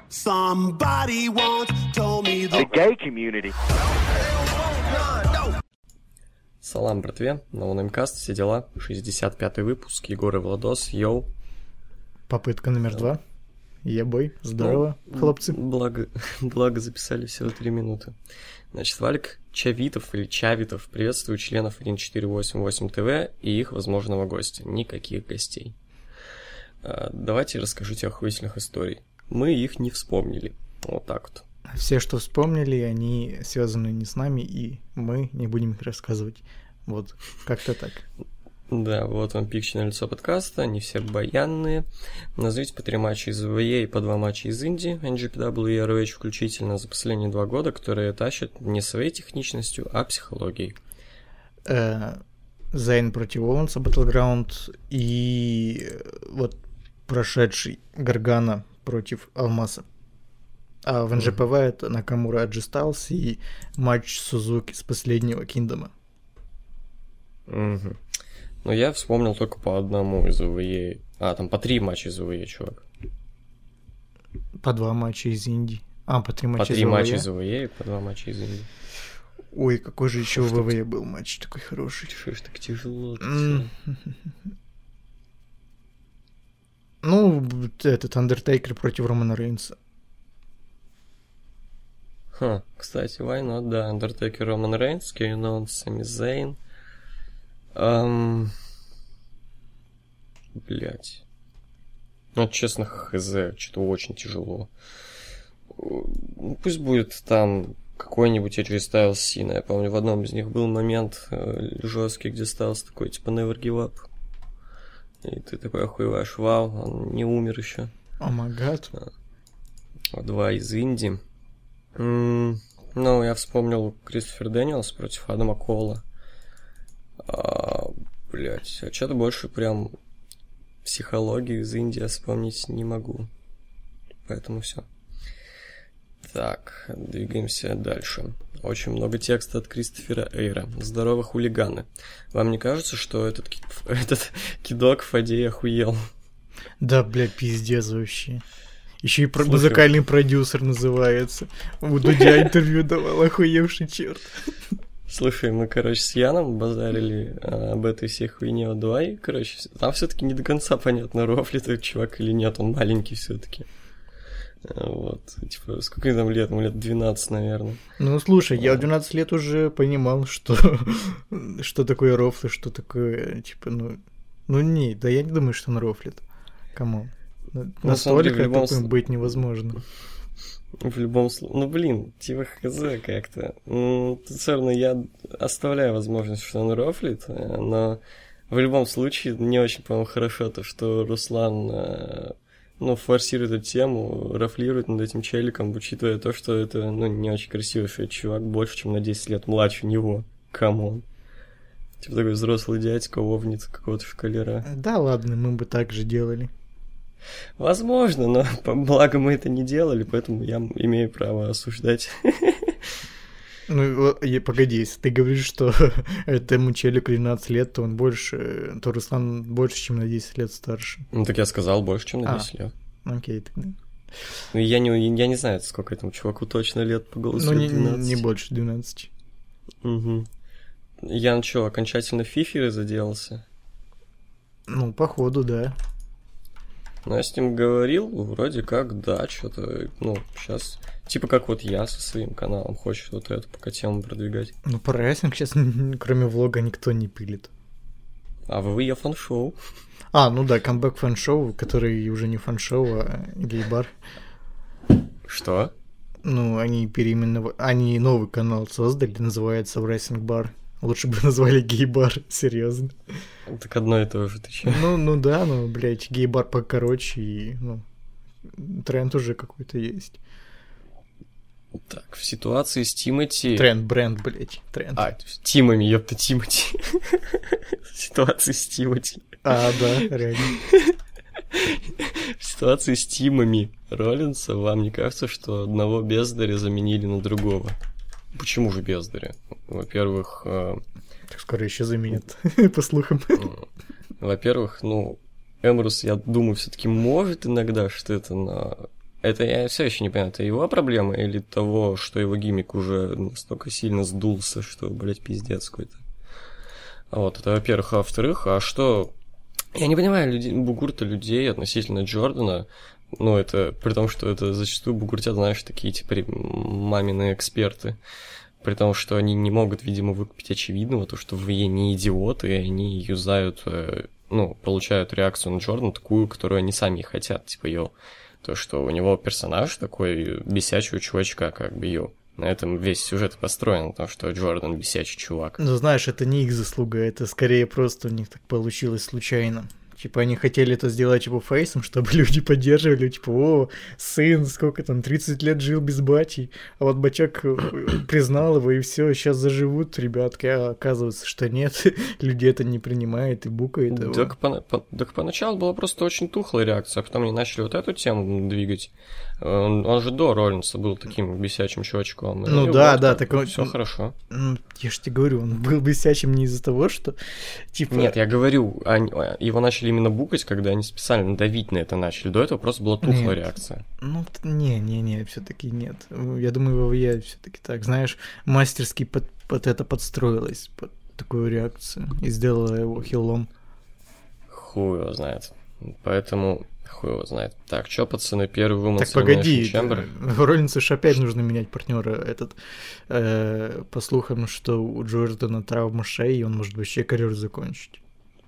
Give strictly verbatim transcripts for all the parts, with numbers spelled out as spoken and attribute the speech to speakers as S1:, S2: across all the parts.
S1: Somebody once told me the gay community.
S2: Салам, братве, NoNameCast, все дела, шестьдесят пятый выпуск, Егор и Владос, йоу.
S3: Попытка номер два. Ебой, здорово, ну, хлопцы.
S2: Благо, благо записали всего три минуты. Значит, Валик Чавитов или Чавитов приветствует членов тысяча четыреста восемьдесят восемь ТВ и их возможного гостя. Никаких гостей. А, давайте расскажу тебе охуительных историй. Мы их не вспомнили. Вот так вот.
S3: Все, что вспомнили, они связаны не с нами, и мы не будем их рассказывать. Вот, как-то так.
S2: Да, вот вам пикчи на лицо подкаста, они все баянные. Назовите по три матча из ВВЕ и по два матча из Индии, эн джи пи дабл ю и ар о эйч включительно, за последние два года, которые тащат не своей техничностью, а психологией.
S3: Зайн против Оуэнса, Battleground, и вот прошедший Гаргана против Алмаса. А в эн джи пи ви это Накамура Эджи Стайлс и матч Сузуки с последнего Киндома.
S2: Угу. Ну, я вспомнил только по одному из ВВЕ. А, там по три матча из ВВЕ, чувак.
S3: По два матча из Индии. А, по три матча
S2: по
S3: из
S2: три
S3: ВВЕ.
S2: матча из ВВЕ и по два матча из Индии.
S3: Ой, какой же еще в ВВЕ был матч такой хороший.
S2: Что ж так тяжело?
S3: Ну, этот Андертейкер против Романа Рейнса.
S2: Ха, кстати, why not, да, Undertaker, Роман Рейнс, Кевин Оуэнс, Сами Зейн. Эм... Блять. Ну, честно, хз, что-то очень тяжело. Ну, пусть будет там какой-нибудь Эджи Stylez Сина. Я помню, в одном из них был момент э, жесткий, где Stylez такой, типа, never give up. И ты такой охуеваешь, вау, он не умер еще.
S3: О май гад.
S2: Два из Индии. Mm, ну, я вспомнил Кристофер Дэниелс против Адама Кола. А, блять, а что-то больше прям психологию из Индии вспомнить не могу. Поэтому все. Так, двигаемся дальше. Очень много текста от Кристофера Эйра. Здорово, хулиганы. Вам не кажется, что этот, ки- этот кидок Фадей охуел?
S3: Да, бля, пиздец вообще. Еще и про- музыкальный продюсер называется. У Дудя интервью давал, охуевший черт.
S2: Слушай, мы, короче, с Яном базарили а, об этой всей хуйне о Дуай. Короче, там все-таки не до конца понятно, рофлит этот чувак или нет, он маленький все-таки. А, вот, типа, сколько там лет? Ему лет двенадцать, наверное.
S3: Ну, слушай, а. я в двенадцать лет уже понимал, что, что такое рофл, что такое, типа, ну... Ну, не, да я не думаю, что он рофлит. Камон. Настолько
S2: любом...
S3: таким быть невозможно.
S2: В любом случае, ну блин, типа хз как-то. Ну, все равно я оставляю возможность, что он рофлит, но в любом случае не очень, по-моему, хорошо то, что Руслан, ну, форсирует эту тему, рофлирует над этим челиком, учитывая то, что это, ну, не очень красиво, что этот чувак больше, чем на десять лет младше него. Камон. Типа такой взрослый дядька овнит какого-то шкалера.
S3: Да ладно, мы бы так же делали.
S2: Возможно, но по благо мы это не делали, поэтому я имею право осуждать.
S3: Ну, погоди, если ты говоришь, что этому челику двенадцать лет, то он больше, то Руслан больше, чем на десять лет старше.
S2: Ну, так я сказал, больше, чем на десять а, лет.
S3: Окей, тогда.
S2: Ну, я не, я не знаю, сколько этому чуваку точно лет по голосу.
S3: Ну, не, не больше двенадцати.
S2: Угу. Ян что, окончательно в фиферы заделался?
S3: Ну, походу, да.
S2: Ну, я с ним говорил, вроде как, да, что-то, ну, сейчас, типа как вот я со своим каналом хочет вот эту пока тему продвигать.
S3: Ну, про рестлинг сейчас, кроме влога, никто не пилит.
S2: А вы я фан-шоу.
S3: А, ну да, камбэк фан-шоу, который уже не фан-шоу, а гей-бар.
S2: Что?
S3: Ну, они переименовали, они новый канал создали, называется Wrestling Bar. Лучше бы назвали гей-бар, серьезно.
S2: Так одно и то же, ты че?
S3: Ну, ну да, ну, блядь, гей-бар покороче, и, ну, тренд уже какой-то есть.
S2: Так, в ситуации с Тимати...
S3: Тренд, бренд, блядь, тренд.
S2: А, Тимами, ёпта, Тимати. В ситуации с Тимати.
S3: А, да, реально.
S2: В ситуации с Тимами Роллинса вам не кажется, что одного бездаря заменили на другого? Почему же бездаря? Во-первых...
S3: Так скоро еще заменят, по слухам.
S2: Во-первых, ну, Эмрус, я думаю, все-таки может иногда что-то на это я все еще не понимаю, это его проблема или того, что его гиммик уже настолько сильно сдулся, что, блядь, пиздец какой-то. Вот, это во-первых. А во-вторых, а что... Я не понимаю людей, бугурта людей относительно Джордана. Ну, это при том, что это зачастую бугуртят, знаешь, такие, типа, мамины эксперты. При том, что они не могут, видимо, выкупить очевидного, то, что вы не идиоты, и они юзают, ну, получают реакцию на Джордана такую, которую они сами хотят, типа, йоу. То, что у него персонаж такой бесячий у чувачка, как бы, йоу. На этом весь сюжет построен, потому что Джордан бесячий чувак.
S3: Ну, знаешь, это не их заслуга, это скорее просто у них так получилось случайно. Типа, они хотели это сделать, типа, фейсом, чтобы люди поддерживали, типа, о, сын, сколько там, тридцать лет жил без бати, а вот бачок признал его, и все, сейчас заживут, ребятки, а оказывается, что нет, люди это не принимают и букают его.
S2: Так, по, по, так поначалу была просто очень тухлая реакция, а потом они начали вот эту тему двигать. Он, он же до Роллинса был таким бесячим чувачком.
S3: Ну да, вот, да, так он...
S2: Все хорошо.
S3: Ну, я же тебе говорю, он был бесячим не из-за того, что, типа...
S2: Нет, я говорю, они, его начали именно букать, когда они специально давить на это начали. До этого просто была тухлая нет. реакция.
S3: Ну, не-не-не, все-таки нет. Я думаю, ВВЕ все-таки так, знаешь, мастерски под, под это подстроилась, под такую реакцию, и сделала его хиллом.
S2: Хуй его знает. Поэтому... Хуй его знает. Так, чё, пацаны, первый вымыл
S3: Так погоди, Роллинсу ж опять нужно менять партнера этот. Э, по слухам, что у Джордана травма шеи, и он может вообще карьеру закончить.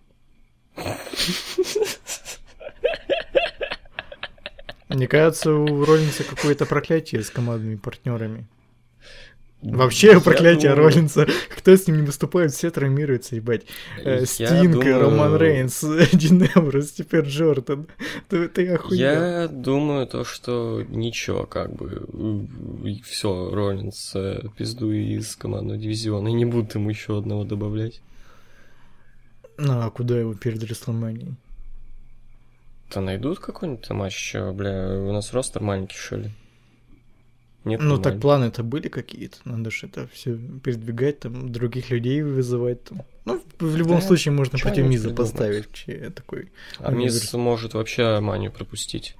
S3: Мне кажется, у Роллинса какое-то проклятие с командными партнерами. Вообще я проклятие думаю... Роллинса. Кто с ним не выступает, все травмируются, ебать. Я Стинг, думаю... Роман Рейнс, Дин Эмброс, теперь Джордан. Ты, ты охуел.
S2: Я думаю, то, что ничего, как бы, все, Роллинс пизду из командного дивизиона, и не будут ему еще одного добавлять.
S3: Ну, а куда его перед Рестлманией?
S2: Да найдут какой-нибудь матч еще, бля, у нас ростер маленький, что ли? Нет,
S3: ну нормально. Так планы-то были какие-то, надо же это все передвигать, там, других людей вызывать. Там. Ну, в любом да, случае можно против Миза поставить. Такой,
S2: а Миз может вообще Манию пропустить.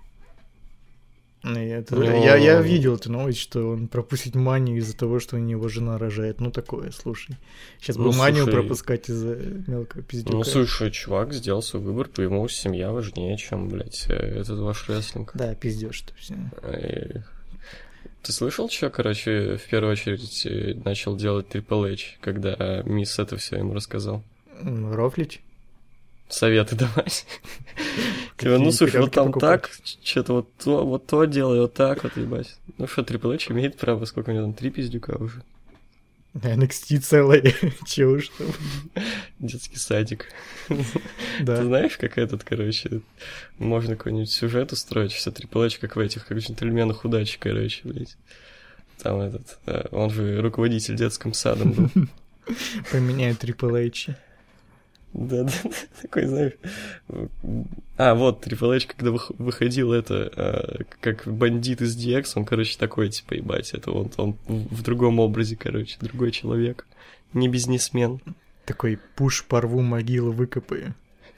S3: Это, Но... я, я видел эту новость, что он пропустит Манию из-за того, что у него жена рожает. Ну, такое, слушай. Сейчас ну, бы Манию слушай... пропускать из-за мелкого пиздюка.
S2: Ну, слушай, чувак сделал свой выбор, по ему семья важнее, чем, блядь, этот ваш рестлинг.
S3: Да, пиздёшь-то все.
S2: И... Ты слышал, что, короче, в первую очередь начал делать Трипл Эйч, когда Мисс это все ему рассказал?
S3: Рофлить?
S2: Советы давать. Типа, ну, слушай, вот там так, что-то вот то, вот то делай, вот так вот, ебать. Ну что, Трипл Эйч имеет право, сколько у него там, три пиздюка уже?
S3: эн экс ти целый, чего уж там.
S2: Детский садик.
S3: Да.
S2: Ты знаешь, как этот, короче, можно какой-нибудь сюжет устроить, все Трипл Эйч, как в этих, как в джентльменах удачи, короче, блядь. Там этот, он же руководитель детским садом был.
S3: Поменяет Трипл Эйч.
S2: Да, да, такой, знаешь... А, вот, Трипл Эйч, когда выходил это, а, как бандит из ди экс, он, короче, такой, типа, ебать, это он, он в другом образе, короче, другой человек, не бизнесмен.
S3: Такой, пуш, порву, могилу выкопаю.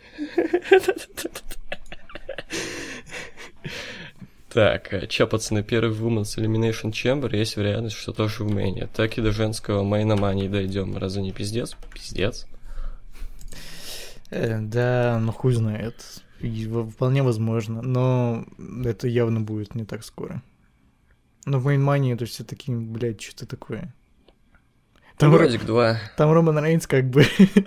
S2: Так, чё, пацаны, первый Women's Elimination Chamber, есть вероятность, что тоже в мэйне. Так и до женского мейна Мании дойдем. Разве не пиздец? Пиздец.
S3: Э, да, ну хуй знает. Вполне возможно, но это явно будет не так скоро. Но в мейн-мании это все таки, блядь, что-то такое.
S2: Там Родик два.
S3: Там Роман Рейнс как бы...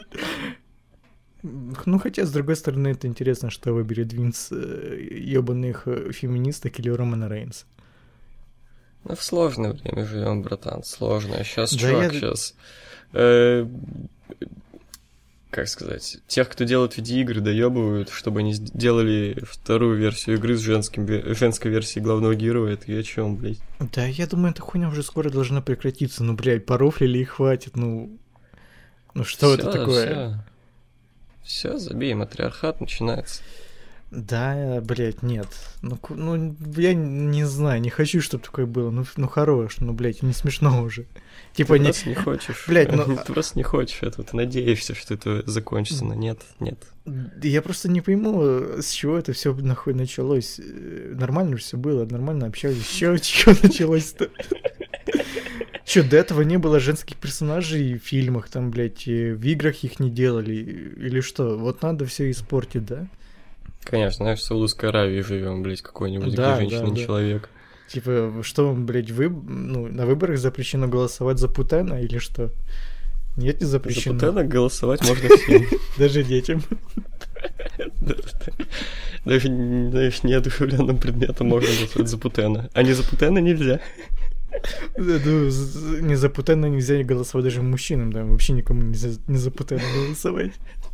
S3: Ну, хотя, с другой стороны, это интересно, что выберет Винс, ёбаных феминисток или Романа Рейнса.
S2: Ну, в сложное время живем, братан, сложное. Сейчас,
S3: да
S2: чувак,
S3: я...
S2: сейчас... Э, как сказать? Тех, кто делает видеоигры, доебывают, чтобы они сделали вторую версию игры с женским, женской версией главного героя. Это я о чем, блядь?
S3: Да, я думаю, эта хуйня уже скоро должна прекратиться. Ну, блядь, порофлили и хватит, ну... Ну, что всё, это такое?
S2: Всё. Все, забей, матриархат начинается.
S3: Да, блядь, нет. Ну, ну, я не знаю, не хочу, чтобы такое было. Ну, ну хорош, ну, блядь, не смешно уже.
S2: Типа ты не... просто не хочешь.
S3: Блядь, ну...
S2: Ты просто не хочешь этого, ты надеешься, что это закончится, но нет, нет.
S3: Я просто не пойму, с чего это все нахуй началось. Нормально же все было, нормально общались. С чего началось-то? Чё, до этого не было женских персонажей в фильмах, там, блядь, в играх их не делали, или что? Вот надо все испортить, да?
S2: Конечно, знаешь, в Саудовской Аравии живем, блядь, какой-нибудь, да, где женщина да, да. человек.
S3: Типа, что, блядь, вы, ну, на выборах запрещено голосовать за Путена или что? Нет, не запрещено.
S2: За Путена голосовать можно всем.
S3: Даже детям.
S2: Даже неодушевленным предметом можно голосовать за Путена. А не за Путена нельзя.
S3: Ну, не за Путена нельзя голосовать даже мужчинам, да, вообще никому нельзя не за Путена голосовать.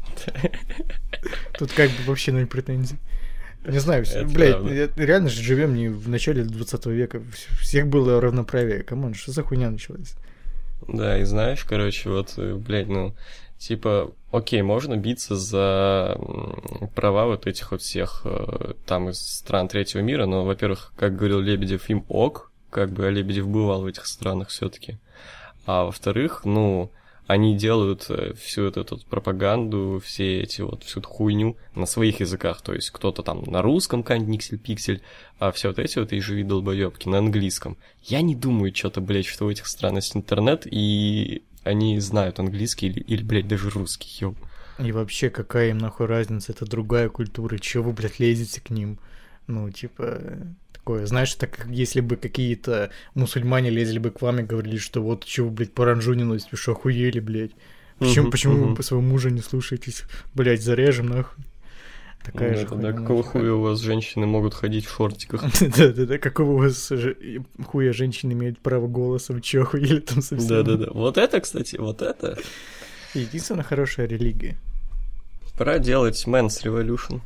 S3: Тут как бы вообще ноль претензий. Не знаю, это блядь, правда. Реально же живем не в начале двадцатого века, всех было равноправие, камон, что за хуйня началась?
S2: Да, и знаешь, короче, вот, блядь, ну, типа, окей, можно биться за права вот этих вот всех там из стран третьего мира, но, во-первых, как говорил Лебедев, им ок, как бы Лебедев бывал в этих странах все-таки, а во-вторых, ну, они делают всю эту, эту пропаганду, все эти вот, всю эту хуйню на своих языках, то есть кто-то там на русском какой-нибудь никсель-пиксель, а все вот эти вот ежеви долбоёбки на английском. Я не думаю, что-то, блядь, что у этих стран есть интернет, и они знают английский или, или блядь, даже русский, ёб.
S3: И вообще, какая им нахуй разница, это другая культура, чего вы, блядь, лезете к ним? Ну, типа... Такое, знаешь, так если бы какие-то мусульмане лезли бы к вам и говорили, что вот чего, блядь, паранжу носите, вы что, охуели, блядь? Почему, uh-huh, почему uh-huh. вы по своему мужа не слушаетесь? Блядь, зарежем, нахуй. Такая
S2: ну,
S3: же
S2: это, да, какого хуя у вас женщины могут ходить в шортиках?
S3: Да-да-да, какого у вас хуя женщины имеют право голосом, чё, охуели там совсем?
S2: Да-да-да, вот это, кстати, вот это...
S3: Единственная хорошая религия.
S2: Пора делать Men's Revolution.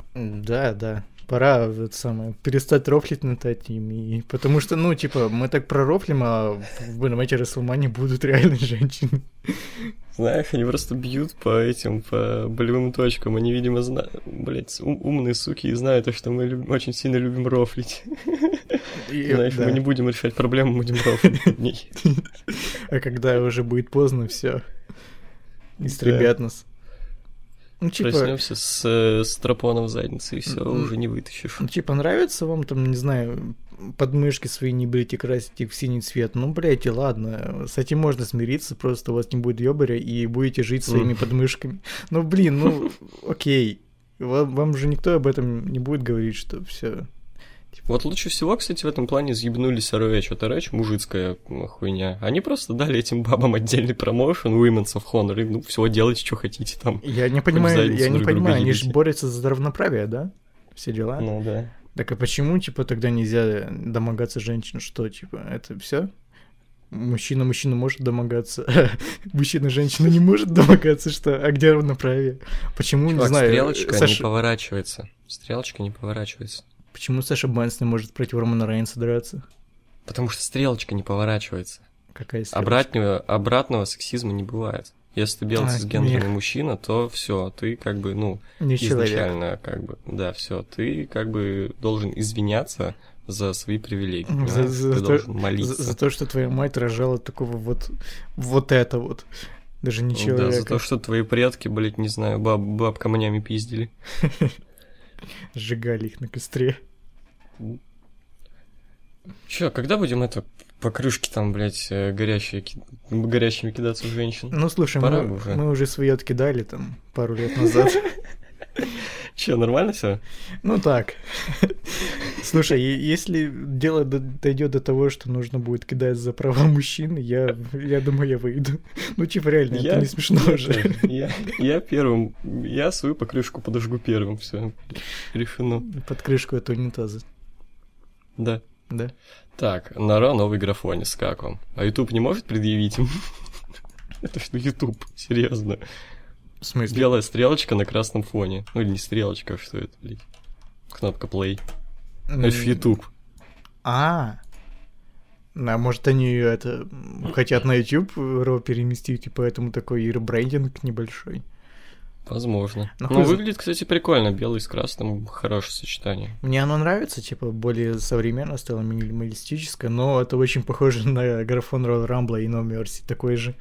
S3: Да-да. Пора это самое, перестать рофлить над этим, и... потому что, ну, типа, мы так пророфлим, а в Бенамете Расселмане будут реальные женщины.
S2: Знаешь, они просто бьют по этим, по болевым точкам, они, видимо, знают, блядь, ум- умные суки и знают, что мы любим, очень сильно любим рофлить. И, знаешь, да. Мы не будем решать проблему, будем рофлить.
S3: А когда уже будет поздно, все истребят нас.
S2: Ну, типа... Проснемся с, с тропоном в заднице, и все, mm-hmm. уже не вытащишь.
S3: Ну, типа, нравится вам, там, не знаю, подмышки свои не брить и красить их в синий цвет? Ну, блядь, и ладно, с этим можно смириться, просто у вас не будет ёбаря, и будете жить своими mm-hmm. подмышками. Ну, блин, ну, окей, вам, вам же никто об этом не будет говорить, что все.
S2: Вот лучше всего, кстати, в этом плане съебнулись эр эйч. Вот эр эйч мужицкая хуйня. Они просто дали этим бабам отдельный промоушен, Women's of Honor, и ну все, делайте, что хотите там.
S3: Я не понимаю, я не понимаю, они же борются за равноправие, да? Все дела?
S2: Ну да.
S3: Так а почему, типа, тогда нельзя домогаться женщин? Что, типа, это все? Мужчина мужчина может домогаться, а мужчина женщина не может домогаться, что? А где равноправие? Почему,
S2: Чувак,
S3: не знаю...
S2: стрелочка Саша... не поворачивается. Стрелочка не поворачивается.
S3: Почему Саша Банс не может против Романа Рейнса драться?
S2: Потому что стрелочка не поворачивается.
S3: Какая стрелочка?
S2: Обратного, обратного сексизма не бывает. Если ты белый цисгендерный мужчина, то все, ты как бы, ну,
S3: не
S2: изначально,
S3: человек.
S2: как бы, да, все, ты как бы должен извиняться за свои привилегии.
S3: За, за,
S2: ты
S3: то,
S2: должен молиться.
S3: За, за то, что твоя мать рожала такого вот, вот это вот. Даже не человека.
S2: Да, за то, что твои предки, блядь, не знаю, баб, баб камнями пиздили.
S3: Сжигали их на костре.
S2: Чё, когда будем это по крышке там, блядь, горящие, горящими кидаться в женщин?
S3: Ну, слушай, мы уже. мы уже свои откидали там пару лет назад.
S2: Чё, нормально все?
S3: Ну так. Слушай, если дело дойдет до того, что нужно будет кидать за права мужчин, я, я думаю, я выйду. Ну, типа, реально, я, это не смешно уже.
S2: Я, я первым, я свою покрышку подожгу первым, все, решено.
S3: Под крышку это унитаза.
S2: Да.
S3: Да.
S2: Так, Нора новый графонис, как он? А YouTube не может предъявить им? Это что, YouTube, серьезно.
S3: В смысле?
S2: Белая стрелочка на красном фоне. Ну, или не стрелочка, что это, блядь? Кнопка play. Mm. Это же YouTube.
S3: А, а может они это хотят на YouTube ро переместить, и поэтому такой ребрендинг небольшой.
S2: Возможно.
S3: Ну,
S2: Ну,
S3: хуй
S2: выглядит, кстати, прикольно. Белый с красным, хорошее сочетание.
S3: Мне оно нравится, типа, более современно стало, минималистическое, но это очень похоже на графон Royal Rumble и No Mercy, такой же.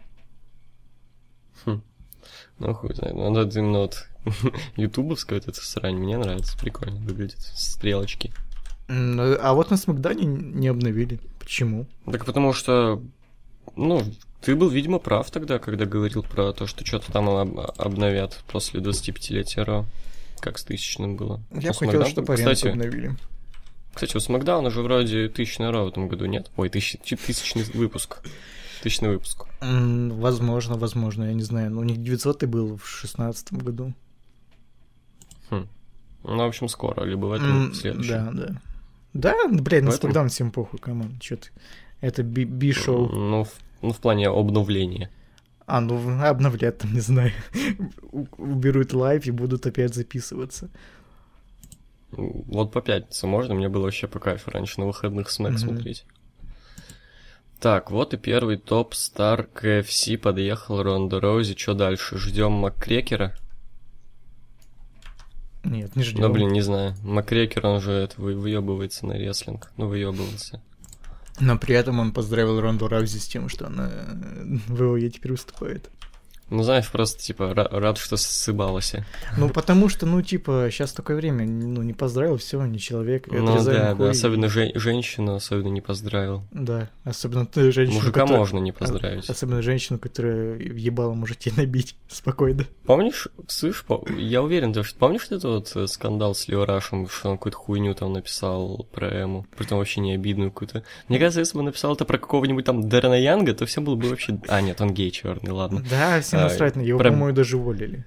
S2: Хм. Ну, хуй знает. Ну, это именно вот ютубовская вот эта срань. Мне нравится, прикольно выглядит. Стрелочки.
S3: А вот на Смакдане не обновили. Почему?
S2: Так потому что, ну, ты был, видимо, прав тогда, когда говорил про то, что что-то там об- обновят после двадцатипятилетия Ро. Как с тысячным было.
S3: Я
S2: У
S3: бы хотел,
S2: Смакдаун-
S3: чтобы
S2: кстати,
S3: аренду обновили.
S2: Кстати, у Смакдауна уже вроде тысячный Ро в этом году, нет? Ой, тысяч, тысячный выпуск. Тысячный выпуск.
S3: М, Возможно, возможно, я не знаю. Но у них девятисотый был в шестнадцатом году.
S2: Хм. Ну, в общем, скоро, либо в этом,
S3: М,
S2: в следующем.
S3: Да, да. Да, ну, блядь, на
S2: В этом?
S3: Смакдаун всем похуй, камон, чё ты. Это би- би-шоу.
S2: Ну, в, ну, в плане обновления.
S3: А, ну в- обновлять там, не знаю. У- Уберут лайв и будут опять записываться.
S2: Вот по пятнице можно, мне было вообще по кайфу раньше на выходных снэк
S3: Мгм.
S2: смотреть. Так, вот и первый топ Стар кей эф си подъехал, Ронда Роузи. Что дальше? Ждем Маккрекера?
S3: Нет, не ждем.
S2: Ну, блин, не знаю. Маккрекер, он же это вы- выебывается на рестлинг. Ну, выебывался.
S3: Но при этом он поздравил Ронду Раузи с тем, что она э, в ОЕ теперь выступает.
S2: Ну, знаешь, просто, типа, ра- рад, что ссыбалась.
S3: Ну, потому что, ну, типа, сейчас такое время, ну, не поздравил, все, не человек.
S2: Ну,
S3: отрезаем
S2: да,
S3: хуй.
S2: да, особенно жен- женщину особенно не поздравил.
S3: Да, особенно ту женщину,
S2: Мужика
S3: которая-
S2: можно не поздравить.
S3: а- Особенно женщину, которая въебала можете набить спокойно.
S2: Помнишь, слышь, по- я уверен, то, что помнишь этот вот э, скандал с Лео Рашем, что он какую-то хуйню там написал про Эму, притом вообще не обидную какую-то. Мне кажется, если бы он написал это про какого-нибудь там Дэрона Янга, то всем было бы вообще... А, нет, он гей черный, ладно.
S3: Да, всем
S2: А,
S3: насрать на его,
S2: про-
S3: по-моему, даже уволили.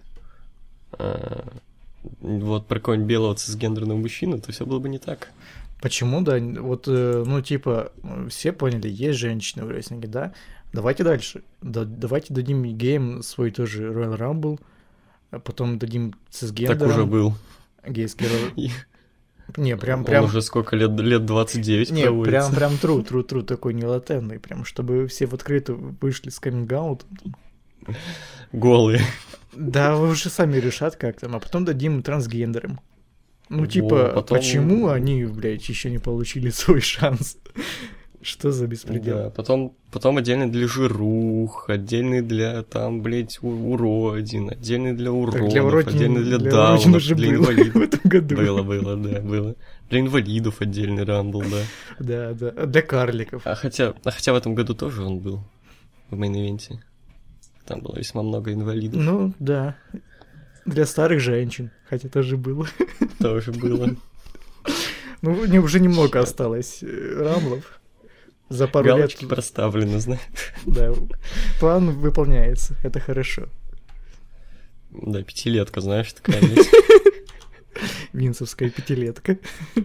S2: А, вот про какого-нибудь белого цисгендерного мужчину, то все было бы не так.
S3: Почему, да? Вот, э, ну, типа, все поняли, есть женщины в рестлинге, да? Давайте дальше. Да, давайте дадим гейм свой тоже Royal Rumble, а потом дадим цисгендерам.
S2: Так уже был.
S3: Гейский Royal...
S2: И
S3: Не, прям,
S2: он
S3: прям...
S2: уже сколько лет, лет двадцать девять
S3: Не,
S2: проводится.
S3: прям, прям тру, тру, тру, такой нелатентный, прям, чтобы все в открытую вышли с каминг-аутом.
S2: Голые.
S3: Да, вы уже сами решат как там, а потом дадим трансгендерам. Ну,
S2: Во,
S3: типа,
S2: потом-
S3: почему они, блядь, еще не получили свой шанс? Что за беспредел?
S2: Да, потом, потом отдельный для жирух, отдельный для, там, блядь, у- уродин, отдельный для уронов,
S3: Так, для уродин,
S2: отдельный для,
S3: для
S2: даунов,
S3: уродин уже
S2: для
S3: было
S2: инвалидов.
S3: в этом году.
S2: Было, было, да, было. Для инвалидов отдельный рамбл, да.
S3: Да, да, для карликов.
S2: А хотя, а хотя в этом году тоже он был в мейн-ивенте. Там было весьма много инвалидов.
S3: Ну, да. Для старых женщин, хотя тоже было.
S2: Тоже было.
S3: Ну, не- уже немного осталось э, рамблов. За пару
S2: Галочки
S3: лет.
S2: проставлены, знаешь.
S3: Да, план выполняется, это хорошо.
S2: Да, пятилетка, знаешь, такая есть.
S3: Винсовская пятилетка.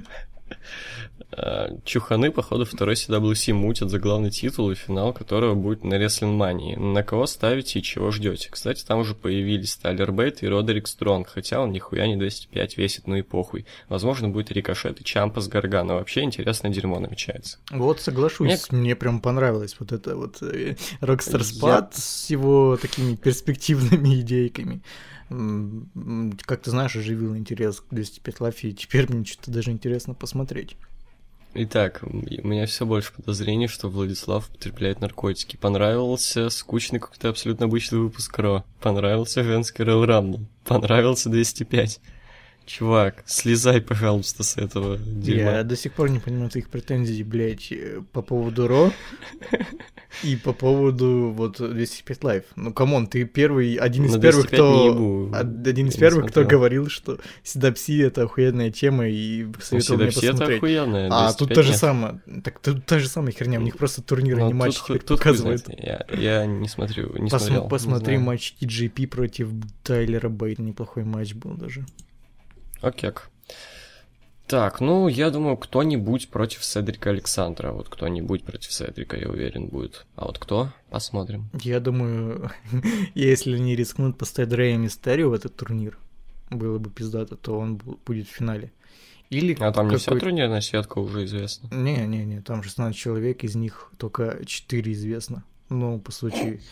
S2: А, Чуханы, походу, второй си дабл ю си мутят за главный титул, и финал которого будет на Рестлинмании. На кого ставите и чего ждете? Кстати, там уже появились Тайлер Бейт и Родерик Стронг, хотя он нихуя не двести пять весит, ну и похуй. Возможно, будет Рикошет и Чампа с Гаргана. Вообще интересное дерьмо намечается.
S3: Вот соглашусь, мне, прям понравилось вот это вот э, Rockstar Spad с его такими перспективными идейками. М, м, Как ты знаешь, оживил интерес к двести пять Live, и теперь мне что-то даже интересно посмотреть.
S2: Итак, у меня все больше подозрений, что Владислав употребляет наркотики. Понравился скучный какой-то абсолютно обычный выпуск Ро. Понравился женский Royal Rumble. Понравился двести пять. Чувак, слезай, пожалуйста, с этого дерьма.
S3: Я до сих пор не понимаю твоих претензий, блядь, э, по поводу Ро и по поводу вот двести пять Live. Ну, камон, ты первый, один из
S2: На
S3: первых,
S2: двести пять не
S3: кто...
S2: ебу.
S3: Один из
S2: Я не
S3: первых, кто
S2: смотрел.
S3: говорил, что Седапси — это охуенная тема, и советовал мне
S2: Все это
S3: посмотреть.
S2: охуенное.
S3: А
S2: двести
S3: тут
S2: пять
S3: та же
S2: нет.
S3: самая, так тут та же самая херня, у них просто турниры,
S2: Ну,
S3: не
S2: тут
S3: матчи
S2: ху-
S3: теперь
S2: тут хуй
S3: показывают.
S2: знает. Я, я не смотрю, не
S3: Посм-
S2: смотрел. не
S3: посмотри
S2: знаю.
S3: матч ти джей пи против Тайлера Бейта, неплохой матч был даже.
S2: Окек. Так, ну, я думаю, кто-нибудь против Седрика Александра. Вот кто-нибудь против Седрика, я уверен, будет. А вот кто? Посмотрим.
S3: Я думаю, если они рискнут поставить Рэя Мистерио в этот турнир, было бы пиздато, то он бу- будет в финале. Или
S2: А там не вся
S3: какой-
S2: турнирная сетка уже известна.
S3: Не-не-не, там шестнадцать человек, из них только четыре известно. Ну, по сути,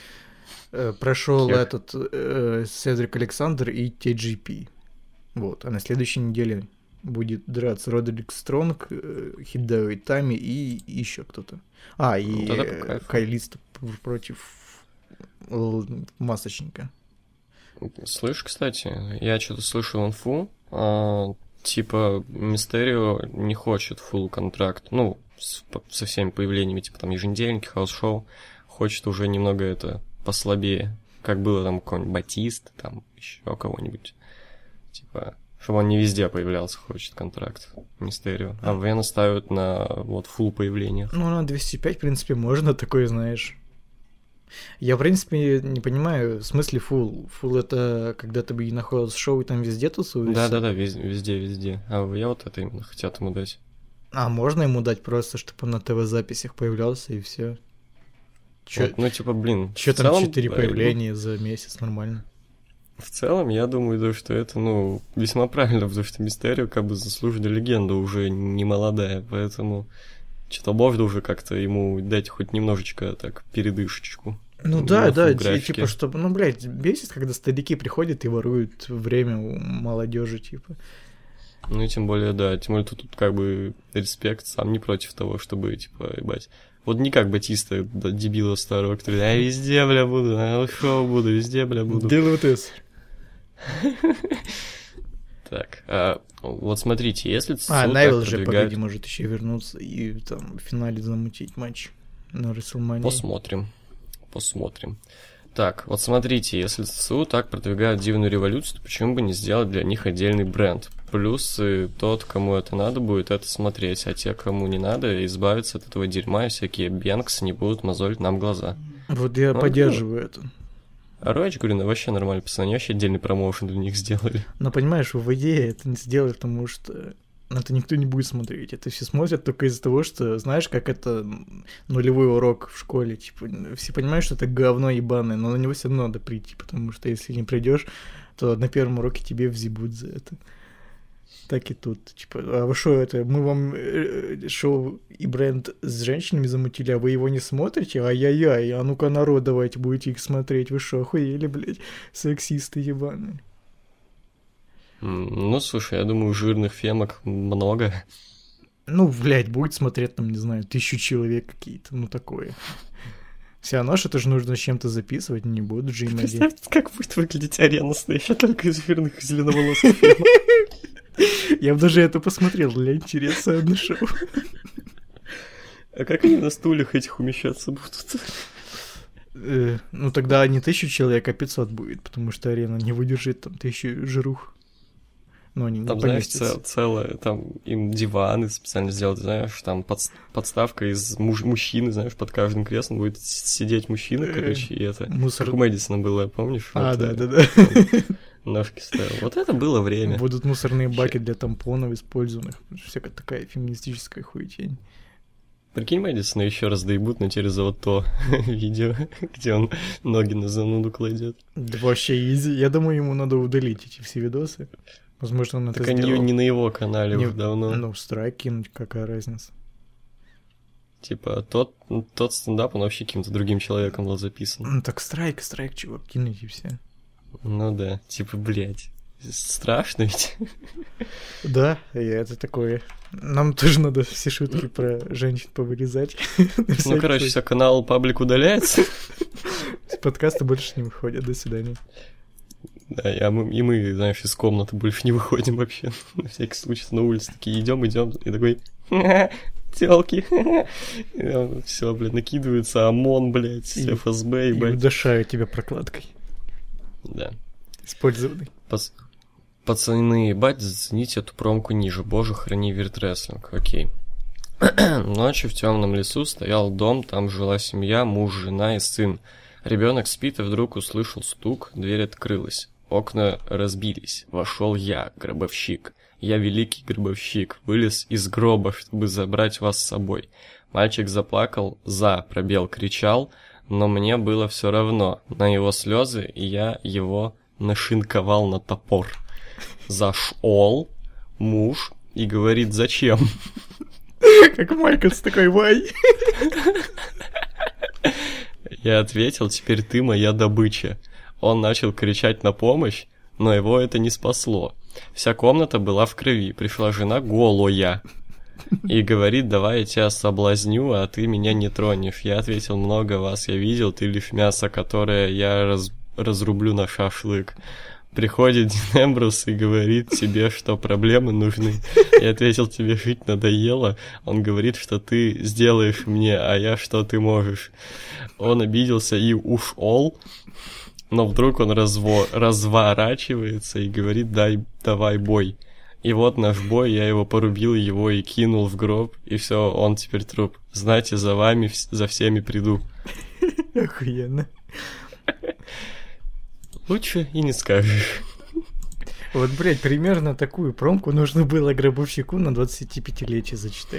S3: Прошел этот э, Седрик Александр и Ти Джи Пи. Вот. А на следующей неделе будет драться Родерик Стронг, э, Хидео Итами и еще кто-то. А, и
S2: вот
S3: э, Кайлиста против масочника.
S2: Слышь, кстати, я что-то слышал инфу, а, типа Мистерио не хочет фулл контракт, ну, с, со всеми появлениями, типа там еженедельники, хаус-шоу, хочет уже немного это послабее, как было там какой-нибудь Батист, там еще кого-нибудь, типа, чтобы он не везде появлялся, хочет контракт Мистерио, а Вена ставят на вот фулл появление.
S3: Ну, на двести пять, в принципе, можно такое, знаешь. Я, в принципе, не понимаю, в смысле фулл. Фулл это когда ты бы и находил шоу и там везде тусуешься?
S2: Да-да-да, везде, везде. А я вот это именно хотят ему дать.
S3: А можно ему дать просто, чтобы он на ТВ-записях появлялся и все.
S2: Вот, ну, типа, блин.
S3: Че там целом, четыре появления ну, за месяц, нормально.
S2: В целом, я думаю, да, что это, ну, весьма правильно, потому что Мистерио как бы заслуженная легенда, уже не молодая, поэтому что-то можно уже как-то ему дать хоть немножечко так передышечку.
S3: Ну да, да, и, типа, чтобы, ну, блядь, бесит, когда старики приходят и воруют время у молодежи, типа.
S2: Ну и тем более, да, тем более тут, тут как бы респект, сам не против того, чтобы, типа, ебать. Вот не как Батиста, да, дебила старого, который, я везде, бля, буду, а шоу буду, везде, бля, буду.
S3: Делаю тест.
S2: Так, а, вот смотрите, если...
S3: А, Найвел же, погоди, может еще вернуться и там в финале замутить матч на WrestleMania.
S2: Посмотрим, посмотрим. Так, вот смотрите, если ЦСУ так продвигают дивную революцию, то почему бы не сделать для них отдельный бренд? Плюс и тот, кому это надо будет, это смотреть, а те, кому не надо, избавиться от этого дерьма, и всякие Бенксы не будут мозолить нам глаза.
S3: Вот я ну, поддерживаю ну. это.
S2: А Роэч, говорю, ну вообще нормально, пацаны, они вообще отдельный промоушен для них сделали.
S3: Но понимаешь, в идее это не сделали, потому что это никто не будет смотреть. Это все смотрят только из-за того, что, знаешь, как это нулевой урок в школе. Типа, все понимают, что это говно ебаное, но на него все равно надо прийти, потому что если не придешь, то на первом уроке тебе взъебут за это. Так и тут. Типа, а вы что это? Мы вам шоу и бренд с женщинами замутили, а вы его не смотрите? Ай-яй-яй, а ну-ка народ, давайте будете их смотреть. Вы что, охуели, блядь? Сексисты ебаные.
S2: Ну, слушай, я думаю, жирных фемок много.
S3: Ну, блядь, будет смотреть там, не знаю, тысячу человек какие-то, ну такое. Все равно что-то же нужно с чем-то записывать, не будут же им один.
S2: Представьте, как будет выглядеть арена стоящая только из жирных зеленоволосых фемок.
S3: Я бы даже это посмотрел, для интереса одно шоу.
S2: А как они на стульях этих умещаться будут?
S3: Э, ну тогда не тысячу человек, а пятьсот будет, потому что арена не выдержит там тысячу жирух. Ну, они
S2: там, знаешь, цел, целое, там им диваны специально сделать, знаешь, там под, подставка из муж, мужчины, знаешь, под каждым креслом будет сидеть мужчина, короче, и это...
S3: Мусор...
S2: Как у Мэдисона было, помнишь?
S3: А,
S2: вот,
S3: да-да-да.
S2: Ножки ставил. Вот это было время.
S3: Будут мусорные баки для тампонов использованных. Всякая такая феминистическая хуетень.
S2: Прикинь, Мэдисона еще раз доебут, но через вот то видео, где он ноги на зануду кладет.
S3: Да вообще изи. Я думаю, ему надо удалить эти все видосы. Возможно, он
S2: так
S3: это сделал.
S2: Так они не на его канале
S3: не,
S2: уже давно.
S3: Ну, страйк кинуть, какая разница.
S2: Типа, тот, тот стендап, он вообще каким-то другим человеком был записан.
S3: Ну, так страйк, страйк, чувак, кинуть и все.
S2: Ну да, типа, блядь, страшно ведь.
S3: Да, и это такое. Нам тоже надо все шутки про женщин повырезать.
S2: Ну, короче, все, канал паблик удаляется.
S3: С подкаста больше не выходят, до свидания.
S2: Да, и мы, и мы, знаешь, из комнаты больше не выходим вообще. На всякий случай на улице такие идем, идем, и такой тёлки. Все, блядь, накидывается ОМОН, блядь, и, эф эс бэ,
S3: и блядь. И удушают тебя прокладкой.
S2: Да.
S3: Использованный.
S2: Пац... Пацаны, ебать, зацените эту промку ниже. Боже, храни виртрестлинг. Окей. Ночью в темном лесу стоял дом, там жила семья, муж, жена и сын. Ребенок спит и вдруг услышал стук, дверь открылась. Окна разбились. Вошел я, гробовщик. Я великий гробовщик. Вылез из гроба, чтобы забрать вас с собой. Мальчик заплакал, за, пробел, кричал, но мне было все равно. На его слезы, и я его нашинковал на топор. Зашел муж и говорит, зачем?
S3: Как Майкл с такой вай.
S2: Я ответил, теперь ты моя добыча. Он начал кричать на помощь, но его это не спасло. Вся комната была в крови, пришла жена голая. И говорит, давай я тебя соблазню, а ты меня не тронешь. Я ответил, много вас я видел, ты лишь мясо, которое я раз... разрублю на шашлык. Приходит Дин Эмбрус и говорит тебе, что проблемы нужны. Я ответил, тебе жить надоело. Он говорит, что ты сделаешь мне, а я что ты можешь. Он обиделся и ушел, но вдруг он разво... разворачивается и говорит, дай, давай бой. И вот наш бой, я его порубил, его и кинул в гроб, и все, он теперь труп. Знаете, за вами, за всеми приду.
S3: Охуенно.
S2: Лучше и не скажешь.
S3: Вот, блядь, примерно такую промку нужно было гробовщику на двадцатипятилетие зачитать.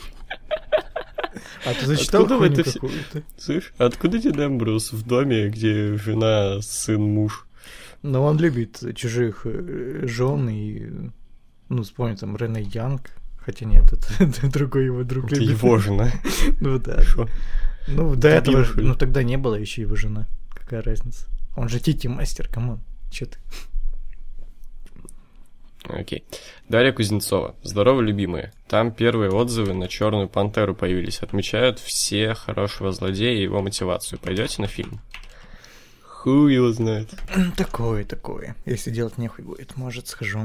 S3: А ты зачитал хуйню какую-то?
S2: Слышь, откуда Дин Эмбрус в доме, где жена, сын, муж?
S3: Ну, он любит чужих жен и... Ну, вспомни, там, Рене Янг. Хотя нет, это, это другой его друг
S2: это
S3: любит.
S2: его жена.
S3: Ну да.
S2: Шо?
S3: Ну, до этого... Ну, тогда не было еще его жена. Какая разница? Он же тити-мастер, камон. Чё ты?
S2: Окей. Дарья Кузнецова. Здорово, любимые. Там первые отзывы на «Черную пантеру» появились. Отмечают все хорошего злодея и его мотивацию. Пойдете на фильм? Хуй его знает.
S3: Такое, такое. Если делать нехуй будет, может, схожу.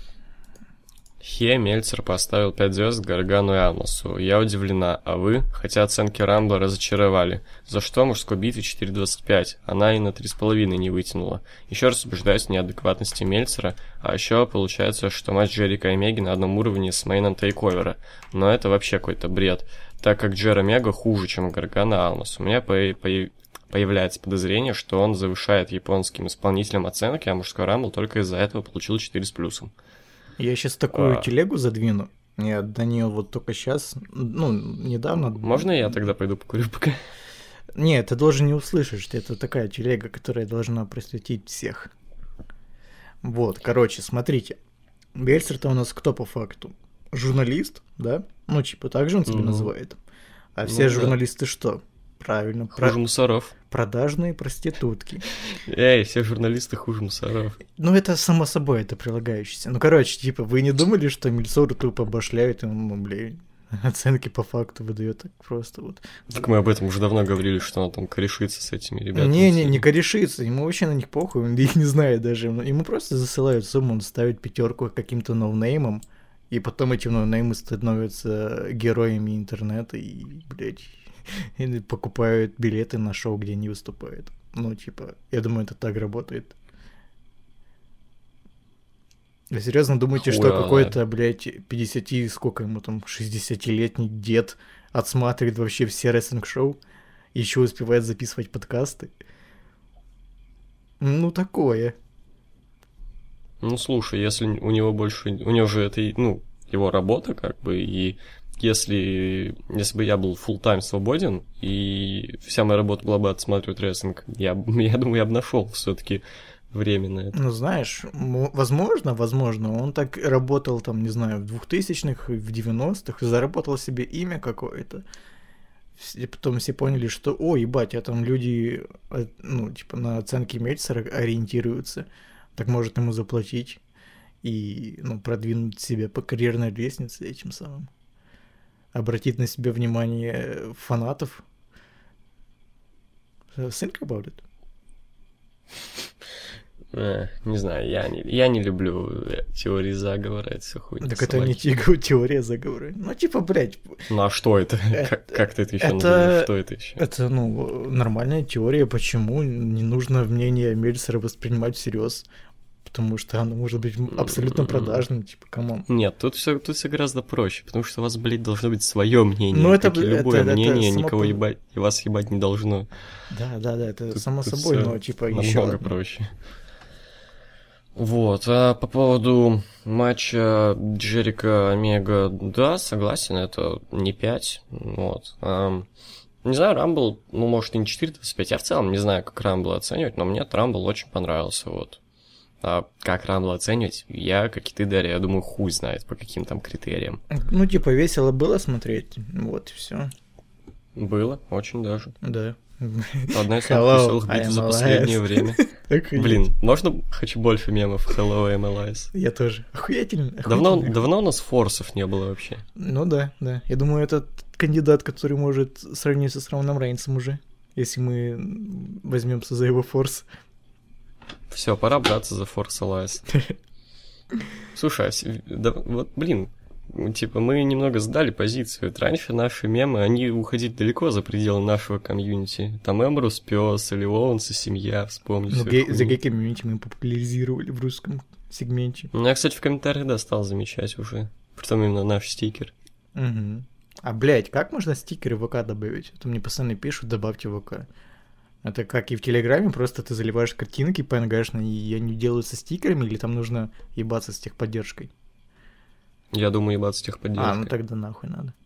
S2: Хе Мельцер поставил пять звезд Гаргану и Алмасу. Я удивлена, а вы? Хотя оценки Рамбла разочаровали. За что мужской битве четыре двадцать пять? Она и на три с половиной не вытянула. Еще раз убеждаюсь в неадекватности Мельцера, а еще получается, что матч Джерика и Омеги на одном уровне с мейном тейковера. Но это вообще какой-то бред, так как Джер Омега хуже, чем Гаргана и Алмас. У меня по по появляется подозрение, что он завышает японским исполнителям оценки, а мужской Рамбл только из-за этого получил четыре с плюсом.
S3: Я сейчас такую
S2: а...
S3: телегу задвину. Я до нее вот только сейчас, ну, недавно...
S2: Можно я тогда пойду покурю пока?
S3: Нет, ты должен не услышать, что это такая телега, которая должна просветить всех. Вот, короче, смотрите. Мельцер-то у нас кто по факту? Журналист, да? Ну, типа, так же он себя mm-hmm. называет. А ну, все журналисты да. что? Правильно.
S2: Хуже про... мусоров.
S3: Продажные проститутки.
S2: Эй, все журналисты хуже мусоров.
S3: Ну, это само собой, это прилагающееся. Ну, короче, типа, вы не думали, что Мельцору тупо башляют, и он, ну, блин, оценки по факту выдает так просто вот.
S2: Так мы об этом уже давно говорили, что он там корешится с этими ребятами.
S3: Не-не, не корешится, ему вообще на них похуй, он их не знает даже. Ему просто засылают сумму, он ставит пятерку каким-то ноунеймом, и потом эти ноунеймы становятся героями интернета, и, блядь... И покупают билеты на шоу, где они выступают. Ну, типа, я думаю, это так работает. Вы серьезно думаете, Хуя, что какой-то, блядь, пятьдесят, сколько ему там, шестидесятилетний дед отсматривает вообще все рестлинг-шоу, еще успевает записывать подкасты? Ну, такое.
S2: Ну, слушай, если у него больше... У него же это, ну, его работа, как бы, и... Если, если бы я был full-time свободен, и вся моя работа была бы отсматривать рестлинг, я, я думаю, я бы нашел все-таки время на это.
S3: Ну, знаешь, возможно, возможно, он так работал, там, не знаю, в двухтысячных, в девяностых, заработал себе имя какое-то. И потом все поняли, что, о, ебать, а там люди, ну, типа, на оценки Мельцера ориентируются, так может ему заплатить и, ну, продвинуть себя по карьерной лестнице этим самым. Обратить на себя внимание фанатов. Think about it.
S2: Э, не знаю, я не, я не люблю теории заговора, это все хуйня.
S3: Так это не теория заговора. Ну, типа, блядь.
S2: Ну, а что это? это как, как ты это еще
S3: это,
S2: называешь? Что это еще?
S3: Это, ну, нормальная теория, почему не нужно мнение Мельцера воспринимать всерьез. Потому что оно может быть абсолютно продажным, типа, камон.
S2: Нет, тут все тут все гораздо проще, потому что у вас, блядь, должно быть свое мнение.
S3: Ну, это,
S2: как и любое
S3: это,
S2: мнение,
S3: это
S2: никого
S3: само...
S2: ебать, и вас ебать не должно.
S3: Да, да, да, это
S2: тут,
S3: само
S2: тут
S3: собой, но, типа, еще
S2: намного проще. Вот, а по поводу матча Джерика Омега, да, согласен, это не пять, вот. А, не знаю, Рамбл, ну, может, и не четыре двадцать пять, я в целом не знаю, как Рамбл оценивать, но мне Рамбл очень понравился, вот. А как Рамбл оценивать, я, как и ты, Дарья, я думаю, хуй знает, по каким там критериям.
S3: Ну, типа, весело было смотреть, вот, и все.
S2: Было, очень даже.
S3: Да,
S2: Одна из самых веселых битв за последнее время. Блин, можно хочу больше мемов Hello, I'm Elias?
S3: Я тоже. Охуительно.
S2: Давно, давно у нас форсов не было вообще.
S3: Ну да, да. Я думаю, это кандидат, который может сравниться с Романом Рейнсом уже, если мы возьмемся за его форс.
S2: Все, пора браться за форс Elias. Слушай, а, да, вот, блин, типа, мы немного сдали позицию. Раньше наши мемы, они уходили далеко за пределы нашего комьюнити. Там Эмбрус, Пёс, или Лоунс и семья, вспомни.
S3: Ну, гей, за гей-комьюнити мы популяризировали в русском сегменте.
S2: Ну, я, кстати, в комментариях, да, стал замечать уже. Притом именно наш стикер.
S3: Угу. А, блядь, как можно стикеры в ВК добавить? А то мне постоянно пишут, добавьте в ВК. Это как и в Телеграме, просто ты заливаешь картинки пэ эн гэ-шные, и они делаются стикерами, или там нужно ебаться с техподдержкой?
S2: Я думаю, ебаться с техподдержкой.
S3: А, ну тогда нахуй надо.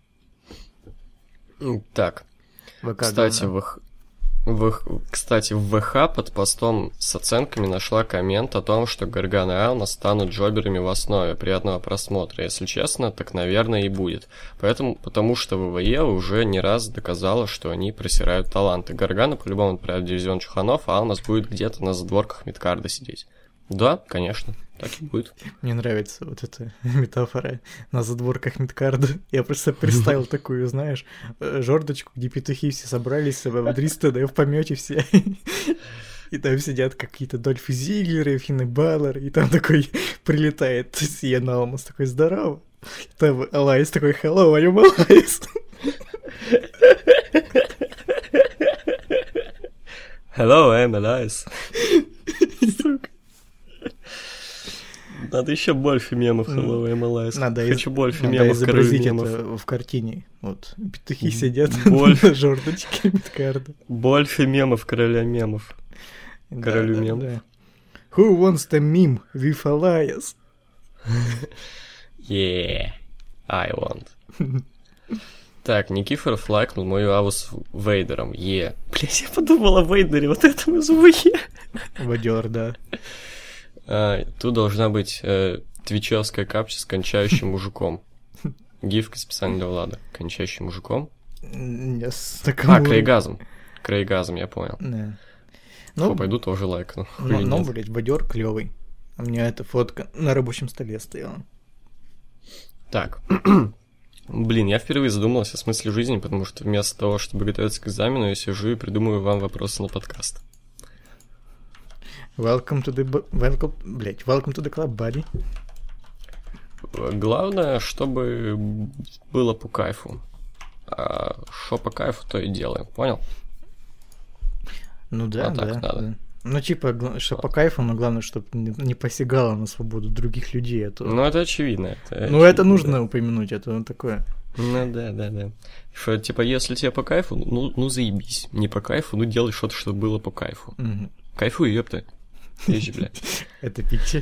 S2: Так,
S3: ВК
S2: кстати, в, в, кстати, в ВХ под постом с оценками нашла коммент о том, что Гарган и Алмаз станут джоберами в основе. Приятного просмотра. Если честно, так, наверное, и будет. Поэтому, потому что ВВЕ уже не раз доказала, что они просирают таланты. Гаргана по-любому отправят в дивизион Чуханов, а Алмаз будет где-то на задворках мидкарда сидеть. Да, конечно, так и будет.
S3: Мне нравится вот эта метафора на задворках мидкарда. Я просто представил такую, знаешь, жердочку, где петухи все собрались, в триста, да, в помете все. И там сидят какие-то Дольфы Зиглеры, Финны Баллер, и там такой прилетает Сиен Алмаз, такой здорово. Там Elias такой hello, I'm Elias.
S2: Hello, I'm Elias. Сука. Надо еще больше мемов Hello, I'm Elias.
S3: Надо
S2: Хочу из... больше
S3: надо
S2: мемов
S3: изобразить
S2: мемов.
S3: это в картине. Вот, петухи сидят
S2: больше...
S3: на жердочке мидкарда.
S2: Больше мемов короля мемов. Королю
S3: да,
S2: мемов.
S3: Да, да. Who wants the meme with Elias?
S2: Yeah, I want. Так, Никифоров лайкнул мою аву с Вейдером. Е. Yeah. Блять, я подумал о Вейдере, вот этому звуке.
S3: Водер, да.
S2: А, тут должна быть э, твичевская капча с кончающим мужиком. Гифка специально для Влада. Кончающим мужиком.
S3: Yes,
S2: а, крейгазм. Крейгазм, я понял.
S3: Да.
S2: Ну, пойду тоже лайкну.
S3: Ну, ну блядь, водер клевый. У меня эта фотка на рабочем столе стояла.
S2: Так. Блин, я впервые задумался о смысле жизни, потому что вместо того, чтобы готовиться к экзамену, я сижу и придумываю вам вопросы на подкаст.
S3: Welcome to the... Welcome... Блять, welcome to the club, buddy.
S2: Главное, чтобы было по кайфу. А что по кайфу, то и делаем, понял?
S3: Ну да,
S2: а
S3: да.
S2: Так надо.
S3: Да. Ну типа, что по кайфу, но главное, чтобы не посягало на свободу других людей. Это...
S2: Ну это очевидно. Это
S3: ну
S2: очевидно,
S3: это нужно
S2: да.
S3: упомянуть, это такое.
S2: Ну да, да, да. Что, типа, если тебе по кайфу, ну, ну заебись. Не по кайфу, ну делай что-то, чтобы было по кайфу.
S3: Угу.
S2: Кайфуй, ёпта. Езжи, блядь.
S3: Это пикча.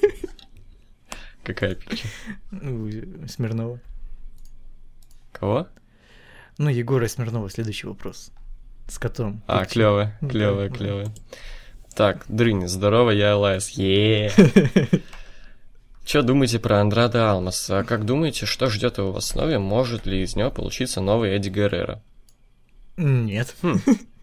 S2: Какая пикча?
S3: Ну, Смирнова.
S2: Кого?
S3: Ну, Егора Смирнова, следующий вопрос. С котом.
S2: А, клёво, клёво,
S3: да,
S2: клёво.
S3: Да.
S2: Так, Дрынь, здорово, я Elias. Еее. Что думаете про Андрада Алмаз? А как думаете, что ждет его в основе? Может ли из него получиться новый Эдди Геррера?
S3: Нет.
S2: Хм.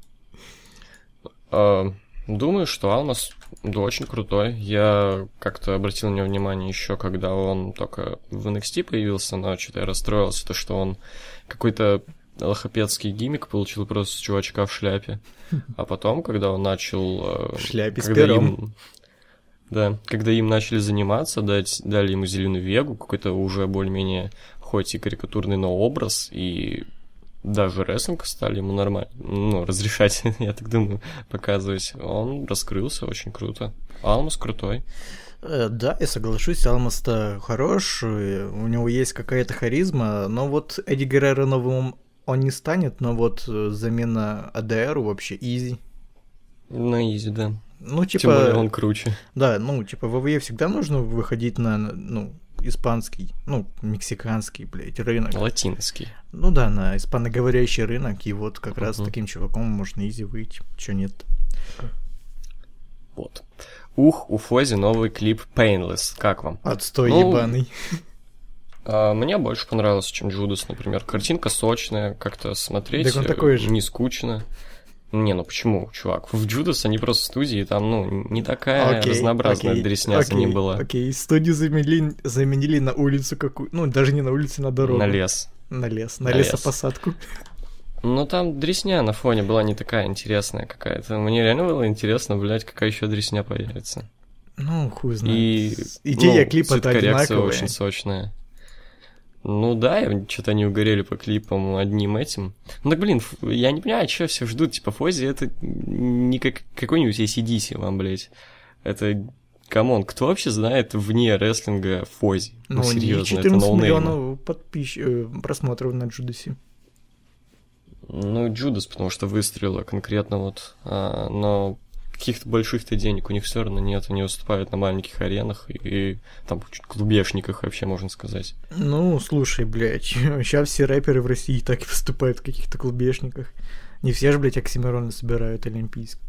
S2: А, думаю, что Алмаз да, очень крутой. Я как-то обратил на него внимание еще, когда он только в эн экс ти появился, но что-то я расстроился, то что он какой-то лохопедский гиммик получил просто с чувачка в шляпе. А потом, когда он начал...
S3: В шляпе с
S2: когда
S3: пером.
S2: им, да, когда им начали заниматься, дать, дали ему зеленую вегу, какой-то уже более-менее, хоть и карикатурный, но образ, и даже рестлинг стали ему нормально, ну, разрешать, я так думаю, показывать. Он раскрылся очень круто. Алмаз крутой.
S3: Да, я соглашусь, Алмаз-то хорош, у него есть какая-то харизма, но вот Эдди Геррера новым он не станет, но вот замена эй ди ар вообще изи.
S2: На изи, да.
S3: Ну, типа...
S2: Тем более он круче.
S3: Да, ну, типа в ВВЕ всегда нужно выходить на, ну, испанский, ну, мексиканский, блядь, рынок.
S2: Латинский.
S3: Ну да, на испаноговорящий рынок, и вот как uh-huh. раз таким чуваком можно изи выйти, чё нет.
S2: Вот. Ух, у Фози новый клип Painless. Как вам?
S3: Отстой
S2: ну,
S3: ебаный.
S2: А, мне больше понравился, чем Джудас, например. Картинка сочная, как-то смотреть
S3: так он такой же.
S2: не скучно. Не, ну почему, чувак? В Judas они просто студии, там, ну, не такая
S3: окей,
S2: разнообразная
S3: окей,
S2: дресня
S3: окей,
S2: не была.
S3: Окей, студию заменили, заменили на улицу какую, ну, даже не на улицу, на дорогу.
S2: На лес.
S3: На лес, на,
S2: на
S3: лесопосадку.
S2: Ну, там дресня на фоне была не такая интересная какая-то. Мне реально было интересно, блядь, какая еще дресня появится.
S3: Ну, хуй знает.
S2: И,
S3: идея
S2: ну,
S3: клипа-то одинаковая.
S2: очень сочная. Ну да, что-то они угорели по клипам одним этим. Ну так, блин, я не понимаю, что все ждут, типа, Фози, это не как какой-нибудь эй си ди си вам, блядь. Это, камон, кто вообще знает вне рестлинга Фози?
S3: Ну,
S2: ну серьезно,
S3: четырнадцать
S2: это ноунеймы.
S3: миллионов подписч... просмотров на Джудасе.
S2: Ну, Джудас, потому что выстрелила конкретно вот, а, но каких-то больших-то денег у них все равно нет, они выступают на маленьких аренах и, и там клубешниках вообще, можно сказать.
S3: Ну, слушай, блядь, сейчас все рэперы в России так и выступают в каких-то клубешниках. Не все же, блядь, оксимироны собирают олимпийские.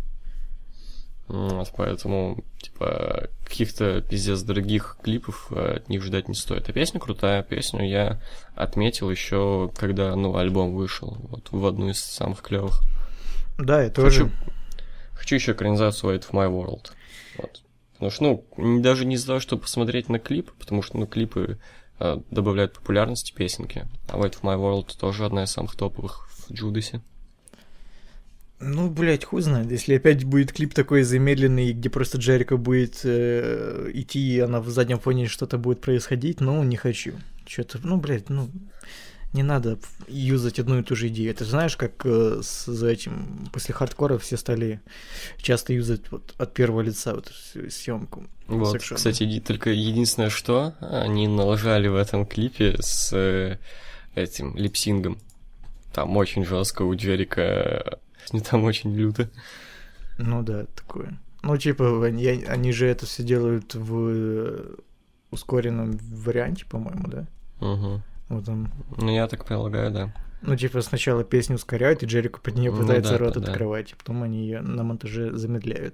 S2: Вот, поэтому, типа, каких-то пиздец дорогих клипов от них ждать не стоит. А песня крутая, песню я отметил еще, когда, ну, альбом вышел, вот, в одну из самых клевых.
S3: Да, я тоже.
S2: Хочу, хочу еще экранизацию Wait of My World. Вот. Потому что, ну, даже не из-за того, чтобы посмотреть на клип, потому что, ну, клипы э, добавляют популярности песенки. А Wait of My World тоже одна из самых топовых в Джудасе.
S3: Ну, блядь, хуй знает. Если опять будет клип такой замедленный, где просто Джерико будет э, идти, а на заднем фоне что-то будет происходить, ну, не хочу. Что-то, ну, блядь, ну, не надо юзать одну и ту же идею. Это знаешь, как э, с за этим, после хардкора все стали часто юзать вот от первого лица вот всю съемку.
S2: Вот,
S3: Секшон.
S2: Кстати, только единственное, что они налажали в этом клипе с э, этим липсингом. Там очень жестко у Джерика... Не там очень люто.
S3: Ну да, такое. Ну, типа, они, они же это все делают в ускоренном варианте, по-моему, да?
S2: Угу.
S3: Вот он.
S2: Ну, я так полагаю, да.
S3: Ну, типа, сначала песню ускоряют, и Джерико под нее пытается
S2: ну, да,
S3: рот
S2: да,
S3: открывать,
S2: да.
S3: а потом они ее на монтаже замедляют.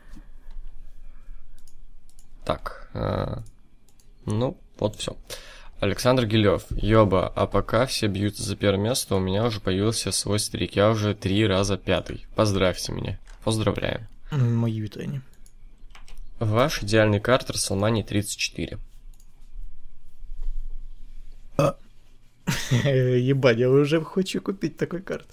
S2: Так. А... Ну, вот все. Александр Гилев. Ёба, а пока все бьются за первое место, у меня уже появился свой стрик. Я уже три раза пятый. Поздравьте меня. Поздравляем.
S3: Мои витания.
S2: Ваш идеальный карт WrestleMania тридцать четыре.
S3: А. Ебать, я уже хочу купить такой карт.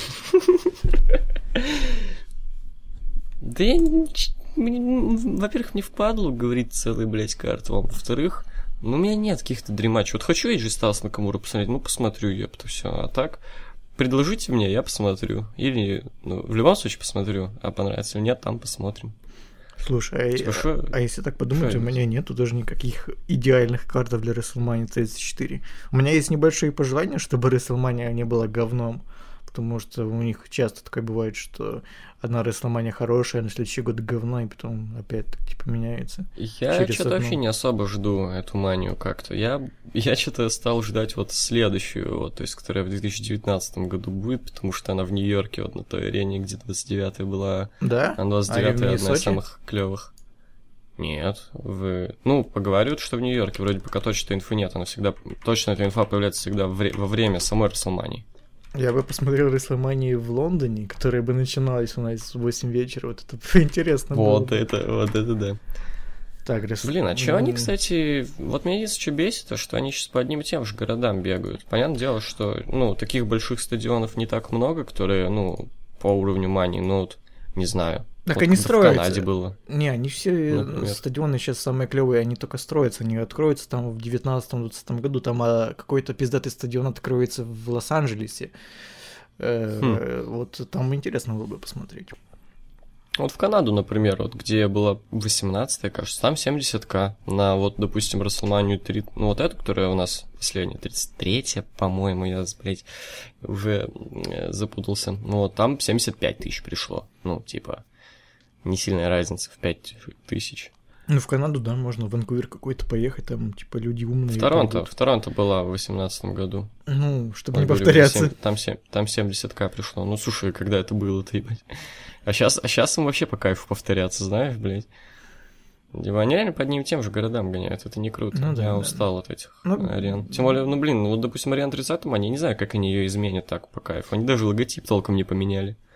S2: Да я... Во-первых, мне впадлу говорить целый, блядь, карт вам. Во-вторых... Ну, у меня нет каких-то дриматчей. Вот хочу Эйджи Стайлс Накамуру посмотреть, ну, посмотрю, ёпта, все. А так, предложите мне, я посмотрю. Или, ну, в любом случае посмотрю, а понравится или нет, там посмотрим.
S3: Слушай,
S2: типа,
S3: а,
S2: шо...
S3: а если так подумать,
S2: шо
S3: у меня нету даже никаких идеальных картов для WrestleMania тридцать четыре. У меня есть небольшие пожелания, чтобы WrestleMania не была говном. Потому что у них часто такое бывает, что одна WrestleMania хорошая, а на следующий год говно, и потом опять так типа меняется.
S2: Я что-то вообще не особо жду эту манию как-то. Я, я что-то стал ждать вот следующую, вот, то есть, которая в две тысячи девятнадцатом году будет, потому что она в Нью-Йорке, вот на той арене, где двадцать девятая была.
S3: Да?
S2: А двадцать девятая а одна из самых клевых. Нет, вы... Ну, поговаривают, что в Нью-Йорке, вроде пока точно инфы нет, она всегда... Точно эта инфа появляется всегда вре... во время самой WrestleMania.
S3: Я бы посмотрел WrestleMania в Лондоне, которая бы начиналась у нас в восемь вечера. Вот это бы интересно
S2: вот
S3: было.
S2: Вот это, вот это да.
S3: Так, Рес...
S2: Блин, а чё они, кстати... Вот меня единственное, что бесит, то, что они сейчас по одним и тем же городам бегают. Понятное дело, что, ну, таких больших стадионов не так много, которые, ну, по уровню мании, ну, вот, не знаю.
S3: Так
S2: вот
S3: они строятся.
S2: В Канаде было.
S3: Не, они все Например. стадионы сейчас самые клевые, они только строятся, они откроются там в девятнадцатом-двадцатом году, там а какой-то пиздатый стадион откроется в Лос-Анджелесе. Хм. Вот там интересно было бы посмотреть.
S2: Вот в Канаду, например, вот где была восемнадцатая, кажется, там семьдесят тысяч на, вот, допустим, WrestleMania три, ну, вот эту, которая у нас последняя, тридцать третья, по-моему, я, блядь, уже запутался. Ну, вот там семьдесят пять тысяч пришло, ну, типа... Не сильная разница в пять тысяч.
S3: Ну, в Канаду, да, можно в Ванкувер какой-то поехать, там, типа, люди умные.
S2: В Торонто, в Торонто была в восемнадцатом году.
S3: Ну, чтобы
S2: я
S3: не
S2: говорю,
S3: повторяться.
S2: семь, там, семь, там семьдесят тысяч пришло. Ну, слушай, когда это было-то, ебать. А сейчас, а сейчас им вообще по кайфу повторяться, знаешь, блядь. Они реально по одним и тем же городам гоняют, это не круто. Ну, да, я да, устал да. от этих ну, арен. Тем более, ну, блин, ну, вот, допустим, арена тридцатом, они не знаю, как они ее изменят так по кайфу. Они даже логотип толком не поменяли.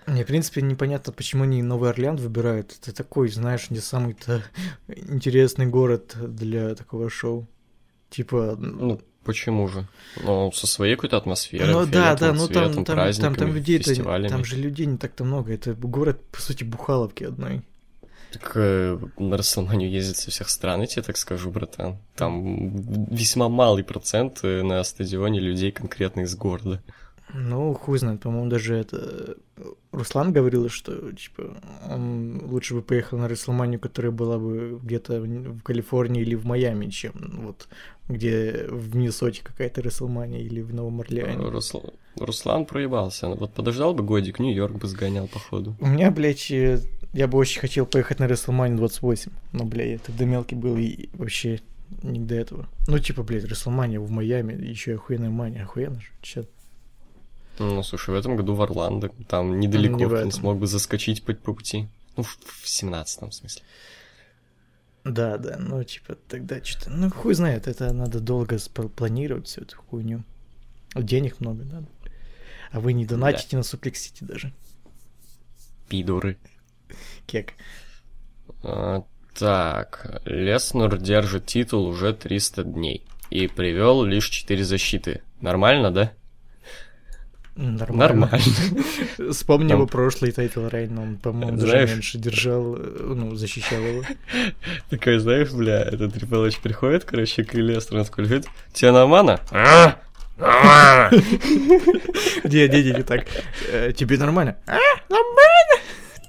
S3: Мне, в принципе, непонятно, почему они Новый Орлеан выбирают. Это такой, знаешь, не самый-то интересный город для такого шоу. Типа...
S2: Ну, почему же? Ну, со своей какой-то атмосферой,
S3: ну, да, да, ну
S2: цветом,
S3: там, там,
S2: праздниками,
S3: там, там людей,
S2: фестивалями.
S3: Там же людей не так-то много. Это город, по сути, бухаловки одной.
S2: Так э, на Расселманию ездят со всех стран, я тебе так скажу, братан. Там весьма малый процент на стадионе людей конкретно из города.
S3: Ну, хуй знает, по-моему, даже это... Руслан говорил, что, типа, он лучше бы поехал на Расселманию, которая была бы где-то в Калифорнии или в Майами, чем вот где в Миннесоте какая-то Расселмания или в Новом Орлеане.
S2: Руслан, Руслан проебался. Вот подождал бы годик, Нью-Йорк бы сгонял, походу.
S3: У меня, блядь, я бы очень хотел поехать на Расселманию двадцать восемь, но, блядь, я тогда мелкий был и вообще не до этого. Ну, типа, блядь, Расселмания в Майами, еще и охуенная мания, охуенно же, чё?
S2: Ну, слушай, в этом году в Орландо, там недалеко,
S3: Не в
S2: он
S3: этом.
S2: смог бы заскочить по, по пути. Ну, в, в семнадцатом, в смысле.
S3: Да, да, ну, типа, тогда что-то... Ну, хуй знает, это надо долго спл- планировать всю эту хуйню. Денег много надо. А вы не донатите да. на Suplex City даже.
S2: Пидоры.
S3: Кек.
S2: А, так, Леснер держит титул уже триста дней и привел лишь четыре защиты. Нормально, да?
S3: Нормально.
S2: Нормально.
S3: Вспомни его прошлый тайтл Рейн, он, по-моему, даже меньше держал, ну, защищал его.
S2: Такой, знаешь, бля, этот Трипл Эйч приходит, короче, к Леснеру, он говорит, тебе нормально? Нормально!
S3: Не, не, не, так. Тебе нормально? Нормально!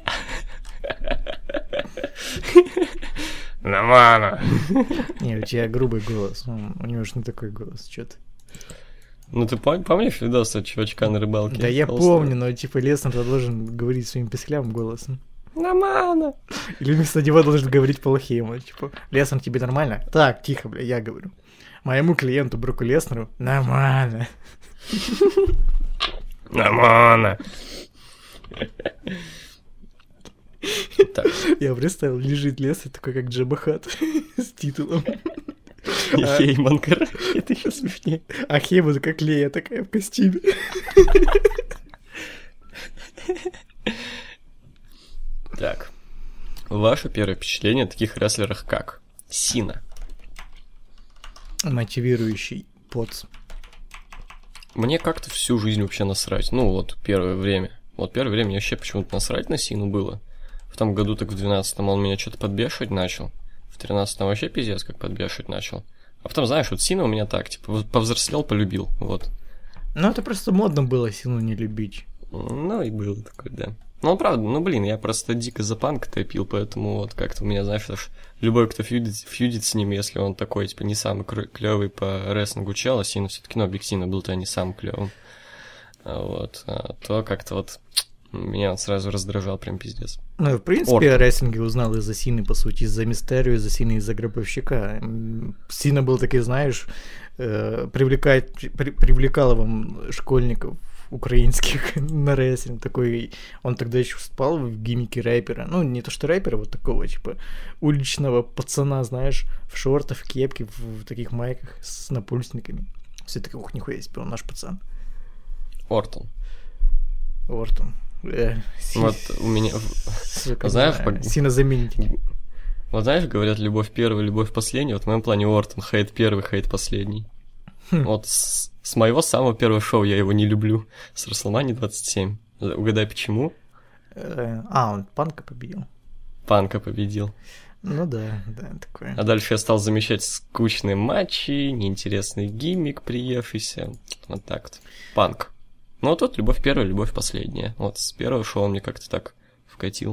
S2: Нормально!
S3: Не, у тебя грубый голос, у него же не такой голос, что-то.
S2: Ну, ты пом- помнишь видос от чувачка на рыбалке?
S3: Да я помню, но, типа, Леснер должен говорить своим писклявым голосом.
S2: Нормально.
S3: Или вместо него должен говорить по-плохому, типа, Леснер, тебе нормально? Так, тихо, бля, я говорю. Моему клиенту Броку Леснеру нормально.
S2: Нормально.
S3: Я представил, лежит Леснер такой, как Джабба Хатт, с титулом.
S2: И Хейман, короче, это еще смешнее.
S3: А Хейман как Лея такая в костюме.
S2: Так. Ваше первое впечатление о таких рестлерах как Сина?
S3: Мотивирующий поц.
S2: Мне как-то всю жизнь вообще насрать. Ну, вот первое время. Вот первое время мне вообще почему-то насрать на Сину было. В том году, так в двенадцатом он меня что-то подбешивать начал. В тринадцатом вообще пиздец как подбешивать начал. А потом, знаешь, вот Сина у меня так, типа, повзрослел, полюбил, вот.
S3: Ну, это просто модно было Сину не любить.
S2: Ну, и было такое, да. Ну, правда, ну, блин, я просто дико за Панка топил, поэтому вот как-то у меня, знаешь, аж любой, кто фьюдит, фьюдит с ним, если он такой, типа, не самый клевый по рестлингу чел, а Сина все-таки, ну, объективно был-то не самым клевым, вот, а, то как-то вот меня он сразу раздражал прям пиздец.
S3: Ну, в принципе,
S2: Ортон.
S3: Я рестлинге узнал из-за Сины, по сути, из-за Мистерио, из-за Сины, из-за Гробовщика. Сина был такой, знаешь, привлекает, при, привлекал вам школьников украинских на рестлинг. Такой, он тогда еще спал в гиммике рэпера. Ну, не то что рэпера, вот такого, типа, уличного пацана, знаешь, в шортах, в кепке, в, в таких майках с напульсниками. Все такие, ух, нихуя себе, он наш пацан.
S2: Ортон.
S3: Ортон. Э,
S2: вот у меня...
S3: Сука,
S2: знаешь,
S3: да,
S2: по...
S3: Синозаменитель.
S2: Вот знаешь, говорят, любовь первая, любовь последняя. Вот в моем плане Ортон, хейт первый, хейт последний. Хм. Вот с, с моего самого первого шоу я его не люблю. С Расселмании двадцать семь. Угадай, почему?
S3: А, он Панка победил.
S2: Панка победил.
S3: Ну да, да, такое.
S2: А дальше я стал замечать скучные матчи, неинтересный гиммик приевшийся. Вот так вот. Панк. Ну, вот тут любовь первая, любовь последняя. Вот с первого шоу он мне как-то так вкатил.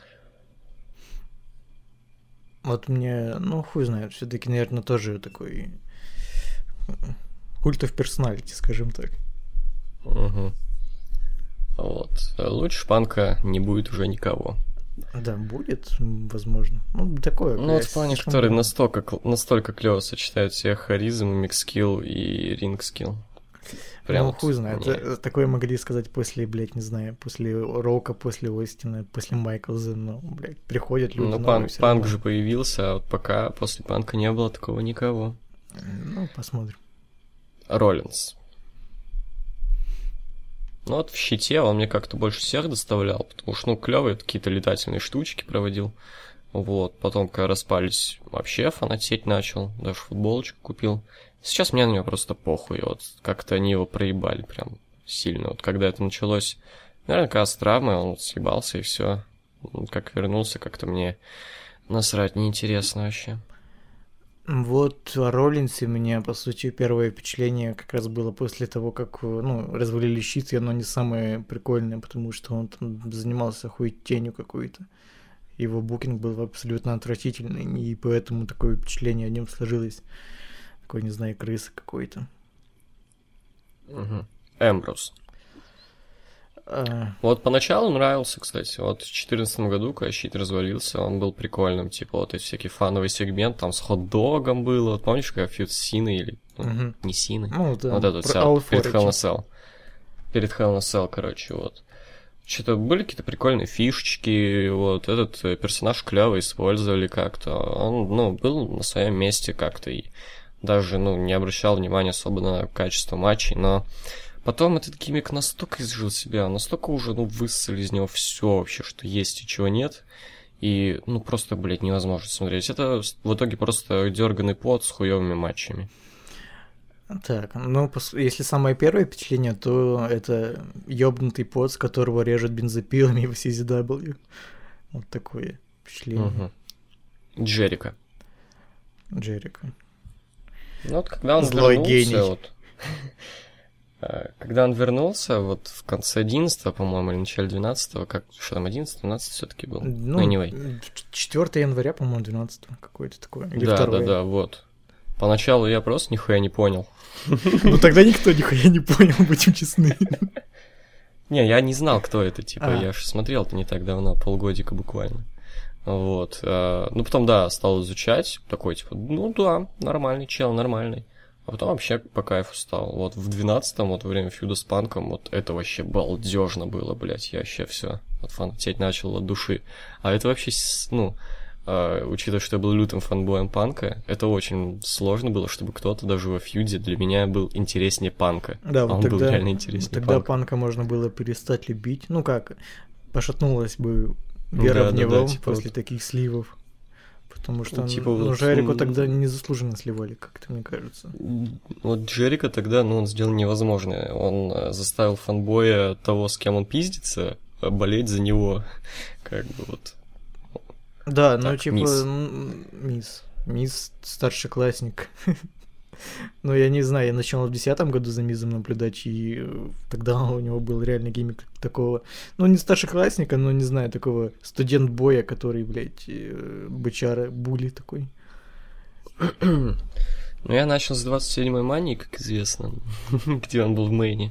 S3: Вот мне, ну, хуй знает, все-таки, наверное, тоже такой культов персоналити, скажем так.
S2: Угу. Вот. Лучше Панка не будет уже никого.
S3: Да, будет, возможно. Ну, такое.
S2: Ну, вот в плане, который настолько, настолько клево сочетают все харизм, микскилл и рингскилл.
S3: Прям ну, хуй знает. Мне... Такое могли сказать после, блядь, не знаю, после Рока, после Остина, после Майклза, ну, блядь, приходят люди.
S2: Ну, панк, панк же появился, а вот пока после Панка не было такого никого.
S3: Ну, посмотрим.
S2: Роллинс. Ну вот в щите он мне как-то больше всех доставлял, потому что, ну, клевые какие-то летательные штучки проводил. Вот, потом, когда распались, вообще фанатеть начал, даже футболочку купил. Сейчас мне на него просто похуй, вот как-то они его проебали прям сильно. Вот когда это началось, наверное, как с травмой, он вот съебался и все. Как вернулся, как-то мне насрать, неинтересно вообще.
S3: Вот о Роллинсе у меня, по сути, первое впечатление как раз было после того, как, ну, развалили щит, и оно не самое прикольное, потому что он там занимался хуетенью какой-то. Его букинг был абсолютно отвратительный, и поэтому такое впечатление о нем сложилось. Такой, не знаю, крыса какой-то.
S2: Угу. Эмбрус.
S3: А...
S2: Вот поначалу нравился, кстати. Вот в две тысячи четырнадцатом году, когда щит развалился, он был прикольным. Типа вот эти всякие фановый сегмент, там с хот-догом было. Вот помнишь, как фьюд с Синой или... Ну,
S3: угу.
S2: не Синой.
S3: Ну, да.
S2: Вот это вот вся, перед Hell in a Cell. Перед Hell in a Cell, короче, вот. Что-то были какие-то прикольные фишечки, вот, этот персонаж клёво использовали как-то. Он, ну, был на своем месте как-то и даже, ну, не обращал внимания особо на качество матчей, но потом этот гиммик настолько изжил себя, настолько уже, ну, высосали из него все вообще, что есть и чего нет, и, ну, просто, блядь, невозможно смотреть. Это в итоге просто дерганый пот с хуёвыми матчами.
S3: Так, ну, если самое первое впечатление, то это ёбнутый пот, с которого режут бензопилами в си зет дабл ю. Вот такое впечатление.
S2: Угу. Джерика.
S3: Джерика.
S2: Ну, вот когда он
S3: Злой
S2: вернулся,
S3: гений.
S2: вот, когда он вернулся, вот в конце одиннадцатого, по-моему, или начале двенадцатого, как, что там, одиннадцатый, двенадцатый все-таки был?
S3: Ну,
S2: anyway.
S3: четвёртого января, по-моему, двенадцатого, какое-то такое. Или
S2: да,
S3: второе.
S2: да, да, вот. Поначалу я просто нихуя не понял.
S3: Ну, тогда никто нихуя не понял, будем честны.
S2: Не, я не знал, кто это, типа,
S3: А.
S2: я же смотрел-то не так давно, полгодика буквально. Вот. Ну, потом, да, стал изучать, такой, типа, ну да, нормальный чел, нормальный. А потом вообще по кайфу стал. Вот в двенадцатом, вот во время фьюда с Панком, вот это вообще балдежно было, блядь, я вообще все вот фанатеть начал от души. А это вообще, ну... Uh, учитывая, что я был лютым фанбоем Панка, это очень сложно было, чтобы кто-то даже во фьюде для меня был интереснее Панка.
S3: Да,
S2: а
S3: вот
S2: он
S3: тогда,
S2: был реально интереснее
S3: тогда
S2: Панка.
S3: Панка можно было перестать любить. Ну как, пошатнулась бы вера
S2: да,
S3: в
S2: да,
S3: него
S2: да, типа
S3: после
S2: вот...
S3: таких сливов. Потому что
S2: ну, типа
S3: ну,
S2: вот,
S3: Джерико
S2: ну...
S3: тогда незаслуженно сливали, как-то мне кажется.
S2: Вот Джерика тогда, ну, он сделал невозможное. Он заставил фанбоя того, с кем он пиздится, болеть за него. Как бы вот...
S3: Да,
S2: так,
S3: ну типа
S2: мисс.
S3: Мисс. Мисс старшеклассник. Ну, я не знаю, я начал в десятом году за Мизом наблюдать, и тогда у него был реально гиммик такого, ну, не старшеклассника, но, не знаю, такого студент-боя, который, блядь, бычара, були такой.
S2: Ну, я начал с двадцать седьмой мании, как известно, где он был в мейне.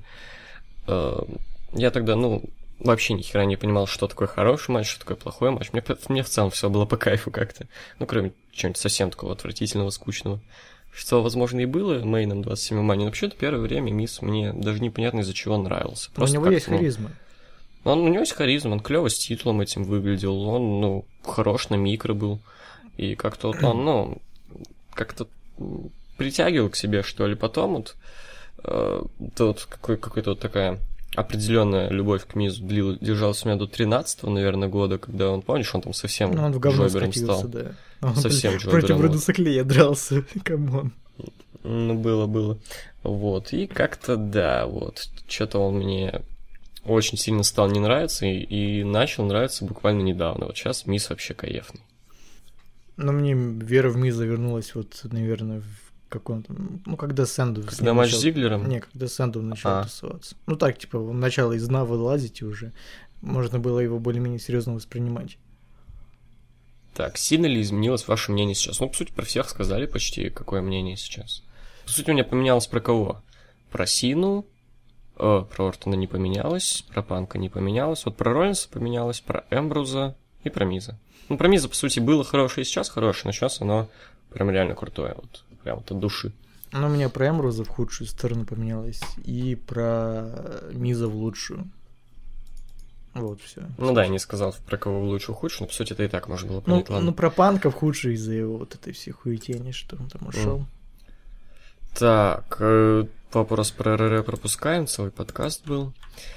S2: Я тогда, ну, вообще ни хера не понимал, что такое хороший матч, что такое плохой матч. Мне, мне в целом все было по кайфу как-то. Ну, кроме чего-нибудь совсем такого отвратительного, скучного. Что, возможно, и было мейном двадцать семь мани, но вообще-то первое время Мисс мне даже непонятно из-за чего он нравился.
S3: Просто у него есть харизма.
S2: Ну, он, у него есть харизма, он клево с титулом этим выглядел, он, ну, хорош на микро был. И как-то вот он, ну, как-то притягивал к себе, что ли. Потом вот, э, вот какой, какой-то вот такая... определенная любовь к Мизу длилась, держалась у меня до тринадцатого, наверное, года, когда он, помнишь, он там совсем
S3: ну, он в говно
S2: джобером стал.
S3: Да. Он
S2: Совсем джобером.
S3: Против Брюдуса Клея дрался, камон.
S2: Ну, было, было. Вот, и как-то, да, вот, что-то он мне очень сильно стал не нравиться, и, и начал нравиться буквально недавно. Вот сейчас Миз вообще кайфный.
S3: Но мне вера в Миза вернулась вот, наверное, в каком-то... Ну, когда Сэнду...
S2: Когда матч
S3: начал...
S2: с Зиглером?
S3: Не, когда Сэнду начал
S2: а.
S3: тусоваться. Ну, так, типа, начало из дна вылазить, и уже можно было его более-менее серьезно воспринимать.
S2: Так, сильно ли изменилось ваше мнение сейчас? Ну, по сути, про всех сказали почти, какое мнение сейчас. По сути, у меня поменялось про кого? Про Сину, э, про Ортона не поменялось, про Панка не поменялось, вот про Роллинса поменялось, про Эмбруза и про Миза. Ну, про Миза, по сути, было хорошее и сейчас хорошее, но сейчас оно прям реально крутое, вот, прям вот от души.
S3: Ну, у меня про Эмбруза в худшую сторону поменялось, и про Миза в лучшую. Вот, все.
S2: Ну да, я не сказал, про кого в лучшую, худшую, но, по сути, это и так можно было понять,
S3: ну,
S2: ладно.
S3: ну, про Панка в худшую из-за его вот этой всей хуетени, что он там ушел. Mm.
S2: Так, э, вопрос про эр эр пропускаем, целый подкаст был.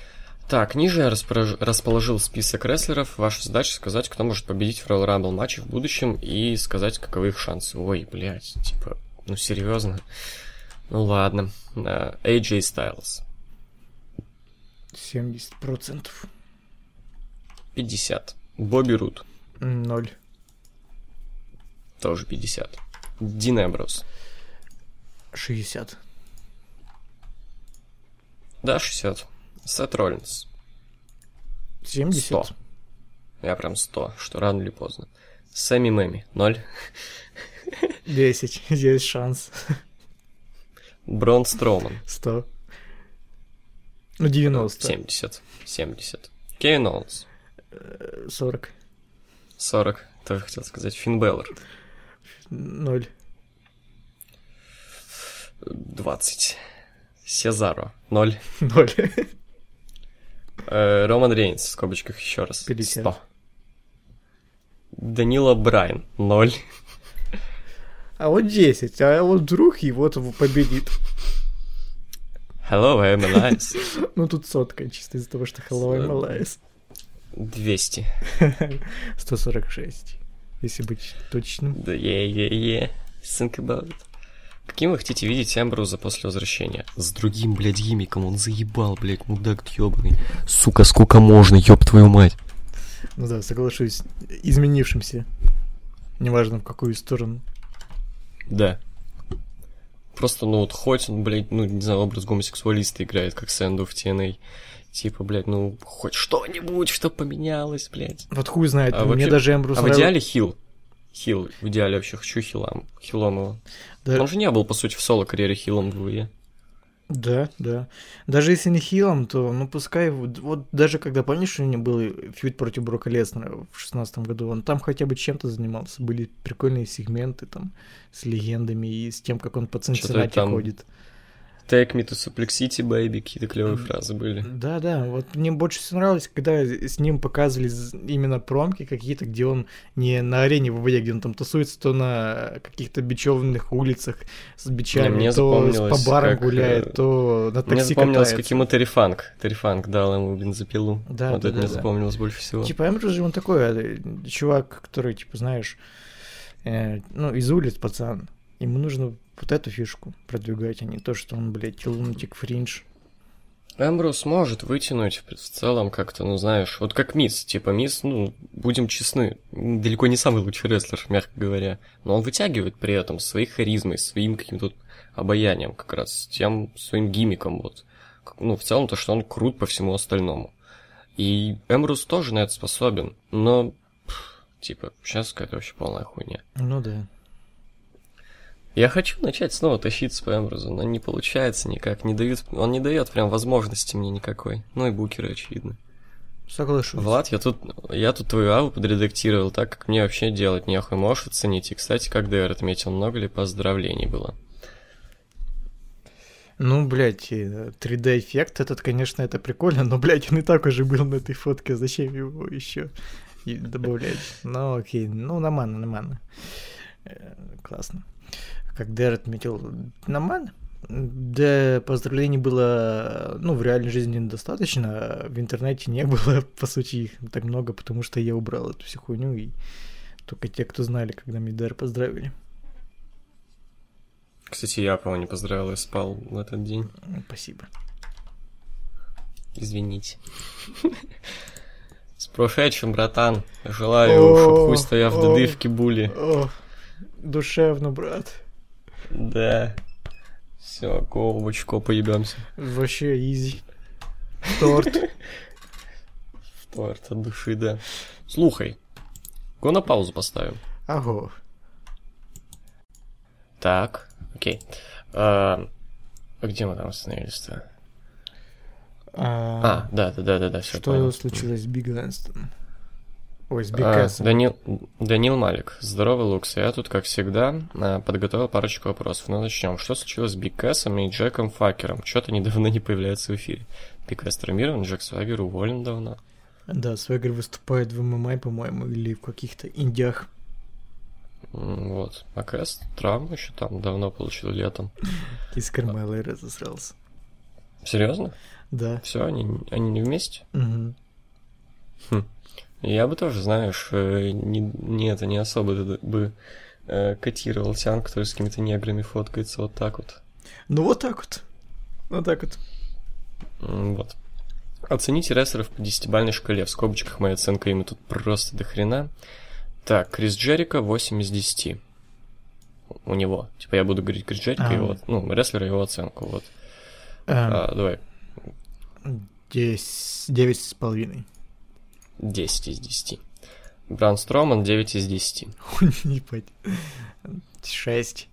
S2: Так, ниже я распораж... расположил список рестлеров. Ваша задача сказать, кто может победить в Royal Rumble матче в будущем и сказать, каковы их шансы. Ой, блядь, типа, ну серьезно? Ну ладно. эй джей Styles.
S3: семьдесят процентов.
S2: пятьдесят. Бобби Руд.
S3: Ноль.
S2: Тоже пятьдесят. Дин Эмброуз.
S3: шестьдесят.
S2: Да, шестьдесят. Сет Роллинс.
S3: семьдесят.
S2: сто. Я прям сто, что рано или поздно. Сэмми Мэми. ноль.
S3: десять. Есть шанс.
S2: Брон Строуман.
S3: сто. Ну, девяносто.
S2: семьдесят. семьдесят. Кевин Оуэнс.
S3: сорок.
S2: сорок. Тоже хотел сказать. Финн Бэлор.
S3: ноль.
S2: двадцать. Сезаро. ноль.
S3: ноль.
S2: Э, Роман Рейнс, в скобочках еще раз.
S3: пятьдесят.
S2: сто. Данила Брайан. ноль.
S3: А вот десять. А вот вдруг его победит.
S2: Hello, I'm Elias.
S3: Ну, тут сотка, чисто из-за того, что Hello, I'm Elias.
S2: двести.
S3: сто сорок шесть, если быть точным.
S2: Да, е-е-е. Think about it. Каким вы хотите видеть Эмброуза после возвращения? С другим, блядь, гиммиком. Он заебал, блядь, мудак ёбаный. Сука, сколько можно, ёб твою мать.
S3: Ну да, соглашусь. Изменившимся. Неважно, в какую сторону.
S2: Да. Просто, ну вот, хоть он, блядь, ну, не знаю, образ гомосексуалиста играет, как Сэнду в ти эн эй. Типа, блядь, ну, хоть что-нибудь, что поменялось, блядь.
S3: Вот хуй знает,
S2: а
S3: мне
S2: вообще...
S3: даже Эмброуз...
S2: А в идеале хил. Хил, в идеале вообще хочу хилом, хилом его. Да. Он же не был, по сути, в соло-карьере хилом в ВВЕ.
S3: Да, да. Даже если не хилом, то, ну, пускай... Вот даже когда, помнишь, у него был фьюд против Брока Леснера в шестнадцатом году, он там хотя бы чем-то занимался. Были прикольные сегменты там с легендами и с тем, как он по Цинциннати там... ходит.
S2: Take me to Suplex City, baby, какие-то клевые фразы были.
S3: Да, да, вот мне больше всего нравилось, когда с ним показывали именно промки какие-то, где он не на арене ВВЕ, где он там тусуется, то на каких-то бечевных улицах с бичами,
S2: мне
S3: то по барам
S2: как...
S3: гуляет, то на такси
S2: Мне запомнилось,
S3: катается.
S2: как ему Террифанк. Террифанк дал ему бензопилу.
S3: Да,
S2: вот
S3: да,
S2: это
S3: да,
S2: мне
S3: да.
S2: запомнилось больше всего.
S3: Типа Эмброуз же он такой, чувак, который, типа, знаешь, э, ну, из улиц пацан. Ему нужно вот эту фишку продвигать, а не то, что он, блядь, лунатик фриндж.
S2: Эмброуз может вытянуть в целом как-то, ну, знаешь, вот как Мисс. Типа Мисс, ну, будем честны, далеко не самый лучший рестлер, мягко говоря. Но он вытягивает при этом своей харизмой, своим каким-то обаянием, как раз тем своим гиммиком, вот. Ну, в целом то, что он крут по всему остальному. И Эмброуз тоже на это способен, но, пфф, типа, сейчас какая-то вообще полная хуйня.
S3: Ну да.
S2: Я хочу начать снова тащиться по Эмброузу, но не получается никак, не дают, он не дает прям возможности мне никакой. Ну и букеры, очевидно.
S3: Соглашусь.
S2: Влад, я тут, я тут твою аву подредактировал так, как мне вообще делать нехуй, можешь оценить. И, кстати, как Дэйр отметил, много ли поздравлений было?
S3: Ну, блядь, три дэ-эффект этот, конечно, это прикольно, но, блядь, он и так уже был на этой фотке, зачем его еще добавлять? Ну, окей, ну, нормально, нормально. Классно. Как Дэйр отметил, нормально. Да, поздравлений было, ну, в реальной жизни недостаточно, а в интернете не было, по сути, их так много, потому что я убрал эту всю хуйню, и только те, кто знали, когда меня Дэйр поздравили.
S2: Кстати, я, по-моему, не поздравил, я спал в этот день.
S3: Спасибо.
S2: Извините. С прошедшим, братан. Желаю, чтоб хуй стоял в дыды в Кибуле.
S3: Душевно, брат.
S2: Да. Все, колбочку поебемся.
S3: Вообще изи. В торт.
S2: В торт от души, да. Слухай. Го на паузу поставим.
S3: Аго.
S2: Так, окей. А, где мы там остановились-то? А, да, да, да, да, да, все.
S3: Что
S2: понял.
S3: случилось с Биг Лэнстоном? Ой, с Биг
S2: А,
S3: Кэссом.
S2: Данил, Данил Малик. Здорово, Лукс. Я тут, как всегда, подготовил парочку вопросов. Ну, начнем. Что случилось с Биг Кэссом и Джеком Факером? Что-то недавно не появляется в эфире. Биг Кэс травмирован, Джек Свагер уволен давно.
S3: Да, Свагер выступает в эм эм а, по-моему, или в каких-то индиях.
S2: Вот. А Кэс травму еще там давно получил летом.
S3: Из Кармела разосрался.
S2: Серьезно?
S3: Да.
S2: Все, они, они не вместе?
S3: Угу.
S2: Хм. Я бы тоже, знаешь, не, не это не особо бы э, котировал Тян, который с какими-то неграми фоткается вот так вот.
S3: Ну вот так вот. Вот так вот.
S2: Вот. Оцените рестлеров по десятибалльной шкале. В скобочках моя оценка ему тут просто до хрена. Так, Крис Джерико восемь из десяти. У него. Типа я буду говорить Крис Джерико,
S3: а.
S2: его, ну, рестлера его оценку. Вот.
S3: А,
S2: а, давай.
S3: девять с половиной.
S2: десять из десяти. Бран Строман девять из десяти.
S3: Ебать. шесть.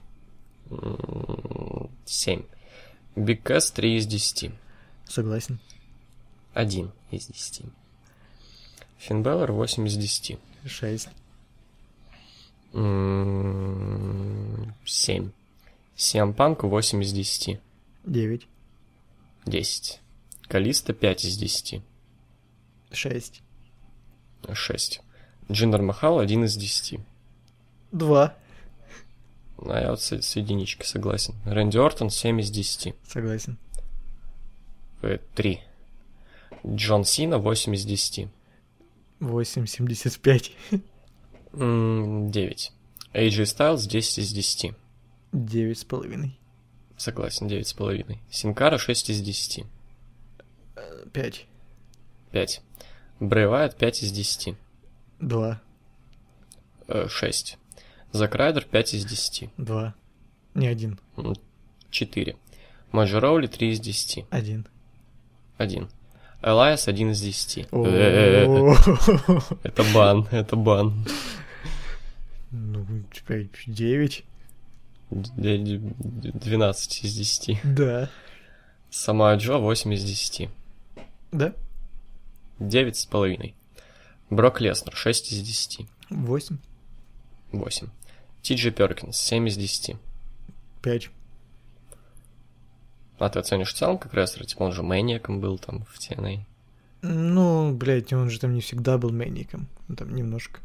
S2: семь. Биг Кэс три из десяти.
S3: Согласен.
S2: один из десяти. Финн Беллар восемь из десяти.
S3: шесть.
S2: семь. Сиам Панк восемь из десяти.
S3: девять.
S2: десять. Калиста пять из десяти.
S3: шесть.
S2: шесть. Джиндер Махал один из десяти.
S3: два.
S2: А я вот с, с единичкой согласен. Рэнди Ортон семь из десяти.
S3: Согласен.
S2: три. Джон Сина восемь из десяти.
S3: восемь семьдесят пять.
S2: девять. эй джей Styles десять из десяти.
S3: девять с половиной.
S2: Согласен, девять с половиной. Синкара шесть из десяти.
S3: пять.
S2: пять. Брэй Уайт пять из десяти.
S3: два.
S2: шесть. Зак Райдер пять из десяти.
S3: два. Не один.
S2: четыре. Моджи Роули три из десяти.
S3: один.
S2: один. Элайас один из десяти.
S3: О-о-о.
S2: Это бан, это бан.
S3: Ну, теперь девять.
S2: двенадцать из десяти.
S3: Да.
S2: Самоа Джо восемь из десяти.
S3: Да?
S2: девять с половиной. Брок Леснер шесть из десяти.
S3: восемь.
S2: восемь. Ти Джей Перкинс семь из десяти.
S3: пять.
S2: А ты оценишь в целом как рестлер? Типа он же мэниаком был там в ти эн эй.
S3: Ну, блядь, он же там не всегда был мэником. Там немножко.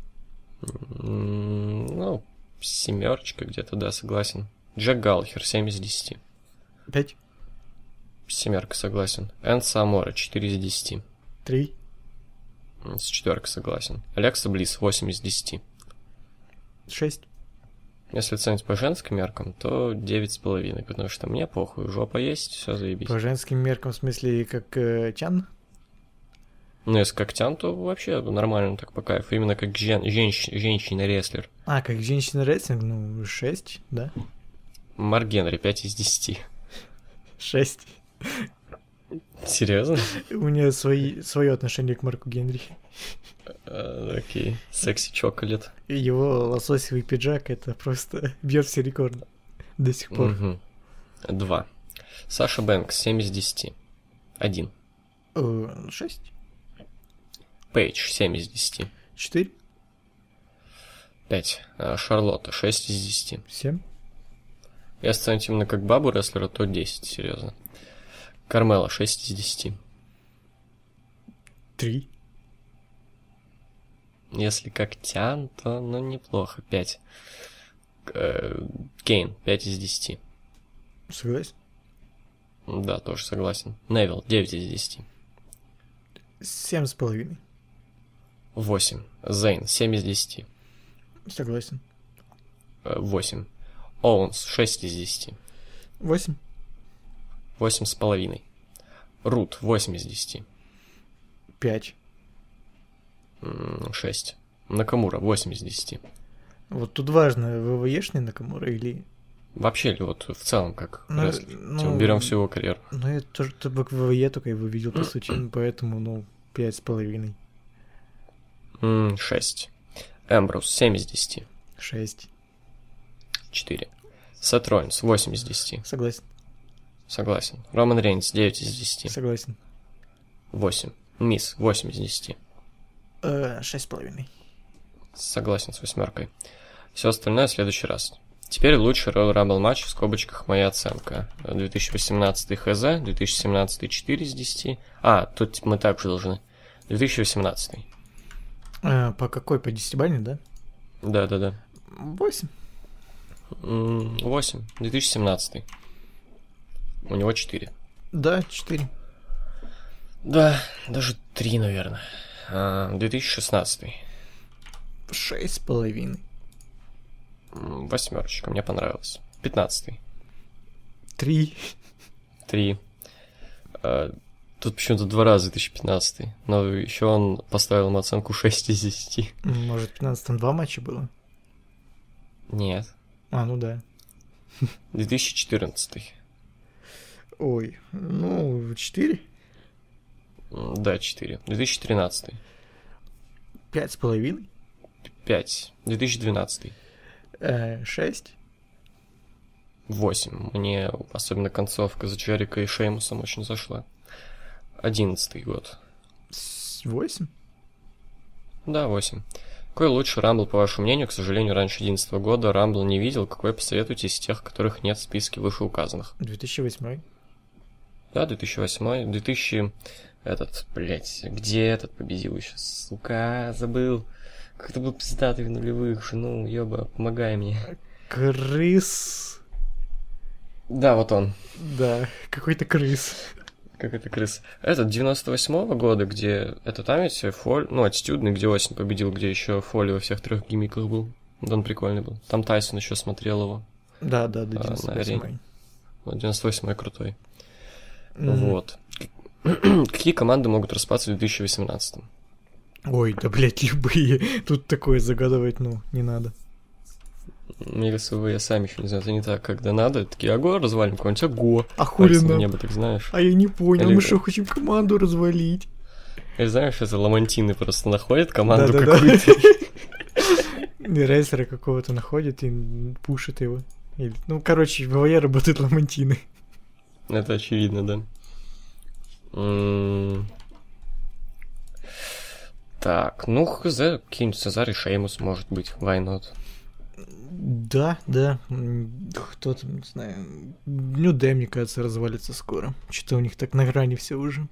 S2: Ну, семерочка где-то, да, согласен. Джек Галлахер семь из десяти.
S3: пять.
S2: Семерка, согласен. Энса Амора четыре из десяти.
S3: три.
S2: С четверкой согласен. Алекса Блисс восемь из десяти.
S3: шесть.
S2: Если оценить по женским меркам, то девять с половиной, потому что мне похуй, жопа есть, все заебись.
S3: По женским меркам, в смысле, как э, Тян?
S2: Ну, если как Тян, то вообще нормально так по кайфу. Именно как жен... женщ... женщина-рестлер.
S3: А, как женщина-рестлинг, ну, шесть, да?
S2: Марк Генри пять из десяти.
S3: шесть.
S2: Серьезно?
S3: У меня свои, свое отношение к Марку Генри.
S2: Uh, окей, секси чоколет.
S3: Его лососевый пиджак — это просто бьет все рекорды до сих пор.
S2: Угу. Два. Саша Бэнкс семь из десяти. Один.
S3: Э, шесть.
S2: Пейдж семь из десяти.
S3: четыре.
S2: Пять. Шарлотта шесть из десяти.
S3: семь.
S2: Если оценить именно как бабу рестлера, то десять, серьезно. Кармела шесть из десяти.
S3: три.
S2: Если как Тян, то ну неплохо. пять. Кейн пять из десяти.
S3: Согласен.
S2: Да, тоже согласен. Невилл девять из десяти.
S3: семь с половиной.
S2: восемь. Зейн семь из десяти.
S3: Согласен.
S2: восемь. Оуэнс шесть из десяти.
S3: восемь.
S2: восемь с половиной. Рут восемь из десяти.
S3: пять.
S2: шесть. Накамура восемь из десяти.
S3: Вот тут важно, ВВЕшный Накамура или...
S2: Вообще ли вот в целом как
S3: Ну,
S2: рестлер?
S3: ну,
S2: Типа, берем всю его карьеру.
S3: Ну, я тоже только в ВВЕ только его видел, по сути, поэтому, ну, пять с половиной.
S2: шесть. Эмбрус семь из десяти.
S3: шесть.
S2: четыре. Сет Роллинс восемь из десяти.
S3: Согласен.
S2: Согласен. Роман Рейнс девять из десяти.
S3: Согласен.
S2: восемь. Мисс восемь из десяти.
S3: шесть с половиной.
S2: Согласен с восьмеркой. Все остальное в следующий раз. Теперь лучший Royal Rumble матч в скобочках моя оценка. две тысячи восемнадцатый ХЗ, две тысячи семнадцатый четыре из десяти. А, тут мы также должны. две тысячи восемнадцатый.
S3: А, по какой? По десятибалльной, да?
S2: Да-да-да.
S3: восемь.
S2: восемь. две тысячи семнадцатый. У него четыре.
S3: Да, четыре.
S2: Да, даже три, наверное. А, две тысячи шестнадцатый.
S3: Шесть с половиной.
S2: Восьмерочка, мне понравилось. Пятнадцатый.
S3: Три.
S2: Три. А, тут почему-то два раза две тысячи пятнадцатый. Но еще он поставил ему оценку шесть из десяти.
S3: Может, в пятнадцатом два матча было?
S2: Нет.
S3: А, ну да.
S2: две тысячи четырнадцатый.
S3: Ой, ну, четыре?
S2: Да, четыре. две тысячи тринадцатый.
S3: Пять с половиной?
S2: пять. две тысячи двенадцатый.
S3: Э, шесть?
S2: восемь. Мне особенно концовка за Джерика и Шеймусом очень зашла. одиннадцатый год.
S3: Восемь?
S2: Да, восемь. Какой лучше Рамбл, по вашему мнению? К сожалению, раньше одиннадцатого года Рамбл не видел. Какой посоветуете из тех, которых нет в списке вышеуказанных?
S3: две тысячи восьмой.
S2: Да, две тысячи восьмой. две тысячи... Этот, блядь, где этот победил еще? Сука, забыл. Как это был пиздатый в нулевых же. Ну, ёба, помогай мне.
S3: Крыс.
S2: Да, вот он.
S3: Да, какой-то крыс.
S2: Как это крыс. Этот девяносто восьмого года, где... Это там ведь Фоль... Ну, аттитюдный, где Осень победил, где еще Фоли во всех трех гиммиках был. Да, он прикольный был. Там Тайсон еще смотрел его.
S3: Да, да, да, девяносто восьмой.
S2: Вот, девяносто восьмой крутой.
S3: Mm.
S2: Вот. Какие команды могут распаться в две тысячи восемнадцатом?
S3: Ой, да, блядь, любые. Тут такое загадывать, ну, не надо.
S2: Мне кажется, вы сами еще не знаете, это не так, когда надо. Такие, ого, развалим какой-нибудь, ого.
S3: А хули нам?
S2: Небо, так знаешь.
S3: А я не понял,
S2: Или...
S3: мы что, хотим команду развалить?
S2: Или знаешь, это ламантины просто находят команду
S3: да,
S2: какую-то.
S3: И рейсера какого-то находит и пушит его. Или... Ну, короче, в ВВЕ работают ламантины.
S2: Это очевидно, да. М- Так, ну, хз, какие-нибудь Цезарь и Шеймус, может быть, why not?
S3: Да, да. Кто там, не знаю. Нью Дэй, мне кажется, развалится скоро. Что-то у них так на грани все уже.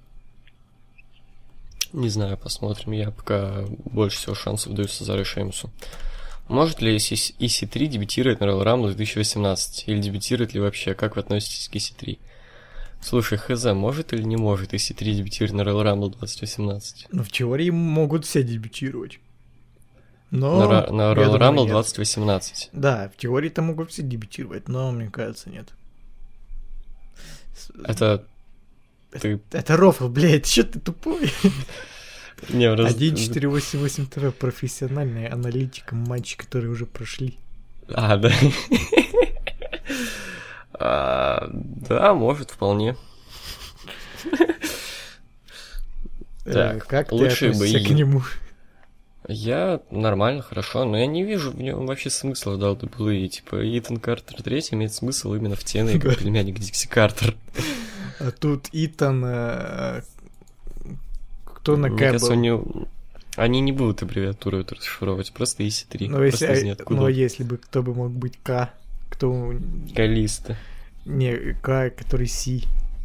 S2: Не знаю, посмотрим. Я пока больше всего шансов даю Цезарю и Шеймусу. Может ли и си три дебютировать на Royal Rumble две тысячи восемнадцать? Или дебютирует ли вообще? Как вы относитесь к и си три? Слушай, хз, может или не может и си три дебютировать на Royal Rumble двадцать восемнадцать?
S3: Ну, в теории могут все дебютировать. Но,
S2: на на Royal Rumble двадцать восемнадцать.
S3: Да, в теории-то могут все дебютировать, но, мне кажется, нет.
S2: Это...
S3: Это, это рофл, блядь, чё ты тупой?
S2: Не, раз...
S3: один четыре восемь восемь ТВ, профессиональная аналитика матчей, которые уже прошли.
S2: А, да. а, да, может, вполне.
S3: Так, как ты относишься к нему?
S2: Я нормально, хорошо, но я не вижу в нем вообще смысла в дабл ю дабл ю и. Типа, Итан Картер третий имеет смысл именно в Ти Эн Эй, как племянник Дикси Картер.
S3: А тут Итан... Э, кто на
S2: Мне
S3: Кэ
S2: кажется,
S3: был?
S2: они, они не будут аббревиатуру это расшифровывать, просто и си три.
S3: Но
S2: просто
S3: если,
S2: из ниоткуда.
S3: но если бы кто бы мог быть К, кто...
S2: Калиста.
S3: Не, К, который Си.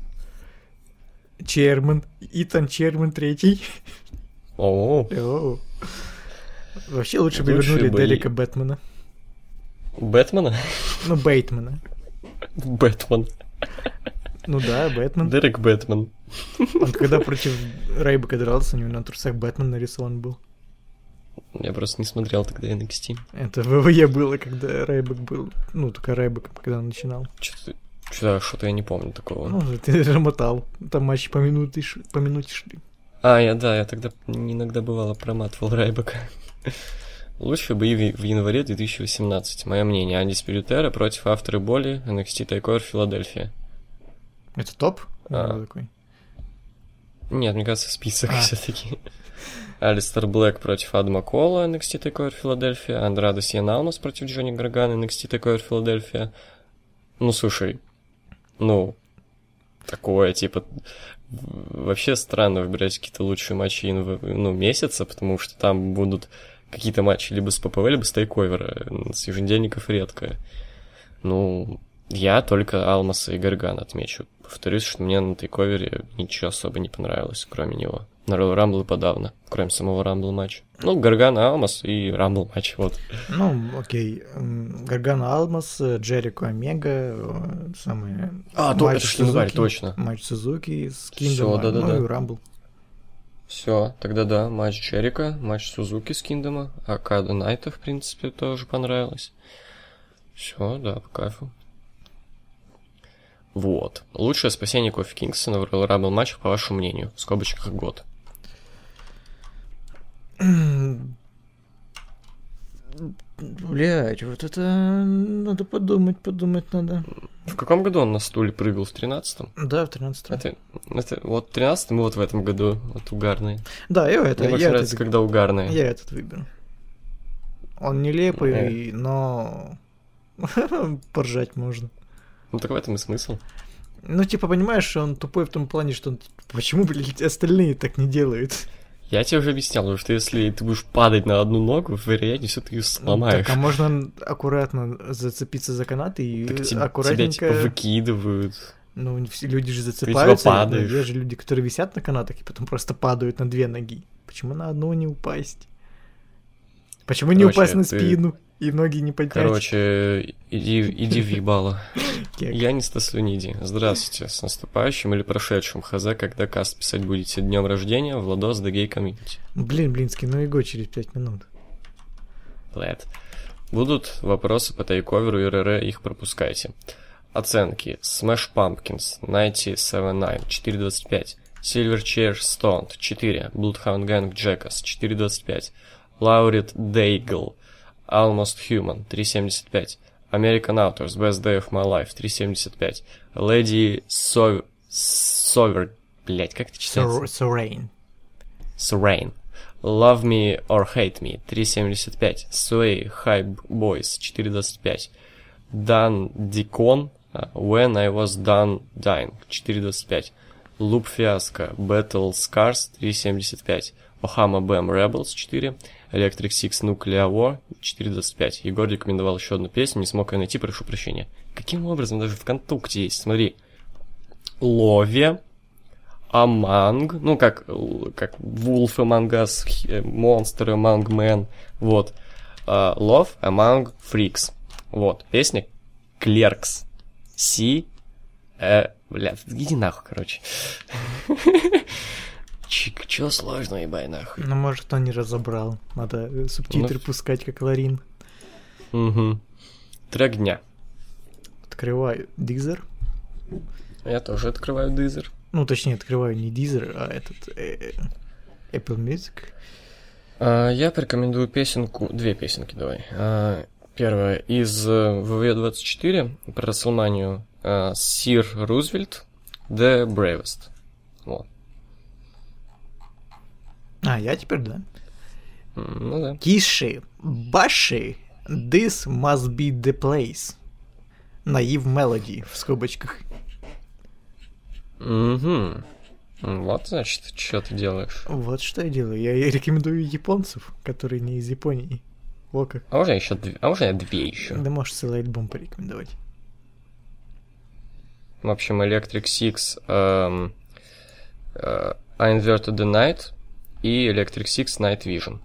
S3: Черман. Итан Черман третий.
S2: О,
S3: О. Вообще лучше бы
S2: Лучшие
S3: вернули
S2: бои.
S3: Дерека Бэтмена.
S2: Бэтмена?
S3: Ну, Бейтмана.
S2: Бэтмен.
S3: Ну да, Бэтмен.
S2: Дерек Бэтмен.
S3: Он когда против Рейбека дрался, у него на трусах Бэтмен нарисован был.
S2: Я просто не смотрел тогда эн экс ти.
S3: Это в ВВЕ было, когда Рейбек был. Ну, только Рейбек, когда он начинал.
S2: Что-то, что-то, что-то я не помню такого.
S3: Ну, ты же мотал. Там матчи по минуте, ш... по минуте шли.
S2: А, я, да, я тогда иногда бывало проматывал Райбека. Лучший бои в январе две тысячи восемнадцать. Мое мнение. Undisputed Era против After Боли, эн экс ти Takeover Филадельфия.
S3: Это топ?
S2: А.
S3: Такой?
S2: Нет, мне кажется, список
S3: А.
S2: все-таки. Алистер Блэк против Адама Кола, эн экс ти Takeover Филадельфия. Андрадо Сиен Алмас против Джонни Гаргана, эн экс ти Takeover Филадельфия. Ну, слушай, ну, такое, типа, вообще странно выбирать какие-то лучшие матчи ну, месяца, потому что там будут какие-то матчи либо с ППВ, либо с тейковера. С еженедельников редко. Ну, Я только Алмаса и Гаргана отмечу. Повторюсь, что мне на тейковере ничего особо не понравилось, кроме него. На Royal Rumble подавно, кроме самого Rumble матча. Ну, Гаргана, Алмас и Rumble матч, вот.
S3: Ну, окей. Гаргана, Алмас, Джерико, Омега, самые...
S2: А, то, это же январь, точно.
S3: Матч Сузуки с Киндома,
S2: да, да,
S3: ну
S2: да.
S3: и Rumble.
S2: Все, тогда да, матч Джерика, матч Сузуки с Киндома, Акада Найта, в принципе, тоже понравилось. Все, да, по кайфу. Вот. Лучшее спасение Кофи Кингстона в Royal Rumble матчах, по вашему мнению, в скобочках год.
S3: Блять, вот это надо подумать, подумать надо.
S2: В каком году он на стуле прыгал? В тринадцатом?
S3: Да, в тринадцатом.
S2: Это, это вот тринадцатый, мы вот в этом году, вот угарные.
S3: Да, я это.
S2: Мне больше
S3: я
S2: нравится,
S3: этот,
S2: когда угарные.
S3: Я этот выберу. Он нелепый,
S2: э.
S3: но поржать можно.
S2: Ну так в этом и смысл.
S3: Ну, типа, понимаешь, он тупой в том плане, что он... Почему, блядь, остальные так не делают?
S2: Я тебе уже объяснял, потому что если ты будешь падать на одну ногу, вероятнее всего ты ее сломаешь.
S3: Так, а можно аккуратно зацепиться за канат и
S2: так те,
S3: аккуратненько...
S2: тебя, типа, выкидывают.
S3: Ну, все люди же зацепаются.
S2: Ты падаешь.
S3: Есть же люди, которые висят на канатах и потом просто падают на две ноги. Почему на одну не упасть? Почему Короче, не упасть на ты... спину и ноги не поднять?
S2: Короче, иди, иди в ебало. Я не Стаслюниди. Здравствуйте, с наступающим или прошедшим. Хз, когда каст писать будете. Днем рождения, Владос, The Gay Community.
S3: Блин, Блинский, ну и го через пять минут.
S2: Лэд. Будут вопросы по тейковеру и РР, их пропускайте. Оценки. Smash Pumpkins, девяносто семь девять, четыре двадцать пять. Silverchair Stoned, четыре. Bloodhound Gang Jackass, четыре двадцать пять. Lauret Daigle, Almost Human, три семьдесят пять. American Authors, Best Day of My Life, три семьдесят пять. Lady Sover... Sover... Блять, как это читается?
S3: Sorain.
S2: Sorain. Love Me or Hate Me, три семьдесят пять. Sway Hype Boys, четыре двадцать пять. Dan Deacon, When I Was Done Dying, четыре двадцать пять. Loop Fiasco, Battle Scars, три семьдесят пять. Ohama Bam Rebels, четыре. Electric Six Nuclear War, четыре двадцать пять. Егор рекомендовал еще одну песню, не смог ее найти, прошу прощения. Каким образом даже ВКонтакте есть? Смотри. Лове, Among, ну как, как Wolf Among Us, Monster Among Men, вот. Uh, Love Among Freaks, вот. Песня Clerks, Си, э, бля, иди нахуй, короче. Чик, чё сложно, ебай нахуй.
S3: Ну, может, он не разобрал. Надо субтитры ну... пускать, как Ларин.
S2: Угу. Трек дня.
S3: Открываю Deezer.
S2: Я тоже открываю Deezer.
S3: Ну, точнее, открываю не Deezer, а этот э, Apple Music.
S2: А, я порекомендую песенку, две песенки давай. А, первая из дабл ю дабл ю и двадцать четыре про Расселманию. Сир Рузвельт, The Bravest. Вот.
S3: А, я теперь, да?
S2: Ну да.
S3: Киши, Баши, This Must Be The Place. Наив Melody, в скобочках.
S2: Угу. Вот, значит, что ты делаешь.
S3: Вот что я делаю. Я рекомендую японцев, которые не из Японии. О как.
S2: А можно еще две? А можно я две еще?
S3: Да можешь целый альбом порекомендовать.
S2: В общем, Electric Six, um, uh, I Inverted the Night и Electric Six Night Vision.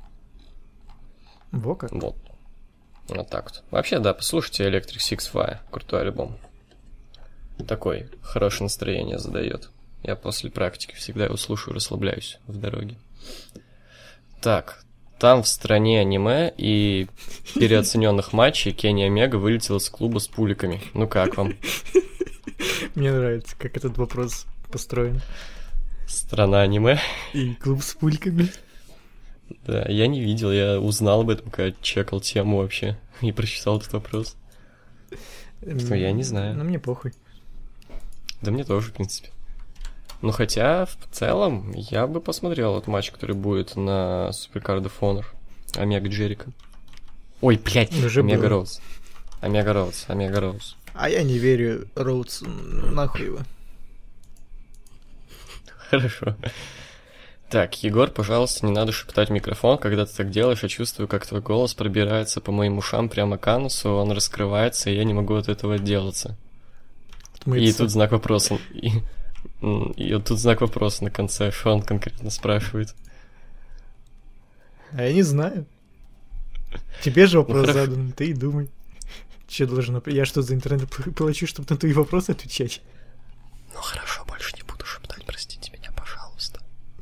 S3: Во как.
S2: Вот. Вот так вот. Вообще, да, послушайте Electric Six Fire. Крутой альбом. Такой, хорошее настроение задает. Я после практики всегда его слушаю, расслабляюсь в дороге. Так, там в стране аниме и переоцененных матчей Кенни Омега вылетел из клуба с пуликами. Ну как вам?
S3: Мне нравится, как этот вопрос построен.
S2: Страна аниме.
S3: И клуб с пульками.
S2: Да, я не видел, я узнал об этом, когда чекал тему вообще и прочитал этот вопрос. Что я не знаю.
S3: Ну, мне похуй.
S2: Да мне тоже, в принципе. Ну, хотя, в целом, я бы посмотрел этот матч, который будет на Supercard of Honor. Омега Джерика. Ой, блядь, Омега Роуз. Омега Роуз, Омега Роуз.
S3: А я не верю Роуз, нахуй его.
S2: Хорошо. Так, Егор, пожалуйста, не надо шептать в микрофон, когда ты так делаешь, я чувствую, как твой голос пробирается по моим ушам прямо к анусу, он раскрывается, и я не могу от этого отделаться. Отмыться. И тут знак вопроса. И, и вот тут знак вопроса на конце, что он конкретно спрашивает.
S3: А я не знаю. Тебе же вопрос ну, задан, ты и думай. Че должен... Я что, за интернет плачу, чтобы на твои вопросы отвечать?
S2: Ну хорошо, больше не буду шептать, простите меня, пожалуйста.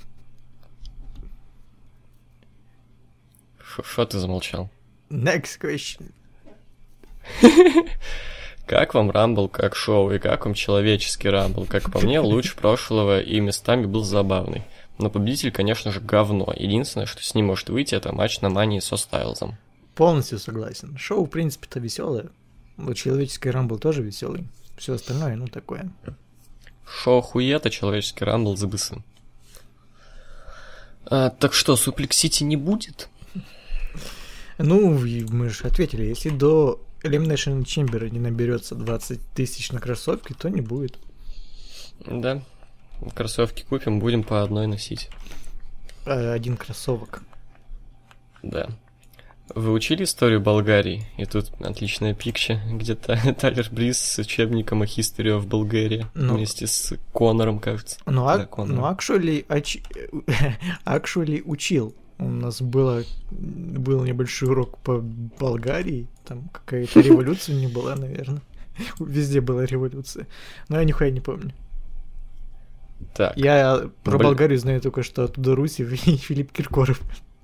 S2: Что ты замолчал?
S3: Next question.
S2: Как вам Рамбл как шоу, и как вам человеческий Рамбл? Как по мне, лучше прошлого и местами был забавный. Но победитель, конечно же, говно. Единственное, что с ним может выйти, это матч на Мании со Стайлзом.
S3: Полностью согласен. Шоу, в принципе-то, веселое. Вот человеческий Рамбл тоже веселый. Все остальное, ну, такое.
S2: Шоу хуета, человеческий Рамбл забысын. А, так что, суплексити не будет?
S3: Ну, мы же ответили, если до Elimination Chamber не наберется двадцать тысяч на кроссовки, то не будет.
S2: Да. Кроссовки купим, будем по одной носить.
S3: Один кроссовок.
S2: Да. Вы учили историю Болгарии? И тут отличная пикча, где-то Тайлер Бриз с учебником о History of Bulgaria ну, вместе с Конором, кажется.
S3: Ну, да, а, ну actually, actually учил. У нас было, был небольшой урок по Болгарии, там какая-то революция не была, наверное. Везде была революция, но я нихуя не помню.
S2: Так.
S3: Я про Бл... Болгарию знаю только, что оттуда Русев и Филипп Киркоров.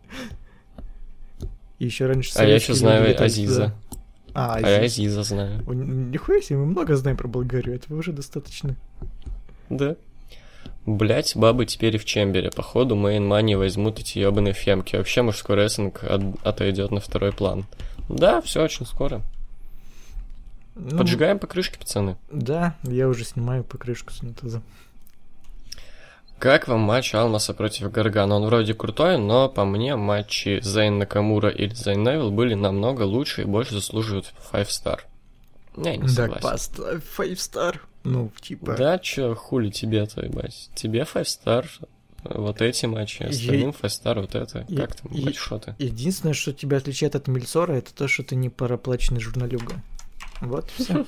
S3: И еще раньше...
S2: А я еще знаю Азиза.
S3: А,
S2: Азиз. а я Азиза знаю.
S3: Нихуя себе, мы много знаем про Болгарию, этого уже достаточно.
S2: Да. Блять, бабы теперь и в Чембере. Походу, Main Money возьмут эти ебаные фемки. Вообще мужской рестлинг от... отойдет на второй план. Да, все очень скоро. Ну, поджигаем покрышки, пацаны.
S3: Да, я уже снимаю покрышку с унитаза.
S2: Как вам матч Алмаса против Гаргана? Он вроде крутой, но по мне матчи Зейн Накамура или Зейн Невилл были намного лучше и больше заслуживают пять star. Я не согласен.
S3: Так поставь пять star. Ну, типа...
S2: Да, чё, хули тебе-то, ебать. Тебе пять star, вот эти матчи, остальным пять star, вот это.
S3: И...
S2: Как там, хоть что-то.
S3: Единственное, что тебя отличает от Мельцора, это то, что ты не проплаченный журналюга. Вот все.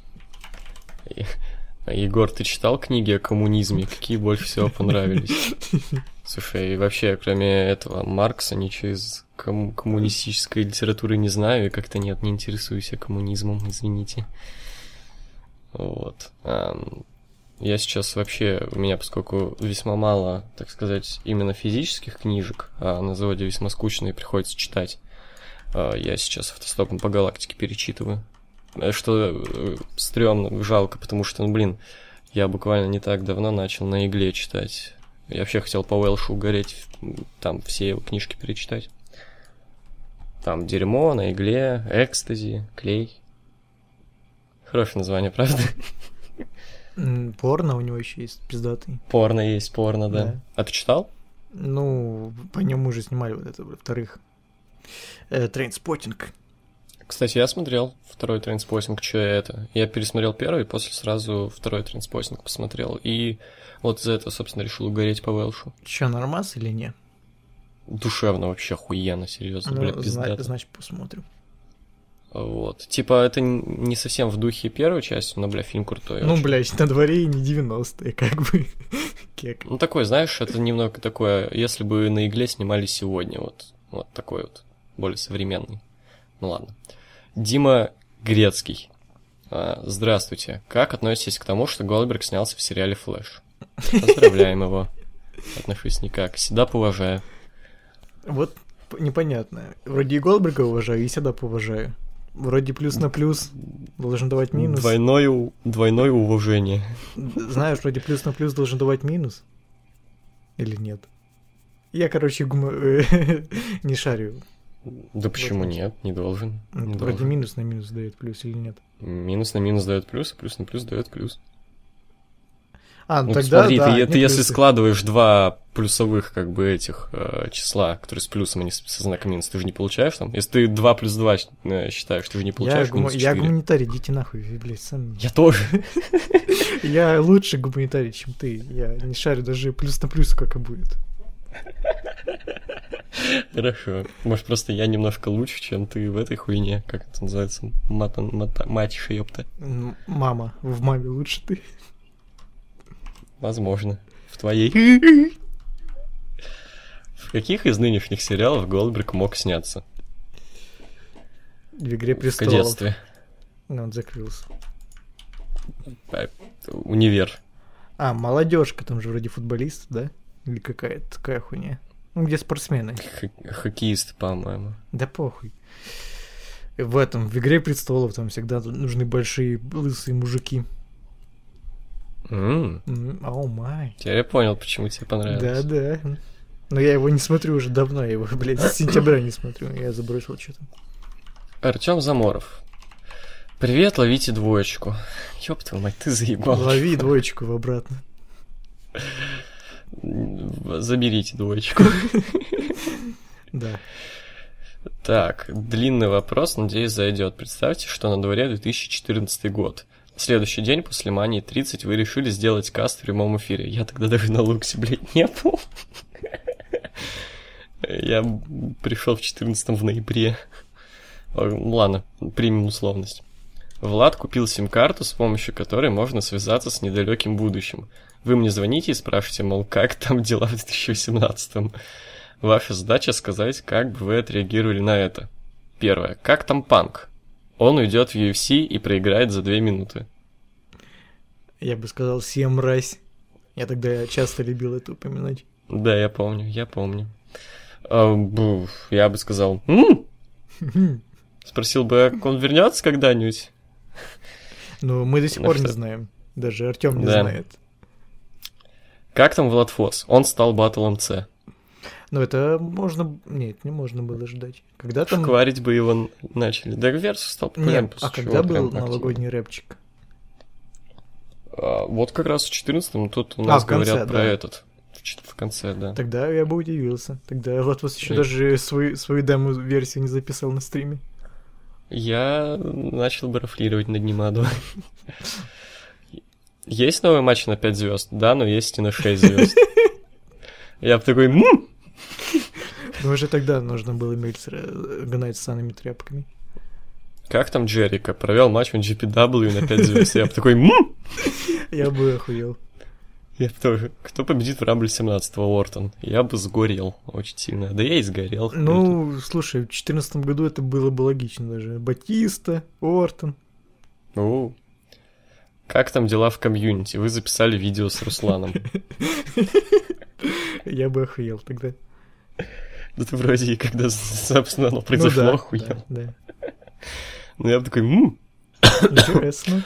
S2: Егор, ты читал книги о коммунизме? Какие больше всего понравились? Слушай, и вообще, кроме этого Маркса, ничего из ком- коммунистической литературы не знаю, и как-то нет, не интересуюсь я коммунизмом, извините. Вот. Я сейчас вообще, у меня, поскольку весьма мало, так сказать, именно физических книжек, а на заводе весьма скучно и приходится читать, я сейчас автостопом по галактике перечитываю. Что стрёмно, жалко, потому что, ну, блин, я буквально не так давно начал на Игле читать. Я вообще хотел по Уэлшу угореть, там все его книжки перечитать. Там Дерьмо, на Игле, Экстази, Клей. Хорошее название, правда?
S3: Порно у него еще есть, пиздатый.
S2: Порно есть, порно, да. да. А ты читал?
S3: Ну, по нему уже снимали вот это, во-вторых. Трейнспоттинг.
S2: Кстати, я смотрел второй Трейнспоттинг, что это. Я пересмотрел первый, после сразу второй Трейнспоттинг посмотрел. И вот из-за этого, собственно, решил угореть по Уэлшу.
S3: Че, нормас или не?
S2: Душевно вообще, охуенно, серьезно, ну, бля, пиздато.
S3: Значит, посмотрим.
S2: Вот. Типа, это не совсем в духе первой части, но, бля, фильм крутой.
S3: Ну,
S2: очень.
S3: блядь, на дворе и не девяностые, как бы.
S2: Кек. Ну, такой, знаешь, это немного такое, если бы на Игле снимали сегодня, вот, вот такой вот, более современный. Ну, ладно. Дима Грецкий. Здравствуйте. Как относитесь к тому, что Голдберг снялся в сериале «Флэш»? Поздравляем его. Отношусь никак. Седап уважаю.
S3: Вот непонятно. Вроде и Голдберга уважаю, и Седап уважаю. Вроде плюс на плюс должен давать минус.
S2: Двойное, двойное уважение.
S3: Знаешь, вроде плюс на плюс должен давать минус. Или нет? Я, короче, гум... не шарю.
S2: Да почему вот, нет? Не должен. Не
S3: Вроде
S2: должен.
S3: минус на минус дает плюс или нет?
S2: Минус на минус дает плюс, а плюс на плюс дает плюс.
S3: А, ну,
S2: ну
S3: тогда
S2: смотри,
S3: да,
S2: ты, ты если складываешь два плюсовых как бы этих э, числа, которые с плюсом, а не со знаком минус, ты же не получаешь там? Если ты два плюс два считаешь, ты же не получаешь
S3: я
S2: минус
S3: гум...
S2: четыре.
S3: Я гуманитарий, идите нахуй, блядь, сам.
S2: Я тоже.
S3: Я лучше гуманитарий, чем ты. Я не шарю даже плюс на плюс, как и будет.
S2: Хорошо. Может, просто я немножко лучше, чем ты в этой хуйне. Как это называется? Мата, мата, матиша, ёпта.
S3: Мама. В маме лучше ты.
S2: Возможно. В твоей. В каких из нынешних сериалов Голдберг мог сняться?
S3: В «Игре
S2: В
S3: престолов».
S2: кадетстве.
S3: Ну, он закрылся.
S2: А, Универ.
S3: А, молодежка, там же вроде футболист, да? Или какая-то такая хуйня. Ну, где спортсмены.
S2: Х- хоккеист, по-моему.
S3: Да похуй. В этом, в «Игре престолов» там всегда нужны большие лысые мужики.
S2: М,
S3: О май.
S2: Теперь я понял, почему тебе понравилось.
S3: Да, да. Но я его не смотрю уже давно, я его, блядь, с сентября не смотрю. Я забросил что-то.
S2: Артём Заморов. Привет, ловите двоечку. Ёб твою мать, ты заебал.
S3: Лови двоечку в обратно.
S2: Заберите двоечку.
S3: Да.
S2: Так, длинный вопрос, надеюсь, зайдет. Представьте, что на дворе две тысячи четырнадцатый год. Следующий день после Мании тридцать вы решили сделать каст в прямом эфире. Я тогда даже на Луксе, блядь, не был. Я пришел в четырнадцатом в ноябре. Ладно, примем условность. Влад купил сим-карту, с помощью которой можно связаться с недалеким будущим. Вы мне звоните и спрашиваете, мол, как там дела в две тысячи восемнадцатом. Ваша задача сказать, как бы вы отреагировали на это. Первое. Как там Панк? Он уйдет в ю эф си и проиграет за две минуты.
S3: Я бы сказал, всем мразь. Я тогда часто любил это упоминать.
S2: Да, я помню, я помню. А, бу, я бы сказал, «М?» Спросил бы, как он вернется когда-нибудь?
S3: Но мы до сих
S2: Ну
S3: пор
S2: что?
S3: не знаем. Даже Артём не
S2: Да.
S3: знает.
S2: Как там Влад Фос? Он стал батл эм си.
S3: Но это можно... Нет, не можно было ждать. Когда там...
S2: Шкварить бы его н- начали. Да Версус стал популярен.
S3: Нет, а
S2: после
S3: когда
S2: чего
S3: был
S2: прям активно.
S3: новогодний рэпчик?
S2: А, вот как раз в четырнадцатом тут у нас
S3: в конце,
S2: говорят про
S3: да.
S2: этот. В, чет- в конце, да.
S3: Тогда я бы удивился. Тогда вот вас еще
S2: Эй.
S3: даже свою, свою демо-версию не записал на стриме.
S2: Я начал бы рафлировать над Немадо. Есть новый матч на пять звезд? Да, но есть и на шесть звезд. Я бы такой, «М!»
S3: Но уже тогда нужно было Мельцера гнать с санными тряпками.
S2: Как там Джерика? Провел матч в джи пи дабл ю на пять звезд. Я бы такой, «М!»
S3: Я бы охуел.
S2: Я бы тоже. Кто победит в Рамбле семнадцатого? Уортон. Я бы сгорел очень сильно. Да я и сгорел.
S3: Ну, слушай, в две тысячи четырнадцатом году это было бы логично даже. Батиста, Ортон.
S2: О. Как там дела в комьюнити? Вы записали видео с Русланом.
S3: Я бы охуел тогда.
S2: Да ты вроде и когда, собственно, оно произошло,
S3: Ну да,
S2: охуел.
S3: да, да.
S2: Ну я бы такой, «М!»
S3: Интересно.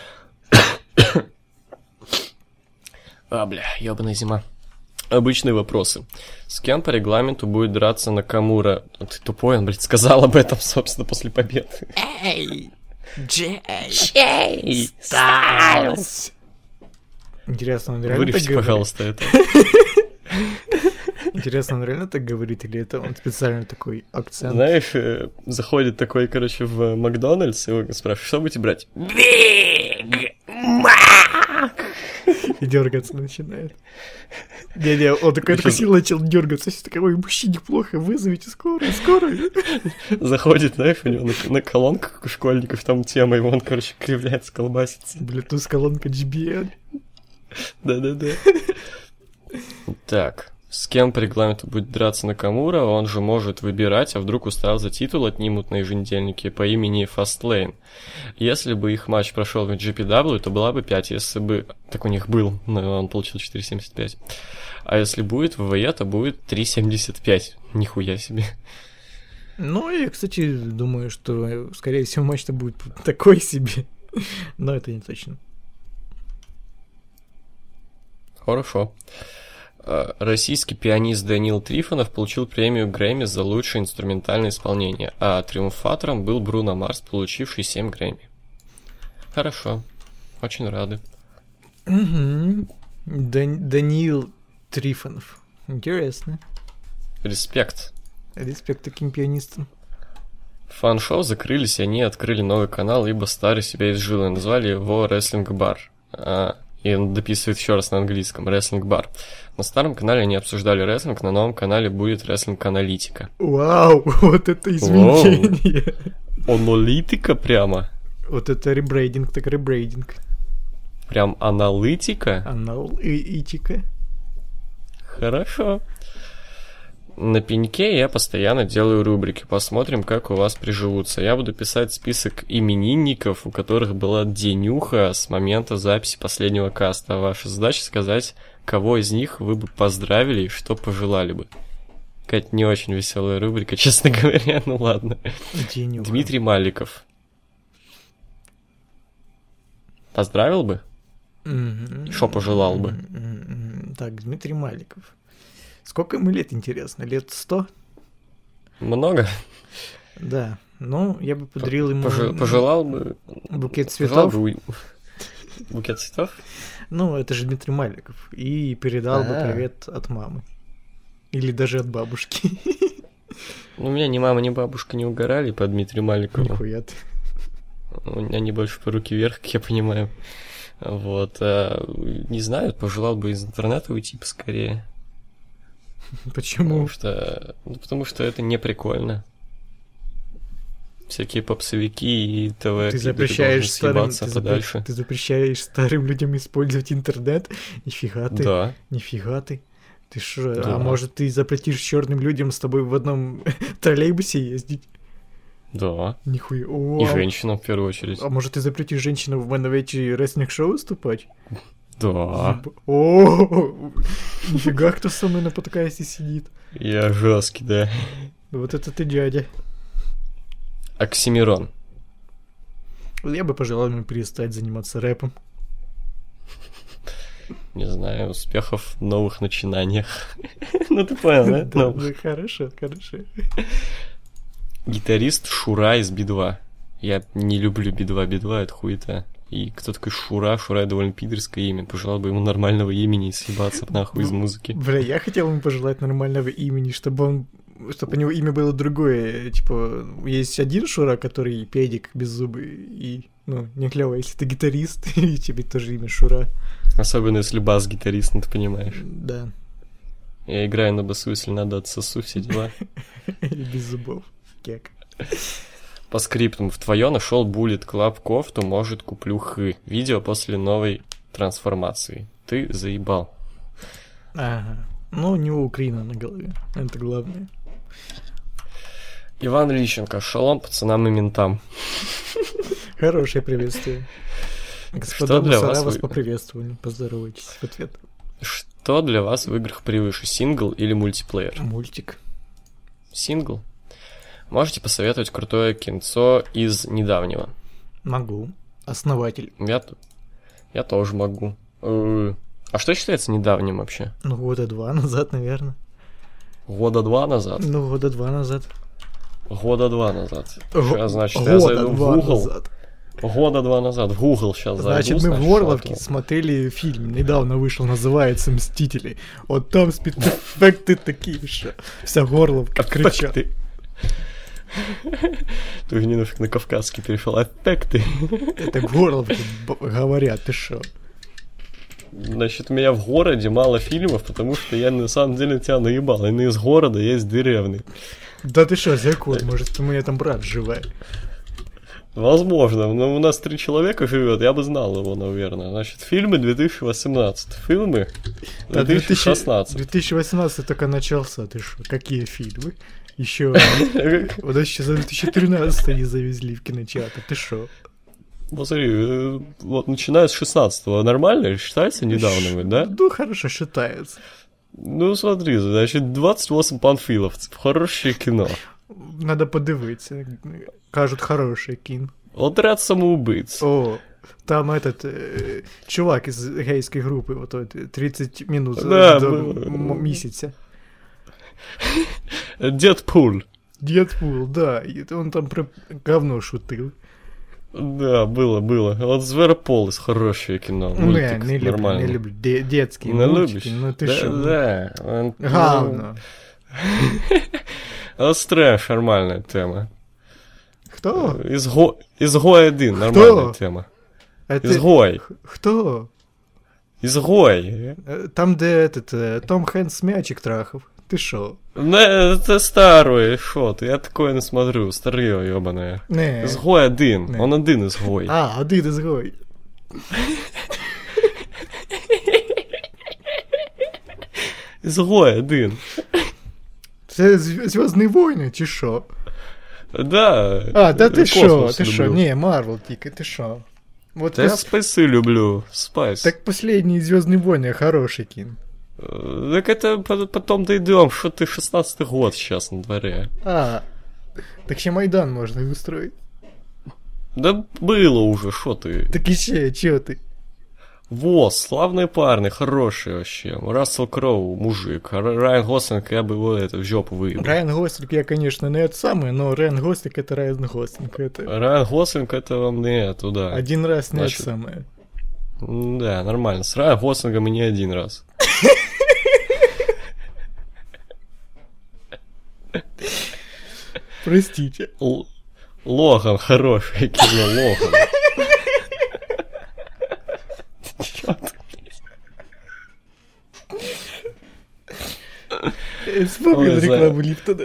S2: А, бля, ёбаная зима. Обычные вопросы. С кем по регламенту будет драться Накамура? Ты тупой, он, блядь, сказал об этом, собственно, после победы.
S3: Эй, Джей,
S2: Эй,
S3: Стайлз. Интересно, он реально так
S2: Вырежьте,
S3: говорит?
S2: пожалуйста, это.
S3: Интересно, он реально так говорит, или это он специально такой акцент?
S2: Знаешь, э, заходит такой, короче, в Макдональдс, и его спрашивают, что будете брать?
S3: И дергаться начинает. Не-не, он такой, такой сил начал дергаться, все такой, ой, мужчине плохо, вызовите скорую, скорую.
S2: Заходит, знаешь, у него на, на колонках у школьников там тема, и он, короче, кривляется, колбасится.
S3: Bluetooth колонка джи би эн.
S2: Да-да-да. Так, с кем по регламенту будет драться Накамура? Он же может выбирать, а вдруг устал за титул отнимут на еженедельнике по имени Fastlane. Если бы их матч прошел в джи пи дабл ю, то была бы пять, если бы... Так у них был, но он получил четыре семьдесят пять. А если будет в ВВЕ, то будет три семьдесят пять. Нихуя себе.
S3: Ну, я, кстати, думаю, что, скорее всего, матч-то будет такой себе. Но это не точно.
S2: Хорошо. Российский пианист Даниил Трифонов получил премию Грэмми за лучшее инструментальное исполнение, а триумфатором был Бруно Марс, получивший семь Грэмми. Хорошо. Очень рады.
S3: Угу. Дан- Даниил Трифонов. Интересно.
S2: Респект.
S3: Респект таким пианистам.
S2: Фан-шоу закрылись, и они открыли новый канал, ибо старый себя изжил, и назвали его Wrestling Bar. А, И он дописывает еще раз на английском. Рестлинг-бар. На старом канале они обсуждали рестлинг, на новом канале будет рестлинг-аналитика.
S3: Вау, вот это изменение.
S2: Аналитика прямо?
S3: Вот это ребрейдинг, так ребрейдинг.
S2: Прям аналитика?
S3: Аналитика.
S2: Хорошо. На пеньке я постоянно делаю рубрики. Посмотрим, как у вас приживутся. Я буду писать список именинников, у которых была денюха с момента записи последнего каста. Ваша задача сказать, кого из них вы бы поздравили и что пожелали бы. Какая-то не очень веселая рубрика, честно говоря, ну ладно.
S3: Денюха.
S2: Дмитрий Маликов. Поздравил бы?
S3: Mm-hmm.
S2: Что пожелал бы?
S3: Mm-hmm. Так, Дмитрий Маликов. Сколько ему лет, интересно? Лет сто?
S2: Много?
S3: Да. Ну, я бы подарил ему...
S2: Пожи- пожелал бы...
S3: Букет цветов.
S2: Пожелал бы... Букет цветов?
S3: Ну, это же Дмитрий Маликов. И передал
S2: А-а-а.
S3: бы привет от мамы. Или даже от бабушки.
S2: Ну, у меня ни мама, ни бабушка не угорали по Дмитрию Маликову.
S3: Нихуя ты.
S2: Они больше по руки вверх, как я понимаю. Вот. А, не знаю, пожелал бы из интернета уйти поскорее.
S3: Почему?
S2: Потому что, ну, потому что это не прикольно. Всякие попсовики и ТВ.
S3: Ты запрещаешь старым, ты,
S2: подальше.
S3: запре- ты запрещаешь старым людям использовать интернет? Нифига ты.
S2: Да.
S3: Нифига ты. Ты что?
S2: Да.
S3: А может ты запретишь черным людям с тобой в одном троллейбусе ездить?
S2: Да.
S3: Нихуя. О,
S2: И
S3: а-
S2: женщинам в первую очередь.
S3: А может ты запретишь женщинам в Мановиче рестлинг-шоу выступать?
S2: Да.
S3: О, нифига, кто со мной на подкасте сидит.
S2: Я жесткий, да.
S3: Вот это ты дядя.
S2: Оксимирон.
S3: Я бы пожелал ему перестать заниматься рэпом.
S2: Не знаю, успехов в новых начинаниях. Ну ты понял, да?
S3: Да, да, хорошо, хорошо.
S2: Гитарист Шура из Би два. Я не люблю Би два, Би два это хуета. И кто такой Шура? Шура довольно пидорское имя. Пожелал бы ему нормального имени и съебаться нахуй из музыки.
S3: Бля, я хотел ему пожелать нормального имени, чтобы он... Чтобы у него имя было другое. Типа, есть один Шура, который педик беззубый, и, ну, не клево, если ты гитарист, и тебе тоже имя Шура.
S2: Особенно если бас-гитарист, ну ты понимаешь.
S3: Да.
S2: Я играю на басу, если надо отсосу, все дела.
S3: Или без зубов. Кек.
S2: По скриптам. В твое нашел Bullet Club кофту, может куплю хы. Видео после новой трансформации. Ты заебал.
S3: Ага. Ну, у него Украина на голове. Это главное.
S2: Иван Лищенко. Шалом пацанам и ментам.
S3: Хорошее приветствие. Господа
S2: Что для
S3: мусора
S2: вас
S3: вас
S2: вы-
S3: поpriветствовали. Поздоровайтесь в ответ.
S2: Что для вас в играх превыше, сингл или мультиплеер?
S3: Мультик.
S2: Сингл. Можете посоветовать крутое кинцо из недавнего?
S3: Могу. Основатель.
S2: Я, т- я тоже могу. Э, А что считается недавним вообще?
S3: Ну, года два назад, наверное.
S2: Года два назад?
S3: Ну, года два назад.
S2: Года два назад.
S3: Го-
S2: Сейчас, значит,
S3: года
S2: я зайду в
S3: два
S2: Google.
S3: назад.
S2: Года два назад. В Google сейчас зайду.
S3: Значит, мы в
S2: значит,
S3: Горловке
S2: что-то.
S3: смотрели фильм, недавно вышел, называется «Мстители». Вот там спецэффекты такие же. Вся Горловка кричат.
S2: Эффекты. Ты уже немножко на кавказский перешел. Эффекты.
S3: Это Горловки б- говорят, ты шо?
S2: Значит, у меня в городе мало фильмов, потому что я на самом деле тебя наебал. Именно из города я из деревни.
S3: Да ты шо, Зякур, может, у меня там брат живой.
S2: Возможно, но у нас три человека живет, я бы знал его, наверное. Значит, фильмы две тысячи восемнадцать, фильмы
S3: Да,
S2: две тысячи шестнадцать.
S3: две тысячи восемнадцатый только начался, ты шо? Какие фильмы? Еще вот еще за две тысячи тринадцатый они завезли в кинотеатр, ты шо?
S2: Посмотри, э, вот начиная с шестнадцатого, нормально считается недавно, да?
S3: Ну, хорошо считается.
S2: Ну, смотри, значит, двадцать восемь панфиловцев, хорошее кино.
S3: Надо подивитися. Кажуть, хороший кін.
S2: Отряд самоубийц.
S3: О, там этот э, чувак из гейской группы, вот этот, тридцать минут
S2: Да,
S3: до
S2: было.
S3: м- месяца.
S2: Дедпул.
S3: Дедпул, да, и он там про говно шутил.
S2: Да, было, было. Вот Зверополис, хорошее кино,
S3: Не,
S2: мультик
S3: не люблю,
S2: нормальный.
S3: не люблю. Де- детские
S2: Не
S3: мультики,
S2: любишь?
S3: ну ты
S2: да,
S3: шо? ну,
S2: Да. он-
S3: Говно.
S2: ну, Острая, нормальная тема.
S3: Кто?
S2: Изго... Изгой один, нормальная тема.
S3: Это...
S2: Изгой.
S3: Х- Кто?
S2: Изгой.
S3: Там, де этот, Том Хэнкс мячик трахав. Ти шо?
S2: Не, це старий, шо ти, я такое не смотрю, старье ёбаное.
S3: Не.
S2: Изгой один,
S3: Не.
S2: он один изгой.
S3: А, один ізгой.
S2: Изгой один.
S3: Це Зв'язні війни, чи що?
S2: Да.
S3: А, да ти що,
S2: Космос
S3: ти що?
S2: люблю.
S3: Ні, Марвел тільки, ти що? Вот
S2: Та я
S3: пос-
S2: спайсы люблю, спайс.
S3: Так последние Звездные войны хороший кин.
S2: Э, Так это по- потом дойдем, что ты шестнадцатый год сейчас на дворе.
S3: А, так ще Майдан можно устроить.
S2: Да было уже, что ты.
S3: Так еще, чё ты?
S2: Во, славные парни, хорошие вообще. Рассел Кроу, мужик. А Р- Райан Гослинг, я бы его это в жопу выебал.
S3: Райан Гослинг, я, конечно, не это самый, но Райан Гослинг это Райан Гослинг. Это
S2: Райан Гослинг это вам не туда.
S3: один раз не это
S2: Значит,
S3: самое.
S2: Да, нормально. С Райаном Гослингом и не один раз.
S3: Простите.
S2: Л- Логан, хорошее кино, Логан. Чё ты?
S3: Я вспомнил
S2: Ой,
S3: рекламу Липтона.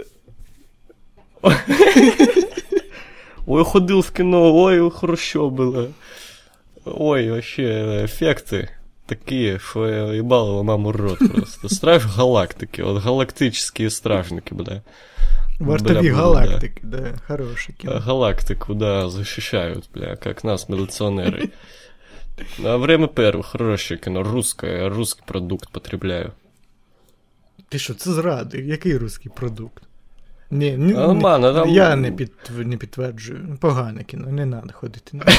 S2: Ой, ходил в кино, ой, хорошо было. Ой, вообще, эффекты такие, что я ебал его маму в рот просто. Страж галактики, вот галактические стражники, бля.
S3: Вартові
S2: Бля,
S3: галактики, да, хороший
S2: А
S3: кино.
S2: Галактику, да, защищают, бля, как нас, милиционеры. А время первых, хорошее кино, русское, я русский продукт потребляю.
S3: Ти що, це зради? Який русський продукт? Ні, ні,
S2: Нормально, там-
S3: я не, під, не підтверджую. Погане кіно, не треба ходити на.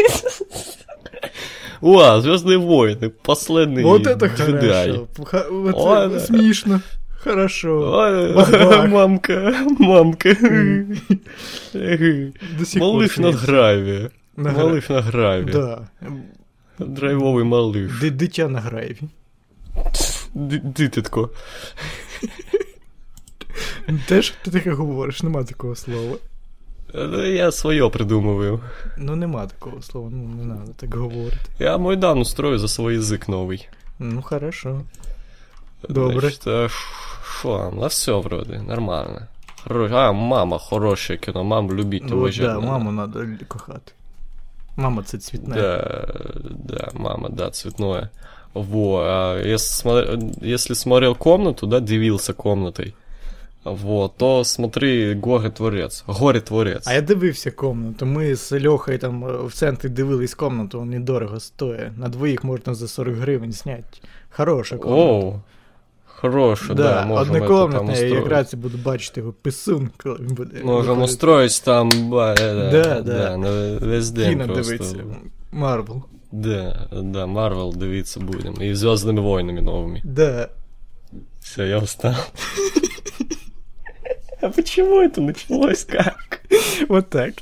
S2: О, Звездные войны, последний
S3: Вот это
S2: джедай.
S3: хорошо. Ха- вот
S2: Ой,
S3: это
S2: да.
S3: смешно. Хорошо.
S2: Ой,
S3: Бах-бах.
S2: мамка, мамка.
S3: До сих
S2: Малыш
S3: пор
S2: на
S3: смеюсь.
S2: граве.
S3: На гра-
S2: Малыш на граве.
S3: Да.
S2: Драйвовый малыш.
S3: Ди- Дитя на граєві.
S2: Ди- Дитятко.
S3: Теж ти таке говориш, нема такого слова.
S2: Ну, я свое придумываю.
S3: Ну нема такого слова, ну не треба так говорити.
S2: Я Майдан устрою за свой язык новый.
S3: Ну хорошо. Добре.
S2: Значит, а шо, на все вроде, нормально. Хоро- А, мама, хорошее кино, маму любить,
S3: Ну,
S2: уважать.
S3: да,
S2: надо.
S3: маму треба кохати. Мама це цвітне.
S2: Да, да, мама, да, цветное. Во, а если, смотр... если смотрел комнату, да, дивился комнатой, вот, то смотри Горе-творец, Горе-творец.
S3: А я дивився комнату. Ми з Льохою там е, в центрі дивились комнату, він недорого стоїть. На двоїх можна за сорок гривень зняти. Хороша комната.
S2: Оу, хорошая, да,
S3: Да,
S2: можем это там
S3: однокомнатна, я
S2: устроить.
S3: якраз і буду бачити його писун, коли він буде.
S2: Можем
S3: виходити.
S2: устроить там, ба, э,
S3: Да,
S2: да,
S3: да.
S2: да, на весь день
S3: Кіно
S2: просто.
S3: дивиться. Марвел.
S2: Да, да, Марвел дивиться будем. И Звездными войнами новыми.
S3: Да.
S2: Все, я устал. А почему это началось? Как?
S3: Вот так.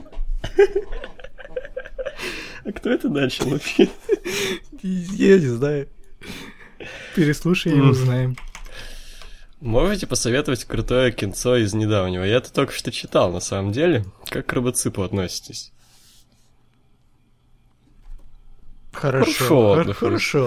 S2: А кто это начал вообще?
S3: Я не знаю. Переслушаем и узнаем.
S2: Можете посоветовать крутое кинцо из недавнего? Я это только что читал, на самом деле. Как к робоципу относитесь?
S3: Хорошо.
S2: Хорошо,
S3: хор-
S2: да,
S3: Хорошо.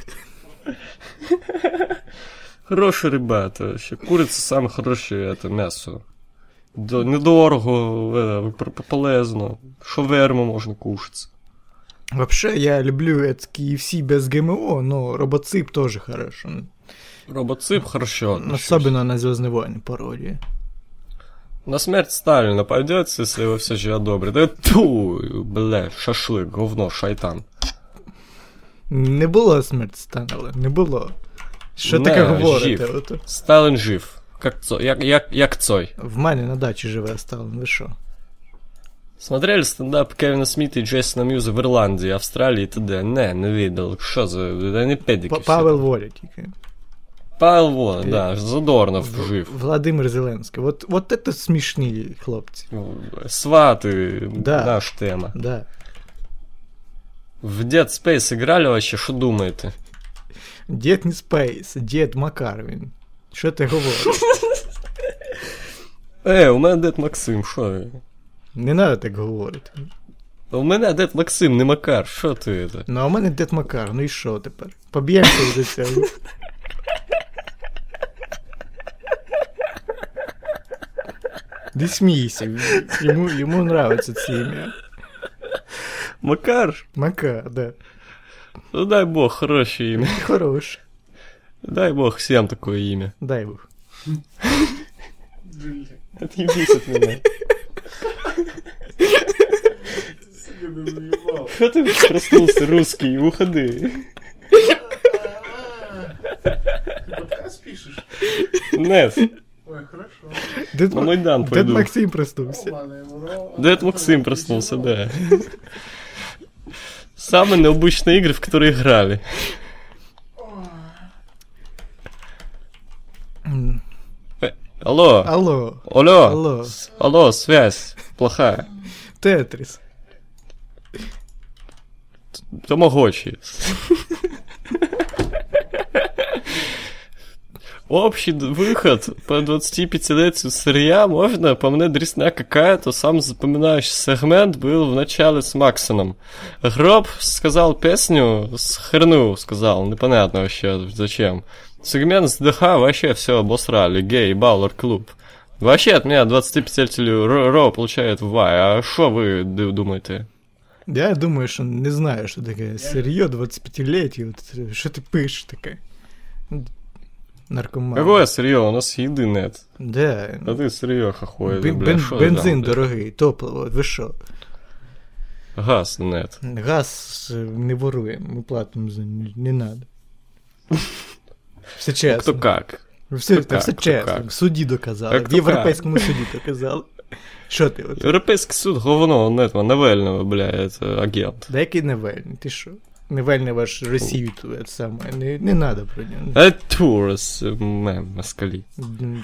S2: Хорошие ребята, вообще. Курица самое хорошее это мясо. Да, недорого, э, п- п- полезно. Шаверму можно кушать.
S3: Вообще, я люблю это кей эф си без ГМО, но робоцип тоже хорошо.
S2: Робоцип хорошо отношусь.
S3: Особенно на Звездные войны пародия.
S2: На смерть Сталина пойдёт, если его все же одобрят. Да ту, бля, шашлык, говно, шайтан.
S3: Не було смерті Сталіна, не було. Що
S2: Не,
S3: таке говорите?
S2: жив.
S3: Ото?
S2: Сталин жив. Как, цо, як, як, як Цой.
S3: В мене на дачі живе Сталін, ви що?
S2: Смотрели стендап Кевина Смита и Джейсона Мьюза в Ирландии, Австралии и т.д. Не, не видел. Что за... Это не педики
S3: П-
S2: все.
S3: Павел Воля тільки.
S2: Павел Воля, да, Задорнов жив.
S3: Владимир Зеленський. Вот, вот это смішні хлопці.
S2: Сваты,
S3: Да.
S2: наша тема.
S3: Да.
S2: В Dead Space играли вообще, что думаете?
S3: Дід не Спейс, дід Макар він. Що ти говориш?
S2: Э, у меня Дед Максим, что?
S3: Не треба так говорити.
S2: У мене Дед Максим, не Макар, що ти це?
S3: Ну, а у мене Дед Макар, ну і що тепер? Поб'ємося вже цього. Не смійся, йому, йому нравиться це ім'я.
S2: Макар?
S3: Макар, да.
S2: Ну дай бог, хорошее имя.
S3: Хорош.
S2: Дай бог всем такое имя.
S3: Дай бог.
S2: Отъебись от меня. Что ты проснулся, русский? Уходи.
S4: Ты подкаст пишешь?
S2: Нет.
S4: Ой, хорошо.
S3: Дед,
S2: На Майдан
S3: Дед
S2: пойду.
S3: Максим проснулся.
S2: Дед Максим проснулся, да. Самые необычные игры, в которые играли. Э, алло.
S3: Алло.
S2: Алло.
S3: Алло.
S2: С- Алло, связь плохая.
S3: Тетрис.
S2: Тамагочи. Общий д- выход по двадцатипятилетию сырья можно, по мне дресня какая-то, сам запоминающий сегмент был в начале с Максоном. Гроб сказал песню, с херну сказал, непонятно вообще зачем. Сегмент с ДХ вообще все обосрали, гей, Баулер клуб. Вообще от меня двадцатипятилетию Ро, Ро получает вай, а что вы д- думаете?
S3: Я думаю, що не знаю, що таке сир'йо двадцятипятилетие. От, що ти пишеш таке? Наркоман.
S2: Какое сырье? У нас еды нет.
S3: Да.
S2: А ты сырье хохуй,
S3: Бен-
S2: бля,
S3: бен-
S2: шо
S3: бензин
S2: там, бля?
S3: дорогий, топливо, ви що?
S2: Газ нет.
S3: Газ е, не воруємо, ми платимо за нього, не надо. Все
S2: Кто
S3: чесно.
S2: как?
S3: Все,
S2: Хто
S3: та
S2: як,
S3: все
S2: хто
S3: чесно.
S2: як.
S3: В суді доказали,
S2: А
S3: в
S2: хто
S3: Європейському суді доказали. Що ти от?
S2: Европейский суд говно, он этого, Навального, бля, это агент.
S3: Да який Невельний, ти що? Невельний ваш Росію тут саме, не, не надо про нього.
S2: Это Турос, мем, москали.
S3: М,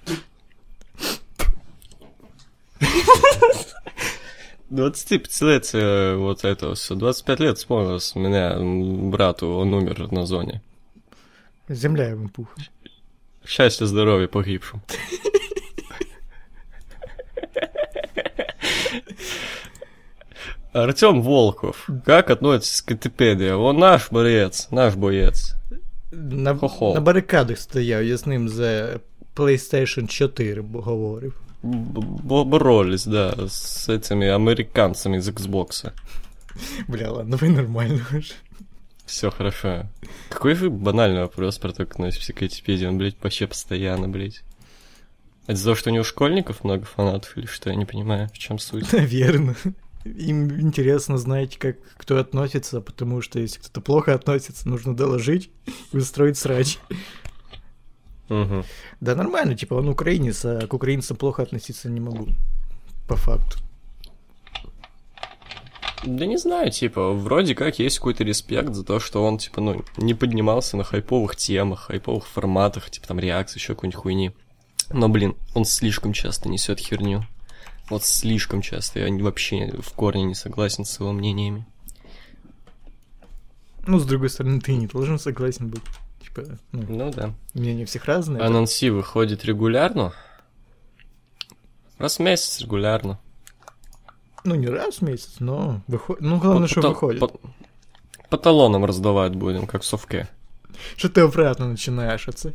S2: двадцатипятилетие вот этого все. двадцать пять лет вспомнилось. У меня м, брату, он умер на зоне.
S3: Земля йому пуха.
S2: Счастья, здоровья погибшим. Артем Волков. Как относитесь к Вікіпедії? Он наш боец, наш боец.
S3: На,
S2: Хо-хо.
S3: на барикадах стояв, я з ним за PlayStation чотири бо- говорив.
S2: Б- боролись, да, с этими американцами из Xbox.
S3: Бля, ладно, ви нормально вже.
S2: Все хорошо. Какой вы банальный вопрос про то, как относитесь к Википедии? Он, блядь, вообще постоянно, блядь. Это из-за того, что у него школьников много фанатов, или что? Я не понимаю, в чем суть.
S3: Наверное. Им интересно знать, как кто относится, потому что если кто-то плохо относится, нужно доложить и устроить срач.
S2: Угу.
S3: Да нормально, типа он украинец, а к украинцам плохо относиться не могу. По факту.
S2: Да не знаю, типа, вроде как есть какой-то респект за то, что он, типа, ну, не поднимался на хайповых темах, хайповых форматах, типа, там, реакции, еще какой-нибудь хуйни. Но, блин, он слишком часто несет херню. Вот слишком часто. Я вообще в корне не согласен с его мнениями.
S3: Ну, с другой стороны, ты не должен согласен быть. Типа, ну,
S2: Ну да.
S3: мнения всех разные.
S2: Анонси выходит регулярно. Раз в месяц регулярно.
S3: Ну, не раз в месяц, но выходит. Ну, главное, что
S2: та-
S3: выходит.
S2: По, по талонам раздавать будем, как в совке.
S3: Что ты обратно начинаешь, отцы?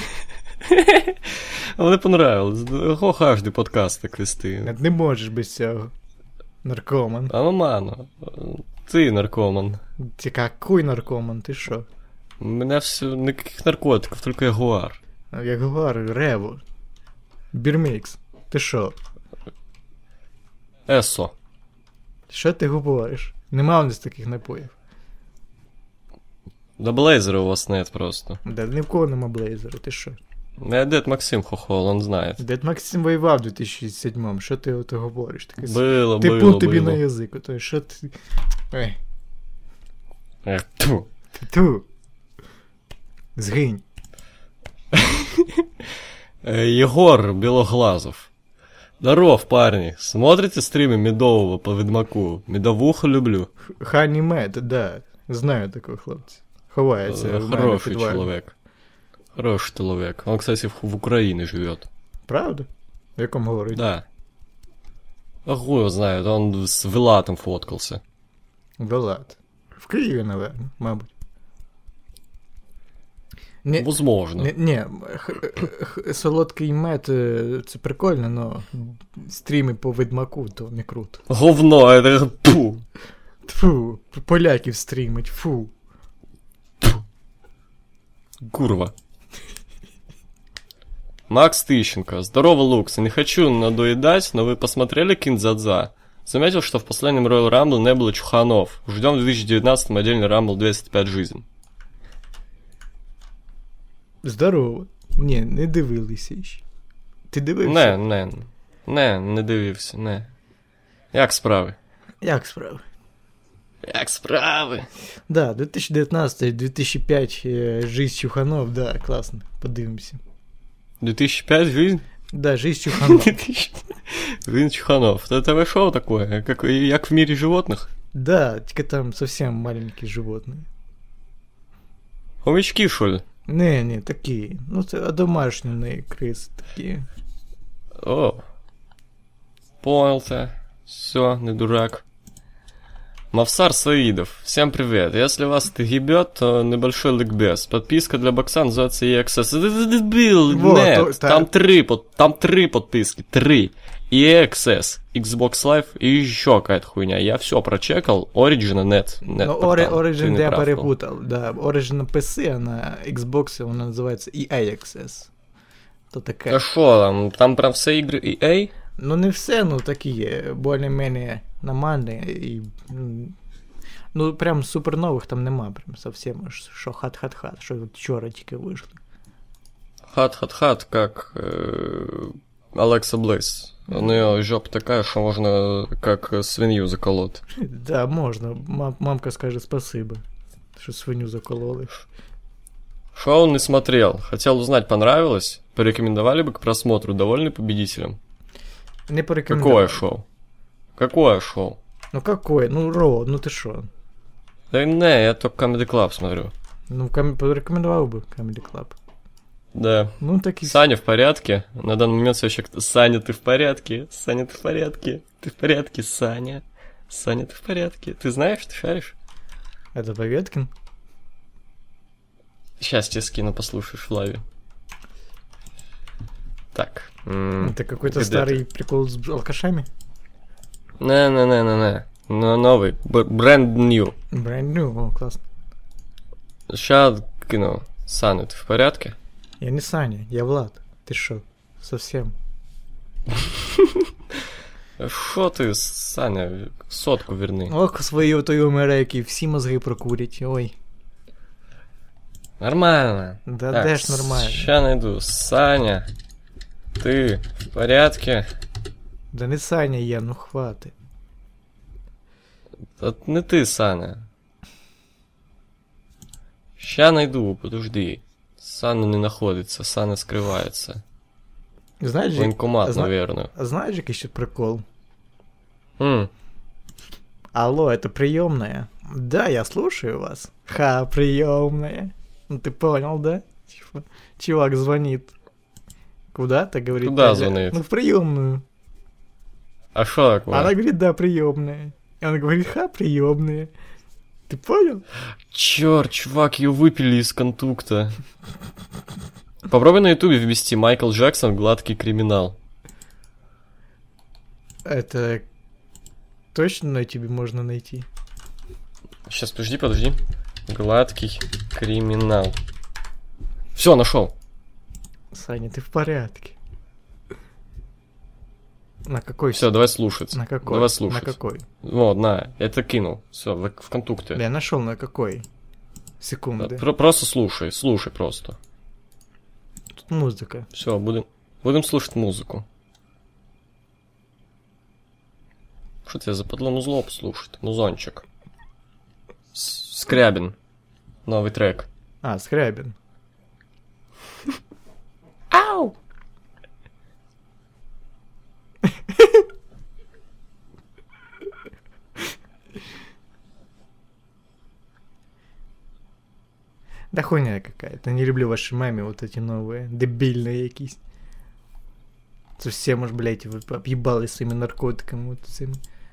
S2: Мне понравилось. О, каждый подкаст так вести.
S3: Не можешь без цього. Наркоман.
S2: А мамано, ты наркоман.
S3: Ты какой наркоман, ты шо?
S2: У меня все никаких наркотиков, только ягуар.
S3: Я говорю, Рево. Бірмікс. Ти шо?
S2: Эсо.
S3: Що ти говориш? Нема у нас таких напоїв.
S2: Да блейзера у вас нет просто.
S3: Да ні в кого нема блейзера, ти шо?
S2: Я Дед Максим хохол, он знает.
S3: Дед Максим воював у дві тисячі сьомому, що ти ото говориш? Таке
S2: Было,
S3: ти
S2: было,
S3: пун тобі
S2: было.
S3: на язик, ото що ти... Ой,
S2: Эх, тьфу.
S3: ти ту. Згинь.
S2: Э, Егор Белоглазов. Здоров, парни. Смотрите стримы Медового по Ведьмаку? Медовуху люблю.
S3: Хані Мед, да. Знаю такого хлопця. Ховається
S2: Э,
S3: в мене в
S2: Хороший
S3: підвалі.
S2: человек. Хороший человек. Он, кстати, в, в Украине живет.
S3: Правда? В якому говорить?
S2: Да. А хуй его знает, он с Вилатом фоткался.
S3: Вилат. В Києві, наверное, мабуть. Не,
S2: Возможно.
S3: Не, не х, х, солодкий мед це прикольно, но стріми по Ведьмаку то не круто.
S2: Говно, это... Пу.
S3: Тьфу, поляків стрімить, фу.
S2: Курва. Макс Тыщенко. Здорово, Лукс. Не хочу надоедать, но вы посмотрели Киндзадза? Заметил, что в последнем Royal Rumble не было чуханов. Ждем в две тысячи девятнадцатом отдельный Rumble двадцать пять жизнь.
S3: Здорово. Ні, не дивилися ще. Ти дивився?
S2: Не, не, не, не дивився, не. Як справи?
S3: Як справи?
S2: Як справи?
S3: Да, две тысячи девятнадцатый - две тысячи пятый «Жизнь Чуханов», да, классно, подивимося.
S2: две тысячи пятый жизнь?
S3: Да, «Жизнь Чуханов».
S2: Жизнь Чуханов. Это ТВ-шоу такое, как, як в мире животных?
S3: Да, тільки там совсем маленькие животные.
S2: Хомячки, что ли?
S3: Не, не, такі. Ну, це одомашнені криси такі.
S2: О. Понял-то. Все, не дурак. Мавсар Саидов. Всем привет. Если вас это гибет, то небольшой ликбез. Подписка для бокса называется и экс эс. Это дебил, нет. Там три, под, там три подписки. Три. и экс эс, Xbox Live и еще какая-то хуйня. Я все прочекал. Origin, нет. нет
S3: ну, Ори, Origin я перепутал. Да, Origin на пи си, а на Xbox она называется и эй икс эс. То таке.
S2: А что там? Там прям все игры и эй?
S3: Ну не все, ну такі є, більш-менш нормальні і... Ну прям супернових там нема, прям совсем, що хат-хат-хат, що вчора тільки вийшли.
S2: Хат-хат-хат, как э, Алекса Блейс. У нее жопа такая, что можно как свинью заколоть.
S3: Да, можно. Мам, мамка скажет спасибо, что свинью закололи.
S2: Шоу не смотрел. Хотел узнать, понравилось? Порекомендовали бы к просмотру? Довольны победителем?
S3: Не порекомендовали.
S2: Какое шоу? Какое шоу?
S3: Ну какое? Ну Ро, ну ты шо?
S2: Да не, я только Comedy Club смотрю.
S3: Ну, ком- порекомендовал бы Comedy Club.
S2: Да.
S3: Ну, так и...
S2: Саня в порядке? На данный момент все еще... Саня, ты в порядке? Саня, ты в порядке? Ты в порядке, Саня? Саня, ты в порядке? Ты знаешь, ты шаришь?
S3: Это Поветкин?
S2: Сейчас тебе скину, послушаешь в лайве. Так. М-
S3: Это какой-то
S2: где
S3: старый
S2: ты?
S3: прикол с алкашами?
S2: Не-не-не-не-не. Но новый. Brand new.
S3: Brand new, о, классно.
S2: Сейчас кину. Саня, ты в порядке?
S3: Я не Саня, я Влад. Ты шо? Совсем.
S2: Шо ты, Саня, сотку верни.
S3: Ох, свої тої Америки, всі мозги прокурять, ой.
S2: Нормально.
S3: Да,
S2: так,
S3: де ж нормально.
S2: Сейчас найду. Саня, ты в порядке?
S3: Да не Саня я, ну хвати.
S2: Это не ты, Саня. Ща найду, подожди. Саня не находится, Саня скрывается.
S3: Знаешь,
S2: Военкомат,
S3: зна...
S2: наверное.
S3: А знаешь, який ще прикол?
S2: М.
S3: Алло, это приемная? Да, я слушаю вас. Ха, приемная. Ну ты понял, да? Типа, чувак звонит. Куда-то, говорит.
S2: Куда
S3: да,
S2: звонит?
S3: Ну в приемную.
S2: А шо такое?
S3: Она говорит, да, приемная. И он говорит, ха, приемная. Ты понял?
S2: Чёрт, чувак, ее выпили из контукта. Попробуй на ютубе ввести Майкл Джексон «Гладкий криминал».
S3: Это точно на тебе можно найти?
S2: Сейчас, подожди, подожди. «Гладкий криминал». Все, нашел.
S3: Саня, ты в порядке? На какой?
S2: Все, давай слушать.
S3: На какой?
S2: Давай слушать.
S3: На какой?
S2: Вот, на, это кинул. Все, в, в контукте.
S3: Я нашел на какой? Секунды.
S2: Про- просто слушай, слушай просто.
S3: Тут музыка.
S2: Все, будем, будем слушать музыку. Что тебе западло музло послушать? Музончик. С- Скрябин. Новый трек.
S3: А, Скрябин.
S2: Ау!
S3: Да хуйня какая-то. Не люблю ваши мемы вот эти новые. Дебильные якісь. Совсем уж, блядь, вы объебались своими наркотиками вот этими.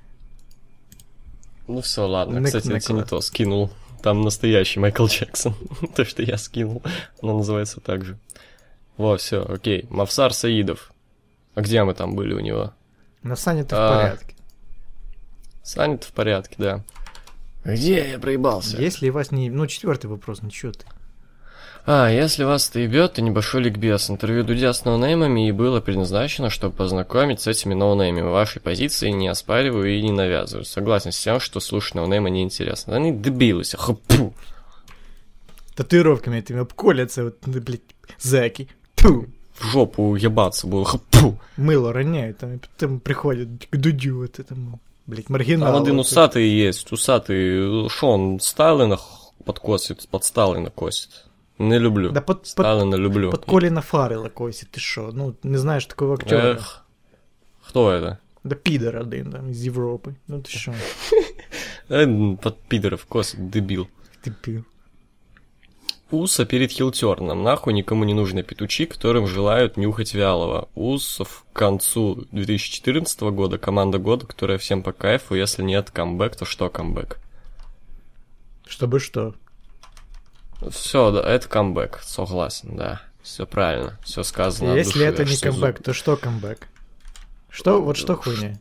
S2: Ну все, ладно.
S3: Нек-
S2: Кстати, я тебе не
S3: Некла.
S2: то скинул. Там настоящий Майкл Джексон. То, что я скинул. Оно называется так же. Во, все, окей. Мавсар Саидов. А где мы там были у него?
S3: На Сане-то
S2: А.
S3: в порядке.
S2: Саня-то в порядке, да. Где я проебался?
S3: Если вас не... Ну, четвертый вопрос, ну чё ты?
S2: А, если вас это ебет, то небольшой ликбез. Интервью Дудя с ноунеймами и было предназначено, чтобы познакомить с этими ноунеймами. Вашей позиции не оспариваю и не навязываю. Согласен с тем, что слушать ноунейма неинтересно. Они дебилы, хапу.
S3: Татуировками этими обколятся, вот, ну, блядь, зэки. Тьфу.
S2: В жопу ебаться было, хапу.
S3: Мыло роняют, там, и потом приходят к Дудю, вот этому, блядь, маргинал.
S2: Там один
S3: вот
S2: усатый есть, усатый. Шо, он Сталина подкосит, под Сталина косит. Не люблю.
S3: Да под, под,
S2: Сталина люблю.
S3: под Колина Фаррелла косит, ты шо? Ну, не знаешь такого актера.
S2: Эх, кто это?
S3: Да пидор один там из Европы. Ну ты шо?
S2: Э, Под пидоров косит, дебил.
S3: Ты пил.
S2: Уса перед хилтерном. Нахуй никому не нужны петучи, которым желают нюхать вялого. Усов к концу две тысячи четырнадцатого года команда года, которая всем по кайфу. Если нет камбэк, то что камбэк?
S3: Чтобы что?
S2: Все, да, это камбэк. Согласен, да. Все правильно. Все сказано от
S3: Если
S2: души,
S3: это
S2: аж
S3: не
S2: слезу.
S3: камбэк, то что камбэк? Что? Вот что хуйня?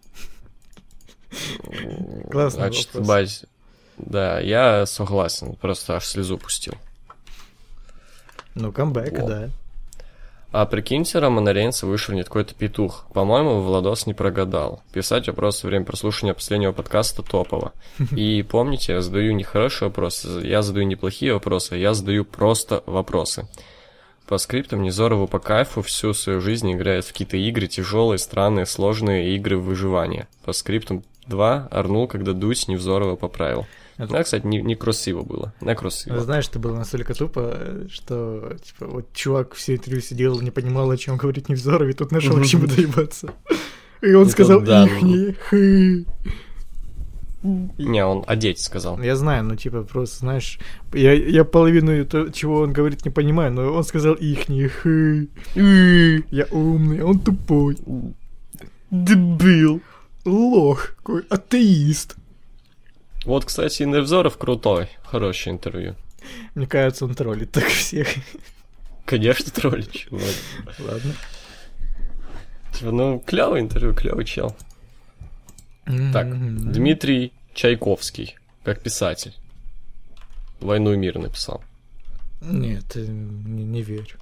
S3: Классный
S2: Значит,
S3: вопрос.
S2: бать, да, я согласен. Просто аж слезу пустил.
S3: Ну, камбэк,
S2: Во.
S3: да.
S2: А прикиньте, Романа Рейнса вышвырнет какой-то петух. По-моему, Владос не прогадал. Писать вопрос во время прослушивания последнего подкаста топово. И помните, я задаю не хорошие вопросы, я задаю неплохие вопросы, я задаю просто вопросы. По скриптам Невзорову по кайфу всю свою жизнь играет в какие-то игры, тяжелые, странные, сложные игры в выживание. По скриптам два орнул, когда Дудь Невзорова поправил.
S3: Это-
S2: Ну, кстати, не, не красиво было. Не красиво.
S3: Знаешь, это было настолько тупо, что, типа, вот чувак все интервью сидел, не понимал, о чем говорит Невзоров, и тут нашел к чему доебаться. И он
S2: Это
S3: сказал
S2: да.
S3: ихние. хы.
S2: Не, он одеть сказал.
S3: Я знаю, ну, типа, просто, знаешь, я, я половину то, чего он говорит, не понимаю, но он сказал ихние. хы. Я умный, а он тупой. Дебил. Лох. Какой атеист.
S2: Вот, кстати, Невзоров крутой. Хорошее интервью.
S3: Мне кажется, он троллит так всех.
S2: Конечно, троллит, чувак.
S3: Ладно.
S2: Типа, ну, клевое интервью, клевый чел. Так,
S3: М-м-м.
S2: Дмитрий Чайковский, как писатель. «Войну и мир» написал.
S3: Нет, э, не, не верю.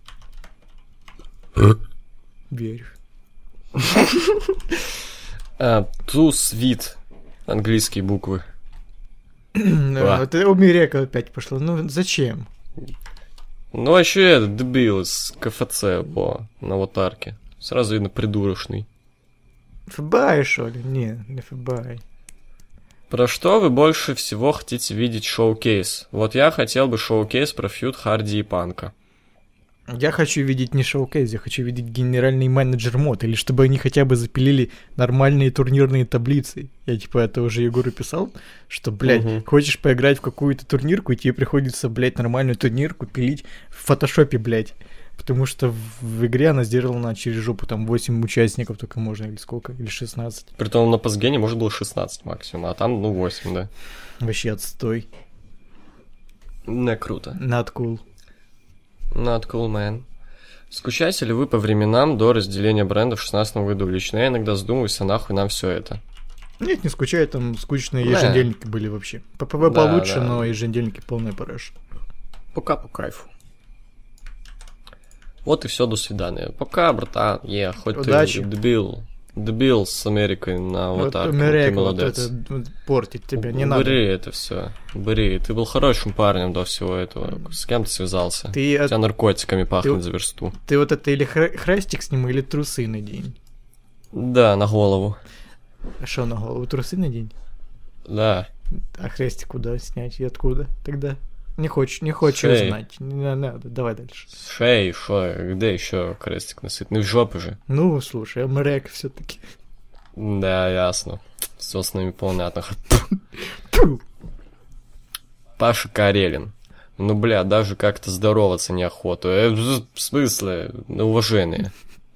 S3: Верю.
S2: А, to sweet. Английские буквы.
S3: Да, это Умерека опять пошло. Ну зачем?
S2: Ну, а еще этот дебил из КФЦ по на аватарке. Сразу видно придурочный.
S3: ФБА, что ли? Не, не ФБА.
S2: Про что вы больше всего хотите видеть шоу-кейс? Вот я хотел бы шоу-кейс про фьюд Харди и Панка.
S3: Я хочу видеть не шоу-кейс, я хочу видеть генеральный менеджер мод, или чтобы они хотя бы запилили нормальные турнирные таблицы. Я типа это уже Егору писал, что, блядь,
S2: Мгм.
S3: хочешь поиграть в какую-то турнирку, и тебе приходится, блядь, нормальную турнирку пилить в фотошопе, блядь. Потому что в, в игре она сделана через жопу, там восемь участников только можно, или сколько, или шестнадцать.
S2: Притом на Пасгене может было шестнадцать максимум, а там, ну, восемь, да.
S3: Вообще отстой.
S2: Не круто.
S3: Not cool.
S2: Not cool, man. Скучаете ли вы по временам до разделения брендов в шестнадцатом году? Лично я иногда задумываюсь, а нахуй нам все это.
S3: Нет, не скучаю, там скучные
S2: Да.
S3: еженедельники были вообще. ППВ
S2: Да,
S3: получше,
S2: да.
S3: но еженедельники полная параша.
S2: Пока по кайфу. Вот и все, до свидания. Пока, братан. Е, хоть
S3: Удачи.
S2: ты дебил. Дебил с Америкой на
S3: Вот
S2: аватарке.
S3: Умерека
S2: ты
S3: вот
S2: молодец.
S3: это вот портит тебя, не
S2: Убери
S3: надо.
S2: это все. Убери. Ты был хорошим парнем до всего этого. С кем ты связался?
S3: Ты,
S2: У
S3: от-
S2: тебя наркотиками пахнет
S3: ты-
S2: за версту.
S3: ты вот это или хра- хрестик с ним, или трусы надень.
S2: Да, на голову.
S3: А что на голову, трусы надень?
S2: Да.
S3: А хрестик куда снять и откуда тогда? Не хочешь, не хочешь
S2: Шеи.
S3: знать. Не надо, давай дальше.
S2: Шеи, шо, где еще крестик носить? Ну, в жопы же.
S3: Ну, слушай, Умерека все-таки.
S2: Да, ясно. Все с нами понятно.
S3: Тьфу.
S2: Паша Карелин. Ну, бля, даже как-то здороваться неохота. Э, в смысле? На уважение.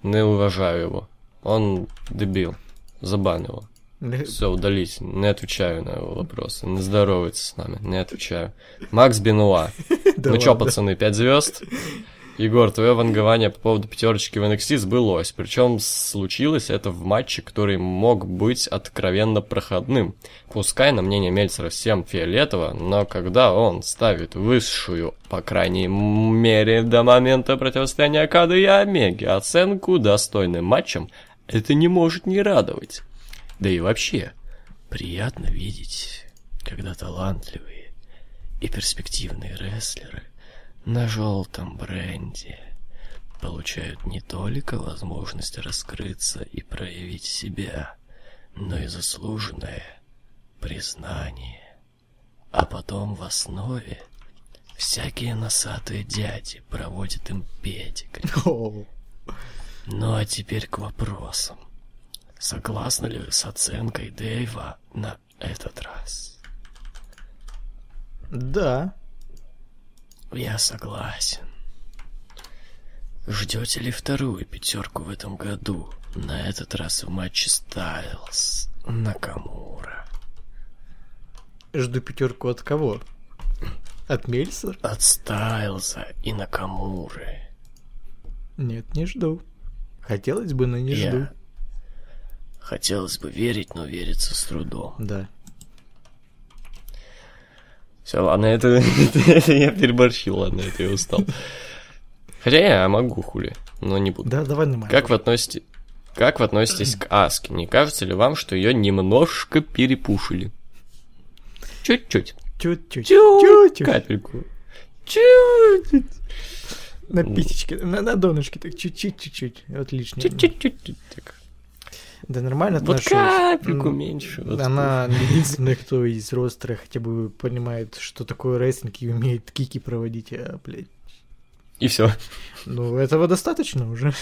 S2: Не уважаю его. Он дебил. Забан его. Все, удалить. Не отвечаю на его вопросы. Не здоровается с нами. Не отвечаю. Макс Бенуа. Ну чё, пацаны, пять звезд? Егор, твое вангование по поводу пятерочки в эн экс ти сбылось. Причем случилось это в матче, который мог быть откровенно проходным. Пускай на мнение Мельцера всем фиолетово, но когда он ставит высшую, по крайней мере до момента противостояния Окады и Омеги, оценку достойным матчем, это не может не радовать. Да и вообще, приятно видеть, когда талантливые и перспективные рестлеры на желтом бренде получают не только возможность раскрыться и проявить себя, но и заслуженное признание. А потом в основе всякие носатые дяди проводят им педикри. Ну а теперь к вопросам. Согласны ли вы с оценкой Дэйва на этот раз?
S3: Да.
S2: Я согласен. Ждете ли вторую пятерку в этом году? На этот раз в матче Стайлз Накамура.
S3: Жду пятерку от кого? От Мельса?
S2: От Стайлза и Накамуры.
S3: Нет, не жду. Хотелось бы, но не
S2: Я...
S3: жду.
S2: Хотелось бы верить, но верится с трудом.
S3: Да.
S2: Все, ладно, это, это я переборщил, ладно, это я устал. Хотя я могу, хули, но не буду.
S3: Да, давай нормально.
S2: Как вы относитесь, как вы относитесь к Аске? Не кажется ли вам, что ее немножко перепушили? Чуть-чуть.
S3: Чуть-чуть.
S2: Чуть-чуть. Капельку. Чуть-чуть.
S3: На писечке, на, на донышке, так чуть-чуть, чуть-чуть. Вот лишнее.
S2: Чуть-чуть. Так.
S3: Да нормально
S2: Вот
S3: отношусь.
S2: капельку меньше. Вот
S3: Она единственная, кто из ростера хотя бы понимает, что такое рестлинг и умеет кики проводить, а, блядь.
S2: И все.
S3: Ну, этого достаточно уже.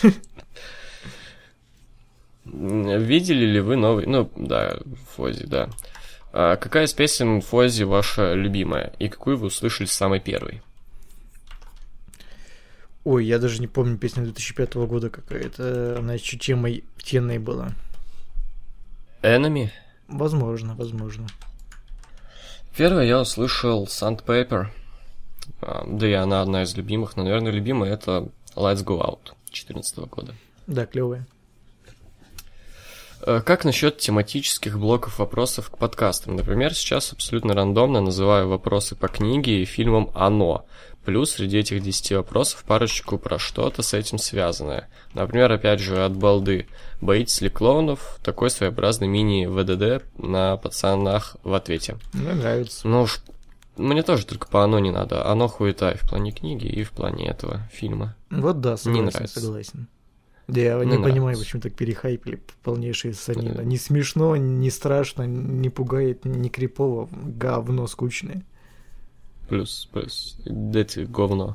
S2: Видели ли вы новый... Ну, да, Фози, да. А какая из песен Фози ваша любимая? И какую вы услышали с самой первой?
S3: Ой, я даже не помню песню две тысячи пятого года какая-то. Она еще темой темной была.
S2: Enemy?
S3: Возможно, возможно.
S2: Первое я услышал Sandpaper. Да и она одна из любимых. Но, наверное, любимая это Let's Go Out две тысячи четырнадцатого года.
S3: Да, клевая.
S2: Как насчет тематических блоков вопросов к подкастам? Например, сейчас абсолютно рандомно называю вопросы по книге и фильмам «Оно». Плюс среди этих десяти вопросов парочку про что-то с этим связанное. Например, опять же, от балды. Боитесь ли клоунов? Такой своеобразный мини-вэ дэ дэ на пацанах в ответе.
S3: Мне нравится.
S2: Ну уж, мне тоже только по «Оно» не надо. «Оно» хуета и в плане книги, и в плане этого фильма.
S3: Вот да, согласен,
S2: не нравится.
S3: согласен. Да, я не, не понимаю, почему так перехайпили полнейшие санина. Не смешно, не страшно, не пугает, не крипово, говно скучное.
S2: Плюс, плюс, эти говно.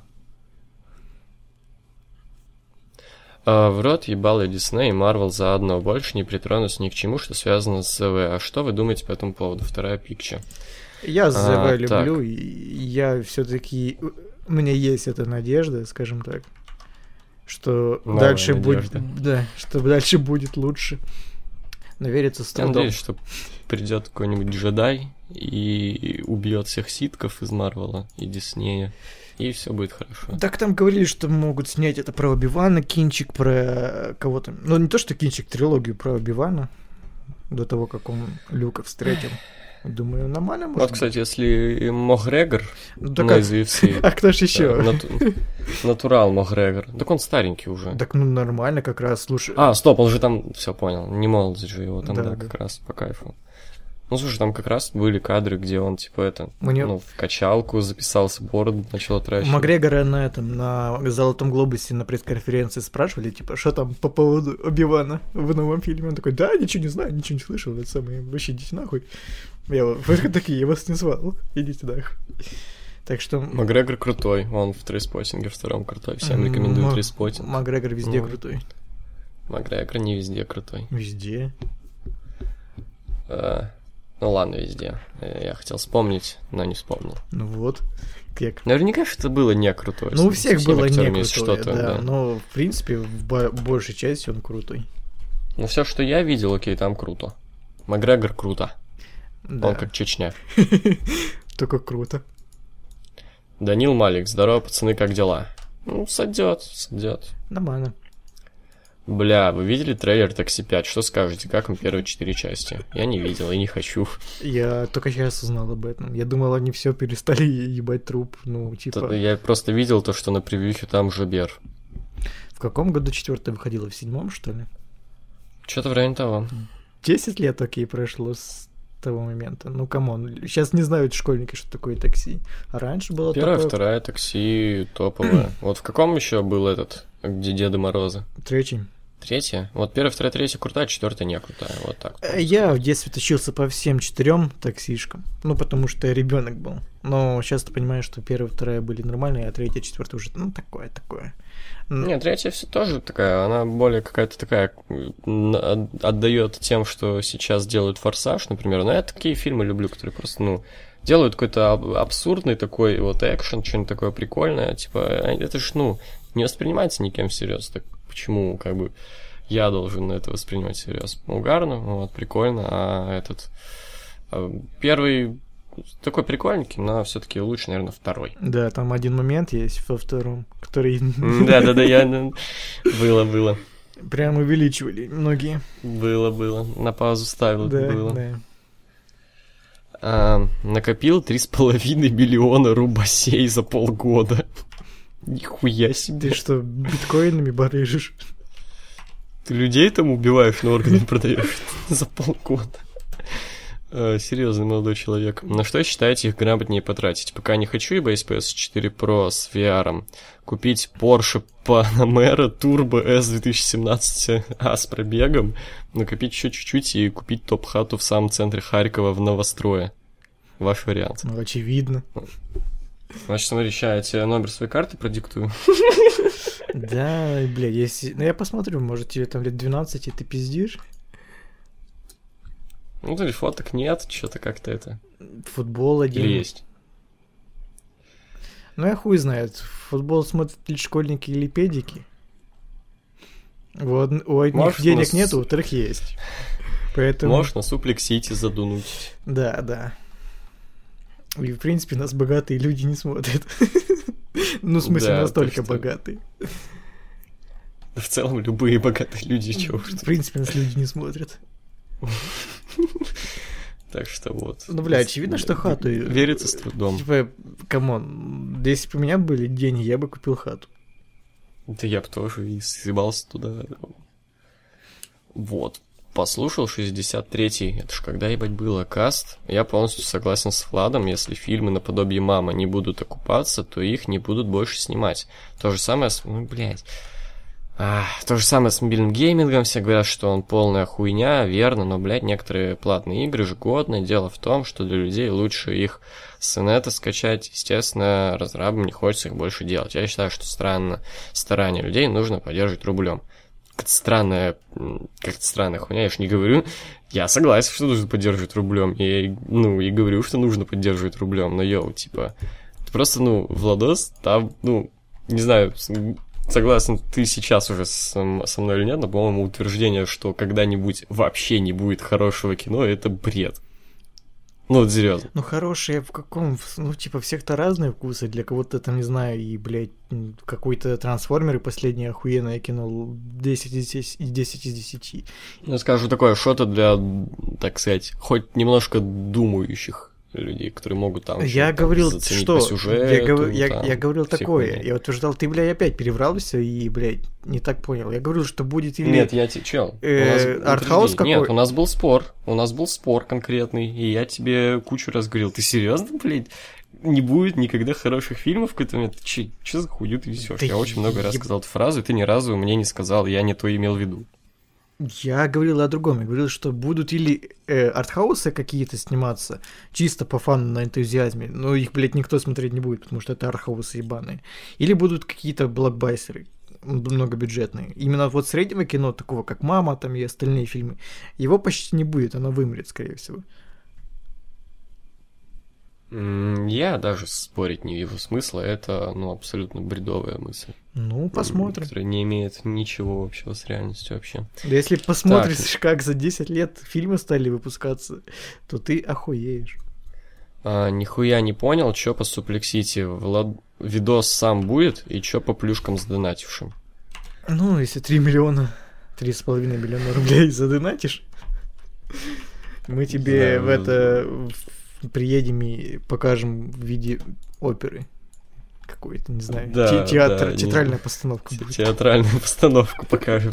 S2: А, в рот ебало Дисней и Марвел заодно. Больше не притронусь ни к чему, что связано с ЗВ. А что вы думаете по этому поводу? Вторая пикча.
S3: Я ЗВ
S2: а,
S3: люблю, и я все-таки... У меня есть эта надежда, скажем так, что
S2: Новая
S3: дальше
S2: надежда.
S3: будет... Да, что дальше будет лучше. Но верится с трудом.
S2: Я надеюсь, что придет какой-нибудь джедай и убьет всех ситков из Марвела и Диснея, и все будет хорошо.
S3: Так там говорили, что могут снять это про Оби-Вана, кинчик, про кого-то. Ну, не то, что кинчик, трилогию про Оби-Вана, до того, как он Люка встретил. Думаю, нормально можно.
S2: Вот, кстати, если Макгрегор
S3: ну, так
S2: на
S3: а...
S2: из ю эф си...
S3: А кто ж еще?
S2: Нату... Натурал Макгрегор. Так он старенький уже.
S3: Так ну нормально как раз, слушай.
S2: А, стоп, он же там... Все понял, не молодость же его там, да,
S3: да,
S2: да,
S3: да.
S2: как раз по кайфу. Ну, слушай, там как раз были кадры, где он, типа, это...
S3: Мне...
S2: Ну, в качалку записался, бороду начал отращивать.
S3: Макгрегора на этом, на Золотом Глобусе на пресс-конференции спрашивали, типа, что там по поводу Оби-Вана в новом фильме? Он такой, да, ничего не знаю, ничего не слышал, это самое, вообще идите нахуй. Я, вы такие, я вас не звал, идите нахуй. Так что...
S2: Макгрегор крутой, он в трейспоттинге втором крутой, всем рекомендую трейспоттинг.
S3: Макгрегор везде
S2: ну,
S3: крутой.
S2: Макгрегор не везде крутой.
S3: Везде?
S2: А, ну ладно, везде. Я хотел вспомнить, но не вспомнил.
S3: Ну вот. Как...
S2: Наверняка что-то было не крутое.
S3: Ну, у всех было не крутое,
S2: что-то,
S3: да,
S2: да.
S3: но, в принципе, в бо- большей части он крутой.
S2: Ну, все, что я видел, окей, там круто. Макгрегор круто.
S3: Да.
S2: Он как Чечня.
S3: Только круто.
S2: Данил Малик, здорово, пацаны, как дела? Ну, сойдет, сойдет.
S3: Нормально.
S2: Бля, вы видели трейлер Такси пять? Что скажете, как вам первые четыре части? Я не видел и не хочу.
S3: Я только сейчас узнал об этом. Я думал, они все перестали ебать труп. Ну, типа...
S2: Я просто видел то, что на превьюхе там Жабер.
S3: В каком году четвертая выходила? В седьмом, что ли?
S2: Что-то в районе того.
S3: Десять лет, окей, прошло с того момента. Ну, камон. Сейчас не знают школьники, что такое такси. А раньше было
S2: Первая,
S3: такое...
S2: вторая, такси, топовая. Вот в каком еще был этот, где Деда Мороза?
S3: Третий.
S2: Третья? Вот первая, вторая, третья крутая, четвертая не крутая. Вот так.
S3: Я в детстве тащился по всем четырем таксишкам. Ну, потому что я ребенок был. Но сейчас ты понимаешь, что первая, вторая были нормальные, а третья, четвертая уже, ну, такое, такое.
S2: Нет, третья все тоже такая, она более какая-то такая, отдает тем, что сейчас делают «Форсаж», например. Но я такие фильмы люблю, которые просто, ну, делают какой-то абсурдный такой вот экшен, что-нибудь такое прикольное. Типа, это ж, ну, не воспринимается никем всерьез. Так почему, как бы, я должен это воспринимать всерьез? Угарно, вот, прикольно, а этот... Первый такой прикольненький, но все-таки лучше, наверное, второй.
S3: Да, там один момент есть во втором, который...
S2: Да-да-да, я... Было, было.
S3: Прям увеличивали многие.
S2: Было, было. На паузу ставил,
S3: да,
S2: было.
S3: Да.
S2: А, накопил три с половиной миллиона рубасей за полгода. Нихуя себе.
S3: Ты что, биткоинами барыжишь?
S2: Ты людей там убиваешь, на органы продаешь за полгода. Uh, серьезный молодой человек. На что считаете их грамотнее потратить? Пока не хочу, ибо есть пи эс четыре Pro с ви ар. Купить Porsche Panamera Turbo S две тысячи семнадцать А с пробегом, накопить еще чуть-чуть и купить топ-хату в самом центре Харькова в новострое. Ваш вариант.
S3: Ну, очевидно.
S2: Значит, смотри, сейчас я тебе номер своей карты продиктую.
S3: Да, бля, если... Ну, я посмотрю, может, тебе там лет двенадцать, и ты пиздишь?
S2: Ну, то есть фоток нет, что-то как-то это...
S3: Футбол один.
S2: Или есть?
S3: Ну, я хуй знает. Футбол смотрят ли школьники или педики. Вот, у одних
S2: Можешь
S3: денег
S2: нас...
S3: нет, у вторых есть. Поэтому...
S2: Можешь на Суплекс-Сити задунуть.
S3: Да, да. И, в принципе, нас богатые люди не смотрят. Ну, в смысле,
S2: да,
S3: настолько
S2: что...
S3: богатые.
S2: В целом, любые богатые люди, чего уж.
S3: В принципе, нас люди не смотрят.
S2: Так что вот.
S3: Ну, бля, очевидно, что хату...
S2: Верится с трудом.
S3: Типа, камон, если бы у меня были деньги, я бы купил хату.
S2: Да я бы тоже и съебался туда. Вот. Послушал шестьдесят третий, это ж когда, ебать, было, каст. Я полностью согласен с Владом, если фильмы наподобие «Мама» не будут окупаться, то их не будут больше снимать. То же самое с... Ну, блядь... А, то же самое с мобильным геймингом, все говорят, что он полная хуйня, верно, но, блядь, некоторые платные игры же годные. Дело в том, что для людей лучше их с инета скачать, естественно, разрабам не хочется их больше делать. Я считаю, что странно, старания людей нужно поддерживать рублем. Как-то странная, как-то странная хуйня, я ж не говорю, я согласен, что нужно поддерживать рублем, и, ну, и говорю, что нужно поддерживать рублем, но, йоу, типа, просто, ну, Владос, там, ну, не знаю, согласен, ты сейчас уже со, со мной или нет, но, по-моему, утверждение, что когда-нибудь вообще не будет хорошего кино, это бред. Ну, вот серьезно.
S3: Ну, хорошие в каком... Ну, типа, всех-то разные вкусы. Для кого-то, там, не знаю, и, блядь, какой-то трансформеры последнее охуенное кино десять из десяти.
S2: Я скажу такое, что-то для, так сказать, хоть немножко думающих людей, которые могут там...
S3: Я
S2: там,
S3: говорил, что...
S2: По сюжету,
S3: я, гов... я,
S2: там,
S3: я говорил такое.
S2: хуйни.
S3: Я утверждал, ты, блядь, опять переврался и, блядь, не так понял. Я говорил, что будет или...
S2: Нет, я тебе... Чел?
S3: Э, артхаус какой?
S2: Нет, у нас был спор. У нас был спор конкретный, и я тебе кучу раз говорил. Ты серьезно, блядь? Не будет никогда хороших фильмов в какой-то момент? Че, че за хуйню ты несешь?
S3: Да
S2: я очень много раз
S3: еб...
S2: сказал эту фразу, и ты ни разу мне не сказал, я не то имел в виду.
S3: Я говорил о другом. Я говорил, что будут или э, артхаусы какие-то сниматься, чисто по фану на энтузиазме, но их, блядь, никто смотреть не будет, потому что это артхаусы ебаные. Или будут какие-то блокбастеры многобюджетные. Именно вот среднего кино, такого как «Мама» там и остальные фильмы, его почти не будет, оно вымрет, скорее всего.
S2: Я даже спорить не вижу смысла, это, ну, абсолютно бредовая мысль.
S3: Ну, посмотрим.
S2: Которая не имеет ничего общего с реальностью вообще.
S3: Да если посмотришь, так. как за десять лет фильмы стали выпускаться, то ты охуеешь.
S2: А, нихуя не понял, чё по Суплексити. Влад... Видос сам будет, и чё по плюшкам задонатившим?
S3: Ну, если три миллиона, три с половиной миллиона рублей задонатишь, мы тебе да, в это... приедем и покажем в виде оперы какой-то, не знаю,
S2: да,
S3: те- театр,
S2: да,
S3: театральная
S2: не...
S3: постановка
S2: Те-
S3: будет.
S2: Театральную постановку покажем,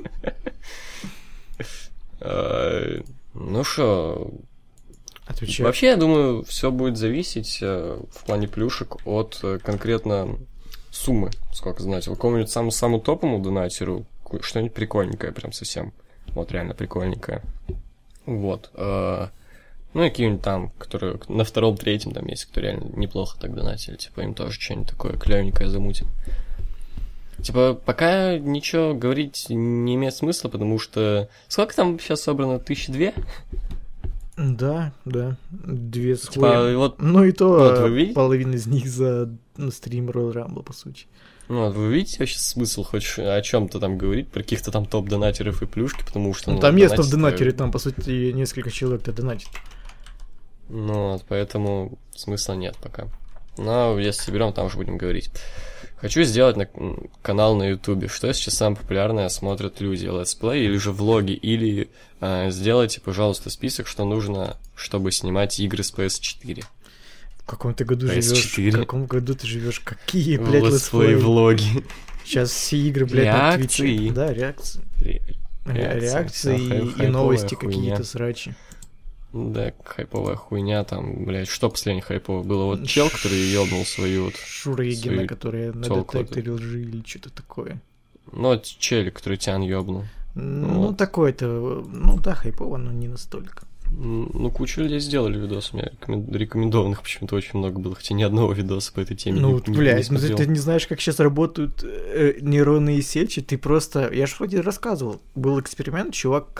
S2: да. Ну шо, вообще, я думаю, все будет зависеть в плане плюшек от конкретно суммы, сколько знаете. Какому-нибудь самому топовому донатеру что-нибудь прикольненькое прям совсем. Вот реально прикольненькое. Вот. Ну, и какие-нибудь там, которые на втором, третьем там есть, кто реально неплохо так донатили. Типа, им тоже что-нибудь такое клевенькое замутим. Типа, пока ничего говорить не имеет смысла, потому что... Сколько там сейчас собрано? Тысячи две?
S3: Да, да. Две с
S2: типа,
S3: хуем.
S2: Вот,
S3: ну и то
S2: вот
S3: половина из них за ну, стрим Royal Rumble, по сути.
S2: Ну, вот вы видите вообще смысл хоть о чем-то там говорить, про каких-то там топ-донатеров и плюшки, потому что...
S3: Ну,
S2: ну
S3: там есть топ-донатеры, там, по сути, несколько человек-то донатит.
S2: Ну, вот, поэтому смысла нет пока. Но если соберем, там уже будем говорить. Хочу сделать на... канал на Ютубе. Что сейчас самое популярное смотрят люди? Летсплей или же влоги? Или э, сделайте, пожалуйста, список, что нужно, чтобы снимать игры с пи эс четыре.
S3: В каком ты году живешь? В каком году ты живешь? Какие, блядь,
S2: летсплей влоги?
S3: Сейчас все игры, блядь,
S2: реакции.
S3: на Твиче. Да, реакции. Ре... Реакции, реакции и, и новости хуйня. Какие-то срачи.
S2: Да, хайповая хуйня там, блядь, что последнее хайповое было? Вот чел, который ёбнул свою вот...
S3: Шурыгина, которая на детекторе лжи или что-то такое.
S2: Ну, вот челик, который Тян ёбнул.
S3: Ну, вот. Такой-то, ну да, хайпово, но не настолько.
S2: Ну, кучу людей сделали видосы, у меня рекомендованных почему-то очень много было, хотя ни одного видоса по этой теме
S3: ну,
S2: не, не
S3: блядь,
S2: не
S3: ну ты не знаешь, как сейчас работают э, нейронные сети, ты просто... Я же вроде рассказывал, был эксперимент, чувак